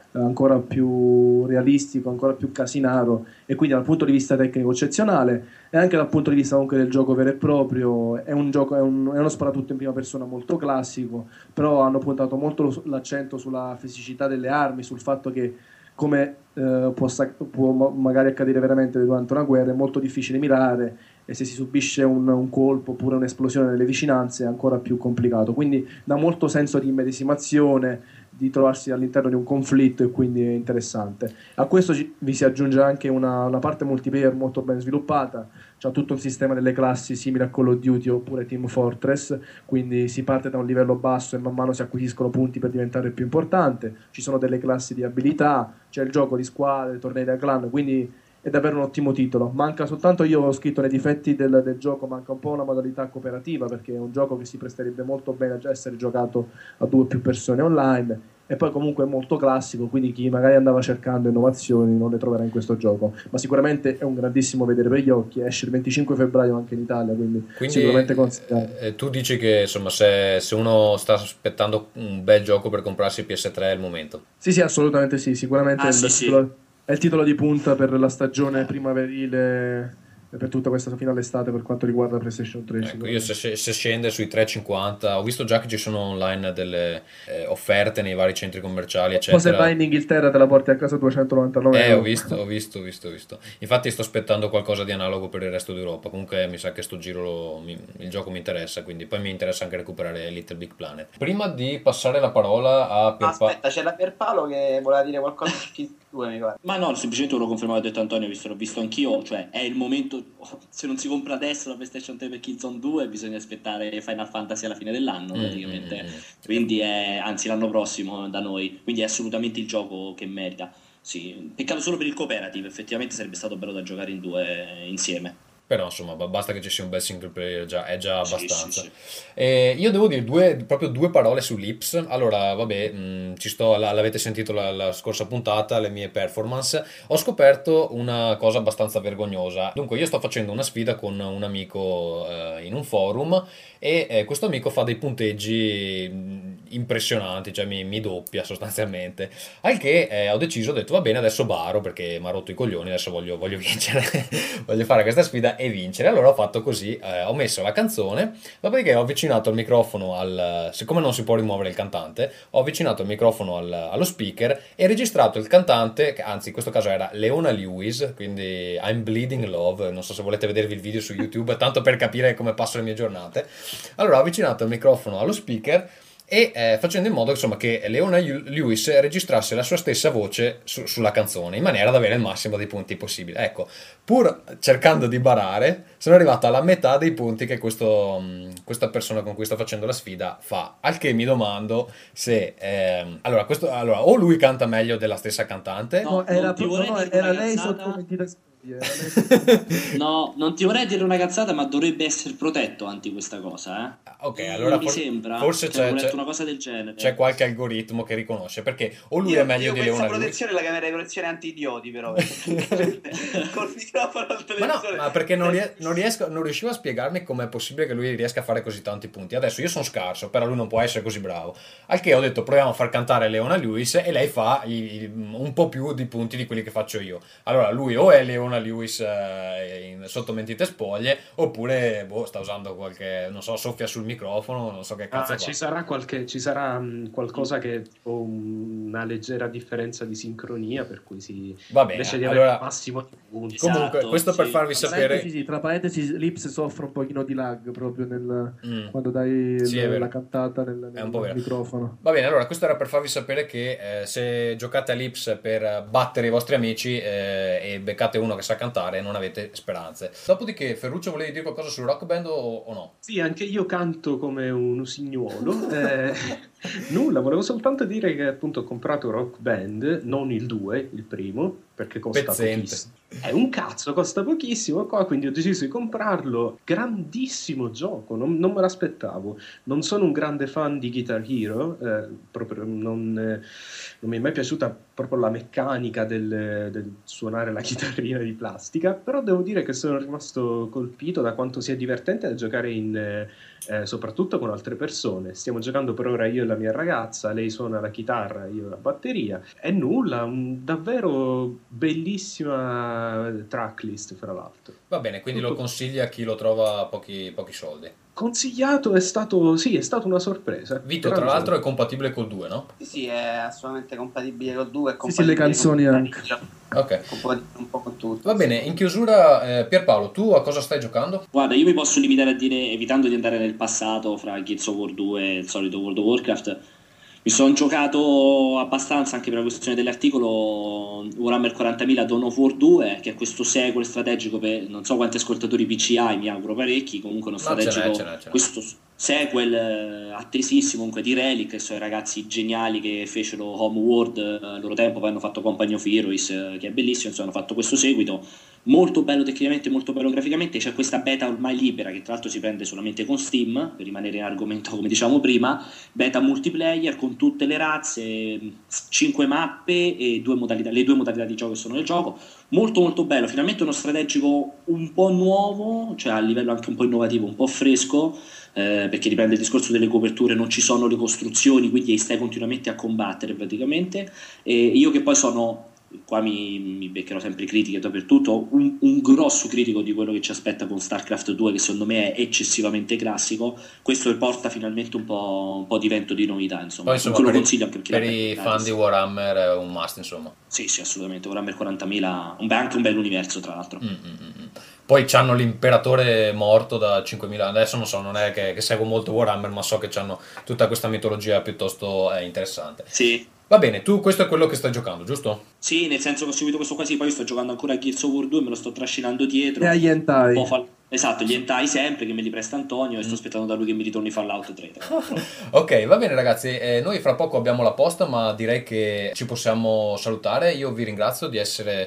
ancora più realistico, ancora più casinaro, e quindi dal punto di vista tecnico eccezionale, e anche dal punto di vista comunque del gioco vero e proprio. È un gioco, è uno sparatutto in prima persona molto classico, però hanno puntato molto l'accento sulla fisicità delle armi, sul fatto che come può magari accadere veramente durante una guerra, è molto difficile mirare, e se si subisce un colpo oppure un'esplosione nelle vicinanze è ancora più complicato, quindi dà molto senso di immedesimazione, di trovarsi all'interno di un conflitto, e quindi è interessante. A questo vi si aggiunge anche una parte multiplayer molto ben sviluppata. C'è tutto un sistema delle classi simile a Call of Duty oppure Team Fortress, quindi si parte da un livello basso e man mano si acquisiscono punti per diventare più importante. Ci sono delle classi di abilità, c'è il gioco di squadre, tornei da clan, quindi è davvero un ottimo titolo. Manca soltanto, io ho scritto nei difetti del gioco, manca un po' una modalità cooperativa, perché è un gioco che si presterebbe molto bene a essere giocato a 2 o più persone online, e poi comunque è molto classico, quindi chi magari andava cercando innovazioni non le troverà in questo gioco, ma sicuramente è un grandissimo vedere per gli occhi. Esce il 25 febbraio anche in Italia, quindi sicuramente consigliato. Tu dici che insomma se uno sta aspettando un bel gioco per comprarsi PS3 è il momento. Sì, assolutamente sì, sicuramente è il titolo di punta per la stagione primaverile, per tutta questa fino all'estate per quanto riguarda PlayStation 3. Ecco, io se scende sui 3,50, ho visto già che ci sono online delle offerte nei vari centri commerciali, Poi se eccetera. vai in Inghilterra te la porti a casa 299 euro. Ho visto. Infatti sto aspettando qualcosa di analogo per il resto d'Europa. Comunque mi sa che sto giro il gioco mi interessa, quindi poi mi interessa anche recuperare Little Big Planet. Prima di passare la parola a Aspetta, c'era Pierpaolo che voleva dire qualcosa su Kids 2, mi pare. Ma no, semplicemente lo confermavo, ha detto Antonio, l'ho visto anch'io, cioè è il momento, se non si compra adesso la PlayStation 3 per Killzone 2 bisogna aspettare Final Fantasy alla fine dell'anno praticamente, quindi anzi l'anno prossimo da noi, quindi è assolutamente il gioco che merita. Sì, peccato solo per il cooperative, effettivamente sarebbe stato bello da giocare in 2 insieme. Però insomma basta che ci sia un bel single player, è già abbastanza. Sì. Io devo dire proprio due parole su Lips. Allora vabbè, l'avete sentito la scorsa puntata, le mie performance. Ho scoperto una cosa abbastanza vergognosa. Dunque io sto facendo una sfida con un amico in un forum, e questo amico fa dei punteggi impressionanti, cioè mi doppia sostanzialmente, al che ho detto va bene, adesso baro perché mi ha rotto i coglioni, adesso voglio vincere. Voglio fare questa sfida e vincere. Allora ho fatto così, ho messo la canzone, dopodiché ho avvicinato il microfono siccome non si può rimuovere il cantante, ho avvicinato il microfono allo speaker e registrato il cantante, che anzi in questo caso era Leona Lewis, quindi I'm Bleeding Love, non so se volete vedervi il video su YouTube, tanto per capire come passo le mie giornate. Allora ho avvicinato il microfono allo speaker e facendo in modo insomma che Leona Lewis registrasse la sua stessa voce sulla canzone, in maniera da avere il massimo dei punti possibile. Ecco, pur cercando di barare, sono arrivato alla metà dei punti che questa persona con cui sto facendo la sfida fa, al che mi domando se allora o lui canta meglio della stessa cantante. Era lei sotto mentita. No, non ti vorrei dire una cazzata, ma dovrebbe essere protetto anti questa cosa, Ok, allora mi sembra forse c'è una cosa del genere. C'è qualche algoritmo che riconosce, perché o lui è meglio di Leona Lewis. Protezione la chiamerei protezione anti-idioti, però col microfono al televisore. Ma perché non riuscivo a spiegarmi com'è possibile che lui riesca a fare così tanti punti. Adesso io sono scarso, però lui non può essere così bravo. Al che ho detto proviamo a far cantare Leona Lewis, e lei fa un po' più di punti di quelli che faccio io. Allora lui o è Leona Lewis sotto mentite spoglie, oppure sta usando qualche, non so, soffia sul microfono, non so che cazzo fa. Ci sarà qualcosa che tipo una leggera differenza di sincronia, per cui va bene, invece di avere il massimo di punti. Comunque questo per farvi sapere, tra parentesi Lips soffre un pochino di lag proprio quando dai la cantata nel microfono. Va bene, allora questo era per farvi sapere che se giocate a Lips per battere i vostri amici e beccate uno che sa cantare, non avete speranze. Dopodiché Ferruccio, volevi dire qualcosa sul Rock Band o no? Sì, anche io canto come un usignuolo. Nulla, volevo soltanto dire che appunto ho comprato Rock Band, non il 2, il primo, perché costa pochissimo. È un cazzo, costa pochissimo qua, quindi ho deciso di comprarlo. Grandissimo gioco, non me l'aspettavo. Non sono un grande fan di Guitar Hero, proprio non mi è mai piaciuta proprio la meccanica del suonare la chitarrina di plastica, però devo dire che sono rimasto colpito da quanto sia divertente da giocare soprattutto con altre persone. Stiamo giocando per ora io e la mia ragazza, lei suona la chitarra, io la batteria, è nulla, davvero bellissima tracklist fra l'altro. Va bene, quindi lo consigli a chi lo trova a pochi soldi. Consigliato, è stato una sorpresa. Vito, tra l'altro è compatibile col 2, no? Sì, è assolutamente compatibile col 2. Sì, le canzoni anche. Ok. Un po' con tutto. Va bene, in chiusura, Pierpaolo, tu a cosa stai giocando? Guarda, io mi posso limitare a dire, evitando di andare nel passato fra Gears of War 2 e il solito World of Warcraft, mi sono giocato abbastanza anche per la questione dell'articolo Warhammer 40.000 Dawn of War 2, che è questo sequel strategico per non so quanti ascoltatori PC hai, mi auguro parecchi, comunque uno strategico, ce n'è. questo sequel attesissimo comunque di Relic, che sono i ragazzi geniali che fecero Homeworld a loro tempo, poi hanno fatto Company of Heroes, che è bellissimo, insomma hanno fatto questo seguito molto bello tecnicamente, molto bello graficamente. C'è questa beta ormai libera che tra l'altro si prende solamente con Steam, per rimanere in argomento come diciamo prima, beta multiplayer con tutte le razze, 5 mappe e le due modalità di gioco che sono nel gioco, molto molto bello, finalmente uno strategico un po' nuovo, cioè a livello anche un po' innovativo, un po' fresco, perché riprende il discorso delle coperture, non ci sono le costruzioni, quindi stai continuamente a combattere praticamente, e io che poi sono, qua mi beccherò sempre critiche dappertutto, un grosso critico di quello che ci aspetta con StarCraft 2, che secondo me è eccessivamente classico, questo porta finalmente un po' di vento di novità, insomma. Poi insomma lo consiglio anche per i fan di Warhammer è un must, insomma. Sì, assolutamente, Warhammer 40.000, anche un bell'universo tra l'altro. Poi c'hanno l'imperatore morto da 5.000, adesso non so, non è che seguo molto Warhammer, ma so che c'hanno tutta questa mitologia piuttosto interessante. Sì. Va bene, tu questo è quello che stai giocando, giusto? Sì, nel senso che ho seguito questo qua, sì, poi io sto giocando ancora a Gears of War 2, me lo sto trascinando dietro. E agli hentai. Esatto, gli hentai sempre, che me li presta Antonio, e sto aspettando da lui che mi ritorni Fallout 3. Ok, va bene ragazzi, noi fra poco abbiamo la posta, ma direi che ci possiamo salutare. Io vi ringrazio di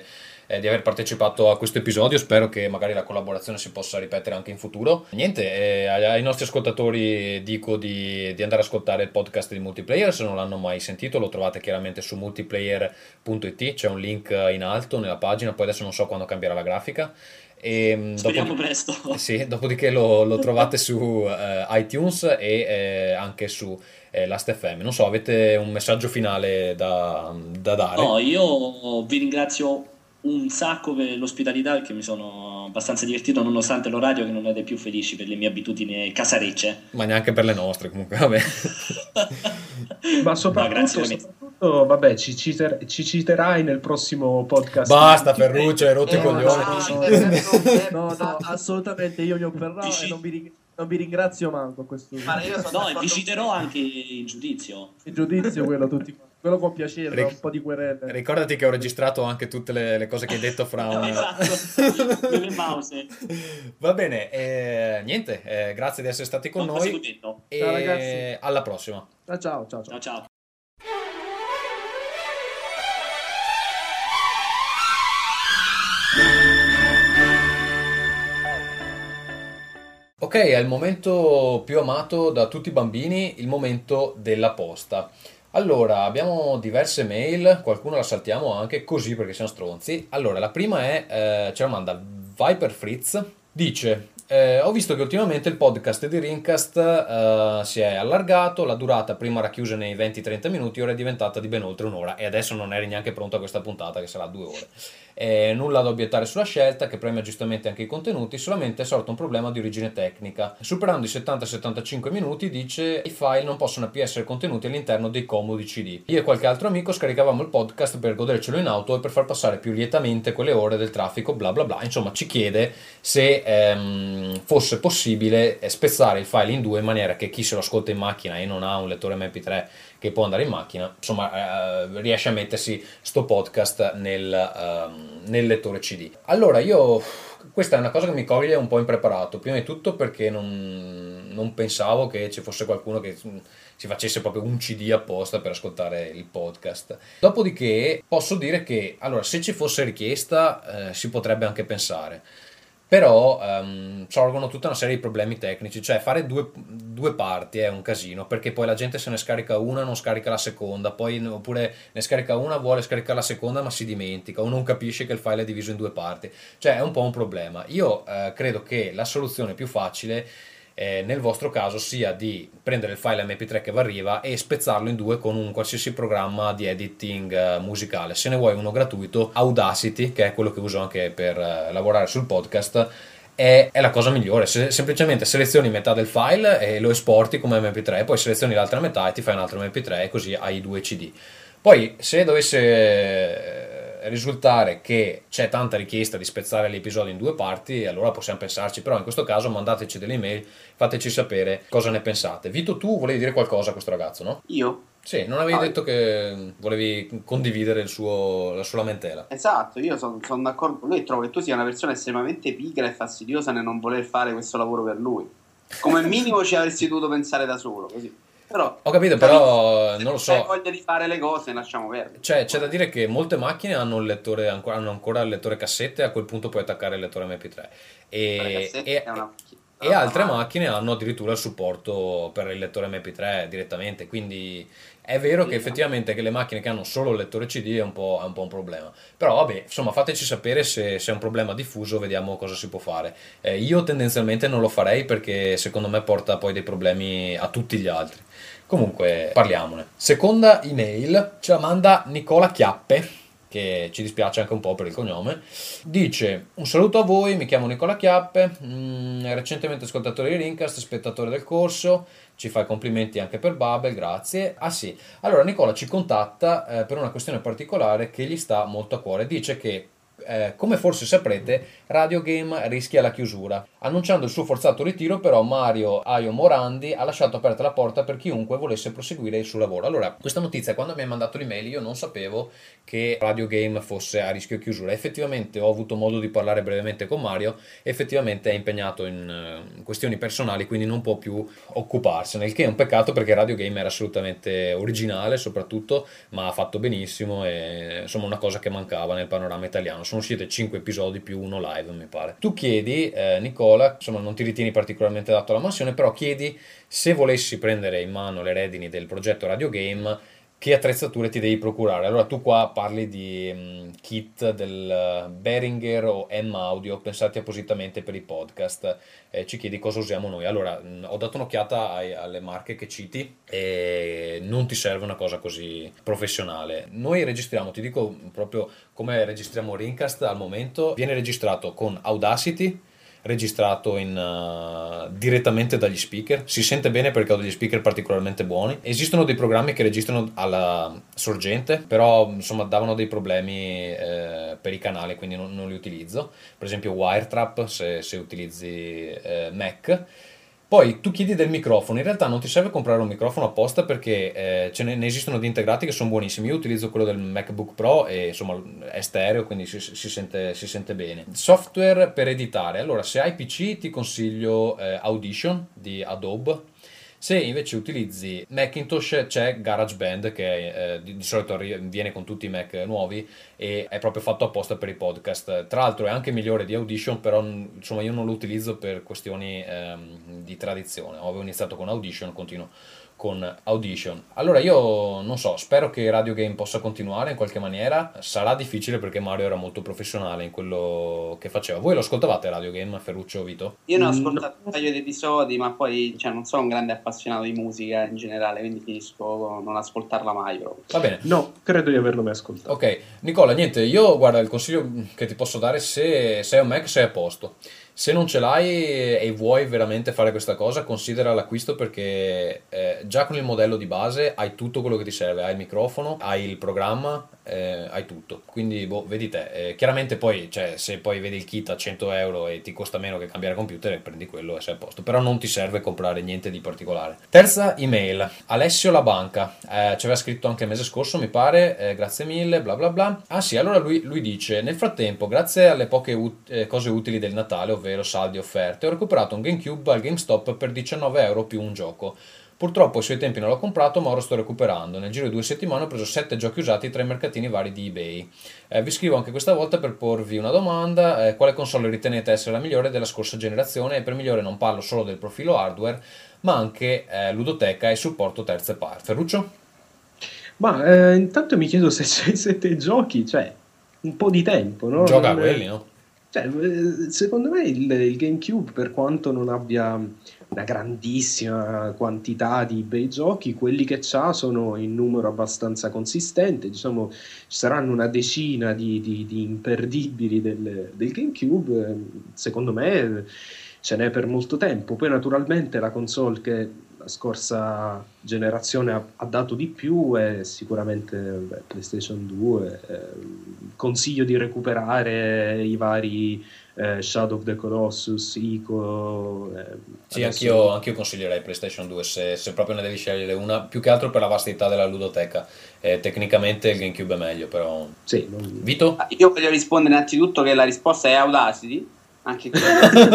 aver partecipato a questo episodio, spero che magari la collaborazione si possa ripetere anche in futuro. Niente, ai nostri ascoltatori dico di andare ad ascoltare il podcast di Multiplayer, se non l'hanno mai sentito lo trovate chiaramente su multiplayer.it, c'è un link in alto nella pagina, poi adesso non so quando cambierà la grafica. Speriamo presto. Sì, dopodiché lo trovate su iTunes e anche su Last.fm. Non so, avete un messaggio finale da dare? No, io vi ringrazio un sacco per l'ospitalità, perché mi sono abbastanza divertito nonostante l'orario che non è dei più felici per le mie abitudini casarecce, ma neanche per le nostre comunque, vabbè. Ma soprattutto vabbè, ci citerai nel prossimo podcast. Basta Ferruccio, hai rotto i coglioni. No, assolutamente, io mi opporrò e non vi ringrazio manco a questo punto. No, vi citerò anche in giudizio. Il giudizio quello tutti, quello con piacere, un po' di querelle. Ricordati che ho registrato anche tutte le cose che hai detto fra un... Esatto, le mouse. Va bene, niente, grazie di essere stati con noi e ciao ragazzi, alla prossima. Ciao. Ok, è il momento più amato da tutti i bambini, il momento della posta. Allora, abbiamo diverse mail, qualcuno la saltiamo anche così perché siamo stronzi. Allora, la prima ce la manda Viper Fritz, dice: ho visto che ultimamente il podcast di Rincast si è allargato, la durata prima era chiusa nei 20-30 minuti, ora è diventata di ben oltre un'ora e adesso non eri neanche pronto a questa puntata che sarà 2 ore. Nulla da obiettare sulla scelta, che premia giustamente anche i contenuti, solamente è sorto un problema di origine tecnica. Superando i 70-75 minuti, dice, i file non possono più essere contenuti all'interno dei comodi CD. Io e qualche altro amico scaricavamo il podcast per godercelo in auto e per far passare più lietamente quelle ore del traffico, bla bla bla. Insomma, ci chiede se fosse possibile spezzare il file in due in maniera che chi se lo ascolta in macchina e non ha un lettore MP3 che può andare in macchina, insomma, riesce a mettersi sto podcast nel lettore CD. Allora, questa è una cosa che mi coglie un po' impreparato, prima di tutto perché non pensavo che ci fosse qualcuno che si facesse proprio un CD apposta per ascoltare il podcast. Dopodiché posso dire che, allora, se ci fosse richiesta si potrebbe anche pensare. però sorgono tutta una serie di problemi tecnici, cioè fare due parti è un casino, perché poi la gente se ne scarica una, non scarica la seconda, poi oppure ne scarica una, vuole scaricare la seconda ma si dimentica o non capisce che il file è diviso in due parti, cioè è un po' un problema. Io credo che la soluzione più facile nel vostro caso sia di prendere il file MP3 che vi arriva e spezzarlo in due con un qualsiasi programma di editing musicale. Se ne vuoi uno gratuito, Audacity, che è quello che uso anche per lavorare sul podcast, è la cosa migliore. Semplicemente selezioni metà del file e lo esporti come MP3, poi selezioni l'altra metà e ti fai un altro MP3 e così hai due CD. Poi se dovesse risultare che c'è tanta richiesta di spezzare l'episodio in due parti, allora possiamo pensarci, però in questo caso mandateci delle email, fateci sapere cosa ne pensate. Vito, tu volevi dire qualcosa a questo ragazzo, no? Io? Sì, non avevi detto che volevi condividere la sua lamentela. Esatto, io sono d'accordo con lui e trovo che tu sia una persona estremamente pigra e fastidiosa nel non voler fare questo lavoro per lui. Come minimo ci avresti dovuto pensare da solo, così. Però, ho capito, però non lo so. Se hai voglia di fare le cose, lasciamo perdere. C'è da dire che molte macchine hanno il lettore, hanno ancora il lettore cassette, a quel punto puoi attaccare il lettore MP3. E altre macchine hanno addirittura il supporto per il lettore MP3 direttamente, quindi è vero che effettivamente che le macchine che hanno solo il lettore CD è un po' un problema. Però vabbè, insomma, fateci sapere se è un problema diffuso, vediamo cosa si può fare. Io tendenzialmente non lo farei perché secondo me porta poi dei problemi a tutti gli altri. Comunque, parliamone. Seconda email ce la manda Nicola Chiappe, che ci dispiace anche un po' per il cognome. Dice: un saluto a voi, mi chiamo Nicola Chiappe, recentemente ascoltatore di Rincast, spettatore del corso, ci fa i complimenti anche per Babel, grazie. Ah sì, allora Nicola ci contatta per una questione particolare che gli sta molto a cuore. Dice che come forse saprete, Radio Game rischia la chiusura. Annunciando il suo forzato ritiro, però, Mario Aio Morandi ha lasciato aperta la porta per chiunque volesse proseguire il suo lavoro. Allora, questa notizia, quando mi hai mandato l'email, io non sapevo che Radio Game fosse a rischio chiusura. Effettivamente ho avuto modo di parlare brevemente con Mario, effettivamente è impegnato in questioni personali, quindi non può più occuparsene, il che è un peccato perché Radio Game era assolutamente originale soprattutto, ma ha fatto benissimo e insomma una cosa che mancava nel panorama italiano. Sono usciti 5 episodi più uno live, mi pare. Tu chiedi, Nicola, insomma non ti ritieni particolarmente adatto alla mansione, però chiedi se volessi prendere in mano le redini del progetto Radio Game, che attrezzature ti devi procurare. Allora tu qua parli di kit del Behringer o M-Audio pensati appositamente per i podcast, ci chiedi cosa usiamo noi. Allora ho dato un'occhiata alle marche che citi e non ti serve una cosa così professionale. Noi registriamo, ti dico proprio come registriamo Rincast al momento, viene registrato con Audacity, registrato direttamente dagli speaker, si sente bene perché ho degli speaker particolarmente buoni. Esistono dei programmi che registrano alla sorgente, però insomma davano dei problemi per i canali, quindi non li utilizzo. Per esempio Wiretrap se utilizzi Mac. Poi tu chiedi del microfono, in realtà non ti serve comprare un microfono apposta perché ne esistono di integrati che sono buonissimi. Io utilizzo quello del MacBook Pro e insomma è stereo, quindi si sente bene. Software per editare, allora se hai PC ti consiglio Audition di Adobe. Se invece utilizzi Macintosh c'è GarageBand che di solito viene con tutti i Mac nuovi e è proprio fatto apposta per i podcast. Tra l'altro è anche migliore di Audition, però insomma io non lo utilizzo per questioni di tradizione. Avevo iniziato con Audition, continuo con Audition. Allora io non so, spero che Radio Game possa continuare in qualche maniera. Sarà difficile perché Mario era molto professionale in quello che faceva. Voi lo ascoltavate Radio Game, Ferruccio, Vito? Io ne ho ascoltato un paio di episodi, ma poi non sono un grande appassionato di musica in generale, quindi finisco con non ascoltarla mai proprio. Va bene. No, credo di averlo mai ascoltato. Ok, Nicola, niente, io guarda, il consiglio che ti posso dare, se sei un Mac sei a posto. Se non ce l'hai e vuoi veramente fare questa cosa, considera l'acquisto perché già con il modello di base hai tutto quello che ti serve, hai il microfono, hai il programma, hai tutto, quindi vedi te. Chiaramente poi, se poi vedi il kit a 100 euro e ti costa meno che cambiare computer, prendi quello e sei a posto, però non ti serve comprare niente di particolare. Terza email, Alessio La Banca, ci aveva scritto anche il mese scorso mi pare, grazie mille, bla bla bla. Ah sì, allora lui dice: nel frattempo, grazie alle poche cose utili del Natale, ovvero saldi e offerte, ho recuperato un GameCube al GameStop per 19 euro più un gioco. Purtroppo ai suoi tempi non l'ho comprato, ma ora sto recuperando. Nel giro di 2 settimane ho preso 7 giochi usati tra i mercatini vari di eBay. Vi scrivo anche questa volta per porvi una domanda: quale console ritenete essere la migliore della scorsa generazione? E per migliore non parlo solo del profilo hardware, ma anche ludoteca e supporto terze parti. Ferruccio? Ma intanto mi chiedo se c'hai 7 giochi, cioè un po' di tempo, no? Gioca a quelli, no? Cioè, secondo me il GameCube, per quanto non abbia una grandissima quantità di bei giochi, quelli che c'ha sono in numero abbastanza consistente. Diciamo, ci saranno una decina di imperdibili del GameCube. Secondo me ce n'è per molto tempo. Poi naturalmente la console che la scorsa generazione ha dato di più è sicuramente PlayStation 2. Consiglio di recuperare i vari Shadow of the Colossus, Ico. Sì, anch'io consiglierei PlayStation 2 se proprio ne devi scegliere una, più che altro per la vastità della ludoteca. Tecnicamente il GameCube è meglio, però... Sì, Vito? Io voglio rispondere innanzitutto che la risposta è Audacity, anche che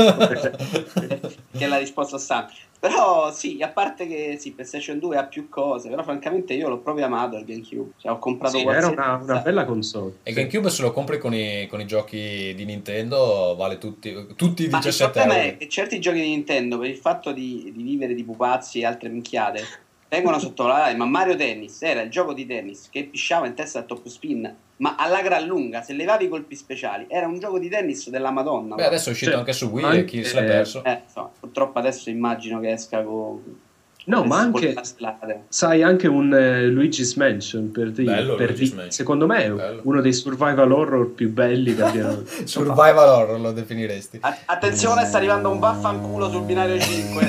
è la risposta sta. Però sì, a parte che sì, PlayStation 2 ha più cose, però francamente io l'ho proprio amato il GameCube, cioè ho comprato era una bella console. E GameCube se lo compri con i giochi di Nintendo vale tutti i 17 il problema euro. è che certi giochi di Nintendo, per il fatto di vivere di pupazzi e altre minchiate, vengono sottovalutati. Ma Mario Tennis era il gioco di tennis che pisciava in testa al top spin, ma alla gran lunga, se levavi i colpi speciali, era un gioco di tennis della Madonna. Beh, adesso è uscito anche su Wii e chi se l'è perso. Purtroppo adesso immagino che esca con... No, ma anche, sai, anche un Luigi's Mansion, per dire, secondo me è uno dei survival horror più belli che abbiano. Survival horror lo definiresti. Attenzione, sta arrivando un vaffanculo sul binario 5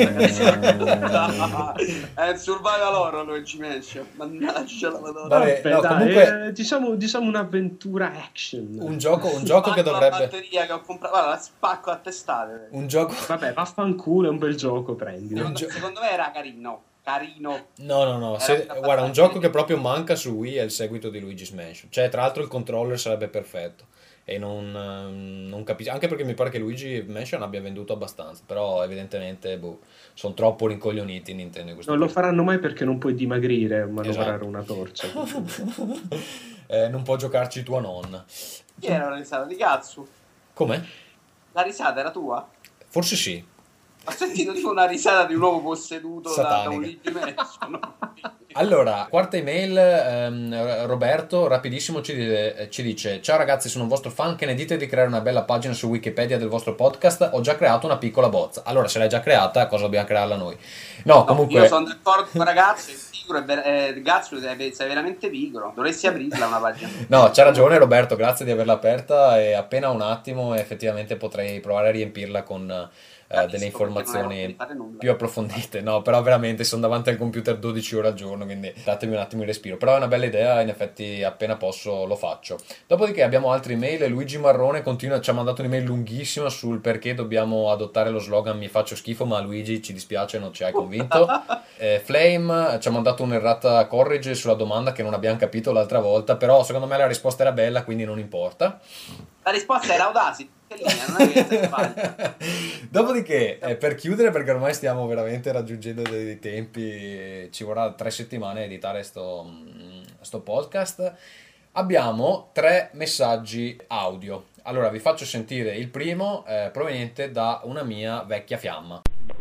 è il survival horror Luigi's Mansion, mannaggia la Madonna. Vabbè, no, dai, comunque diciamo un'avventura action, un gioco che dovrebbe la batteria che ho comprato, guarda, la spacco a testate. Un gioco, vabbè, vaffanculo, è un bel gioco, prendilo. Secondo me era carino. No. Guarda, un gioco che proprio manca su Wii è il seguito di Luigi's Mansion. Cioè, tra l'altro il controller sarebbe perfetto. E non capisco, anche perché mi pare che Luigi Mansion abbia venduto abbastanza, però evidentemente sono troppo rincoglioniti in Nintendo in questo non lo faranno mai perché non puoi dimagrire, manovrare una torcia. Non può giocarci tua nonna. Chi era la risata di cazzo? Com'è? La risata era tua? Forse sì. Ho sentito tipo una risata di un uomo posseduto da un Luigi Mansion. Allora, quarta email, Roberto, rapidissimo, ci dice: ciao ragazzi, sono un vostro fan, che ne dite di creare una bella pagina su Wikipedia del vostro podcast? Ho già creato una piccola bozza. Allora, se l'hai già creata, cosa dobbiamo crearla noi? No, comunque... Io sono d'accordo con ragazzo, Gazzo, sei veramente pigro, dovresti aprirla una pagina. No, c'ha ragione Roberto, grazie di averla aperta, e appena un attimo effettivamente potrei provare a riempirla con... delle informazioni più approfondite. No, però veramente sono davanti al computer 12 ore al giorno, quindi datemi un attimo il respiro. Però è una bella idea, in effetti appena posso lo faccio. Dopodiché abbiamo altre email. Luigi Marrone ci ha mandato un'email lunghissima sul perché dobbiamo adottare lo slogan "mi faccio schifo", ma Luigi, ci dispiace, non ci hai convinto. Flame ci ha mandato un'errata corrige sulla domanda che non abbiamo capito l'altra volta, però secondo me la risposta era bella, quindi non importa. La risposta era Audacity, non è che si sbaglia. Dopodiché, per chiudere, perché ormai stiamo veramente raggiungendo dei tempi, ci vorrà 3 settimane a editare sto podcast, abbiamo 3 messaggi audio. Allora vi faccio sentire il primo, proveniente da una mia vecchia fiamma.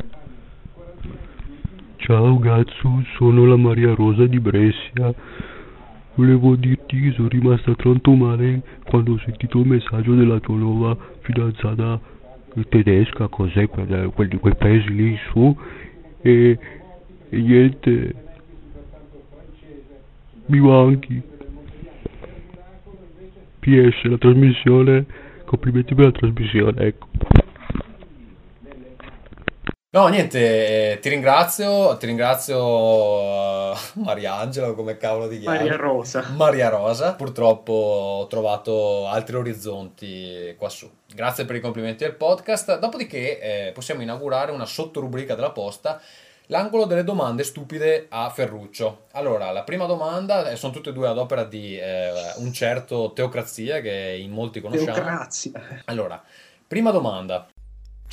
Ciao Gazzu, sono la Maria Rosa di Brescia. Volevo dirti che sono rimasta tanto male quando ho sentito il messaggio della tua nuova fidanzata tedesca, cos'è, quei paesi lì su, e niente, mi manchi. PS, la trasmissione, complimenti per la trasmissione, ecco. No, niente, ti ringrazio Mariangela, o come cavolo ti chiami? Maria Rosa. Purtroppo ho trovato altri orizzonti qua su. Grazie per i complimenti del podcast. Dopodiché possiamo inaugurare una sottorubrica della posta, l'angolo delle domande stupide a Ferruccio. Allora, la prima domanda, sono tutte e due ad opera di un certo Teocrazia, che in molti conosciamo. Teocrazia. Allora, prima domanda.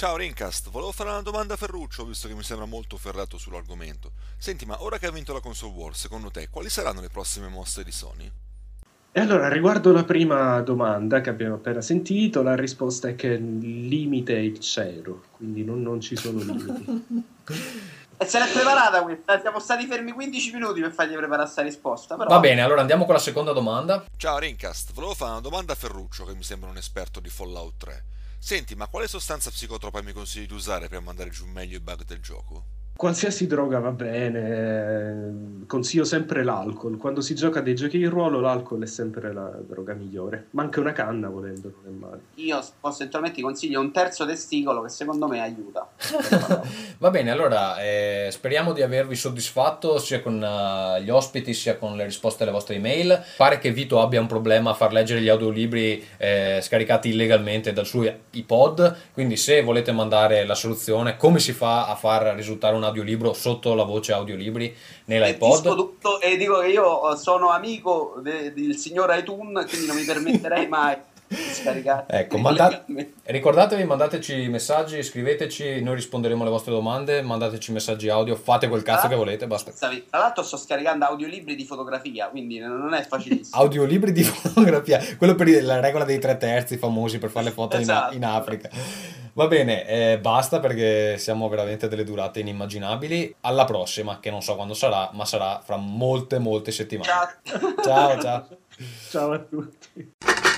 Ciao Rincast, volevo fare una domanda a Ferruccio, visto che mi sembra molto ferrato sull'argomento. Senti, ma ora che ha vinto la console war, secondo te, quali saranno le prossime mosse di Sony? E allora, riguardo la prima domanda che abbiamo appena sentito, la risposta è che il limite è il 0, quindi non ci sono limiti. E se l'è preparata questa, siamo stati fermi 15 minuti per fargli preparare questa risposta. Però... Va bene, allora andiamo con la seconda domanda. Ciao Rincast, volevo fare una domanda a Ferruccio, che mi sembra un esperto di Fallout 3. Senti, ma quale sostanza psicotropa mi consigli di usare per mandare giù meglio i bug del gioco? Qualsiasi droga va bene, consiglio sempre l'alcol. Quando si gioca dei giochi di ruolo, l'alcol è sempre la droga migliore. Ma anche una canna, volendo, non è male. Io eventualmente consiglio un terzo testicolo che secondo me aiuta. Va bene, allora speriamo di avervi soddisfatto sia con gli ospiti sia con le risposte alle vostre email. Pare che Vito abbia un problema a far leggere gli audiolibri scaricati illegalmente dal suo iPod, quindi se volete mandare la soluzione, come si fa a far risultare un audiolibro sotto la voce audiolibri nell'iPod? Tutto, e dico che io sono amico del signor iTunes, quindi non mi permetterei mai di scaricare. Ecco, ricordatevi, mandateci messaggi, scriveteci, noi risponderemo alle vostre domande, mandateci messaggi audio, fate quel cazzo che volete, basta. Tra l'altro sto scaricando audiolibri di fotografia, quindi non è facilissimo. Audiolibri di fotografia, quello per la regola dei 3/3 famosi per fare le foto Esatto. in Africa. Va bene, basta perché siamo veramente delle durate inimmaginabili. Alla prossima, che non so quando sarà, ma sarà fra molte settimane. Ciao. Ciao a tutti.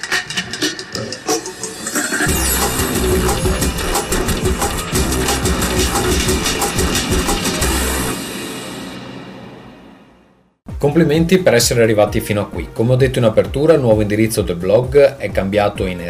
Complimenti per essere arrivati fino a qui. Come ho detto in apertura, il nuovo indirizzo del blog è cambiato in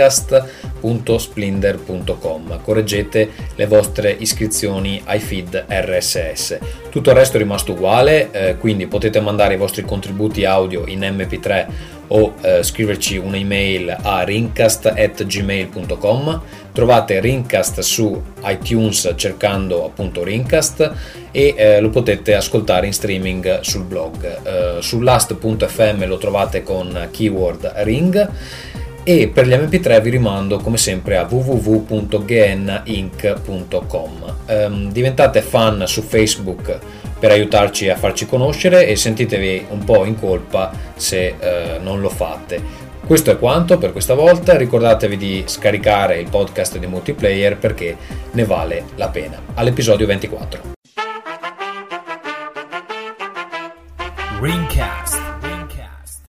rincast.splendor.com. Correggete le vostre iscrizioni ai feed RSS. Tutto il resto è rimasto uguale, quindi potete mandare i vostri contributi audio in MP3 o scriverci un'email a rincast@gmail.com. Trovate Rincast su iTunes cercando appunto Rincast e lo potete ascoltare in streaming sul blog. Su last.fm lo trovate con keyword ring e per gli MP3 vi rimando come sempre a www.geninc.com. Diventate fan su Facebook per aiutarci a farci conoscere e sentitevi un po' in colpa se non lo fate. Questo è quanto per questa volta, ricordatevi di scaricare il podcast di Multiplayer perché ne vale la pena. All'episodio 24. Ringcast.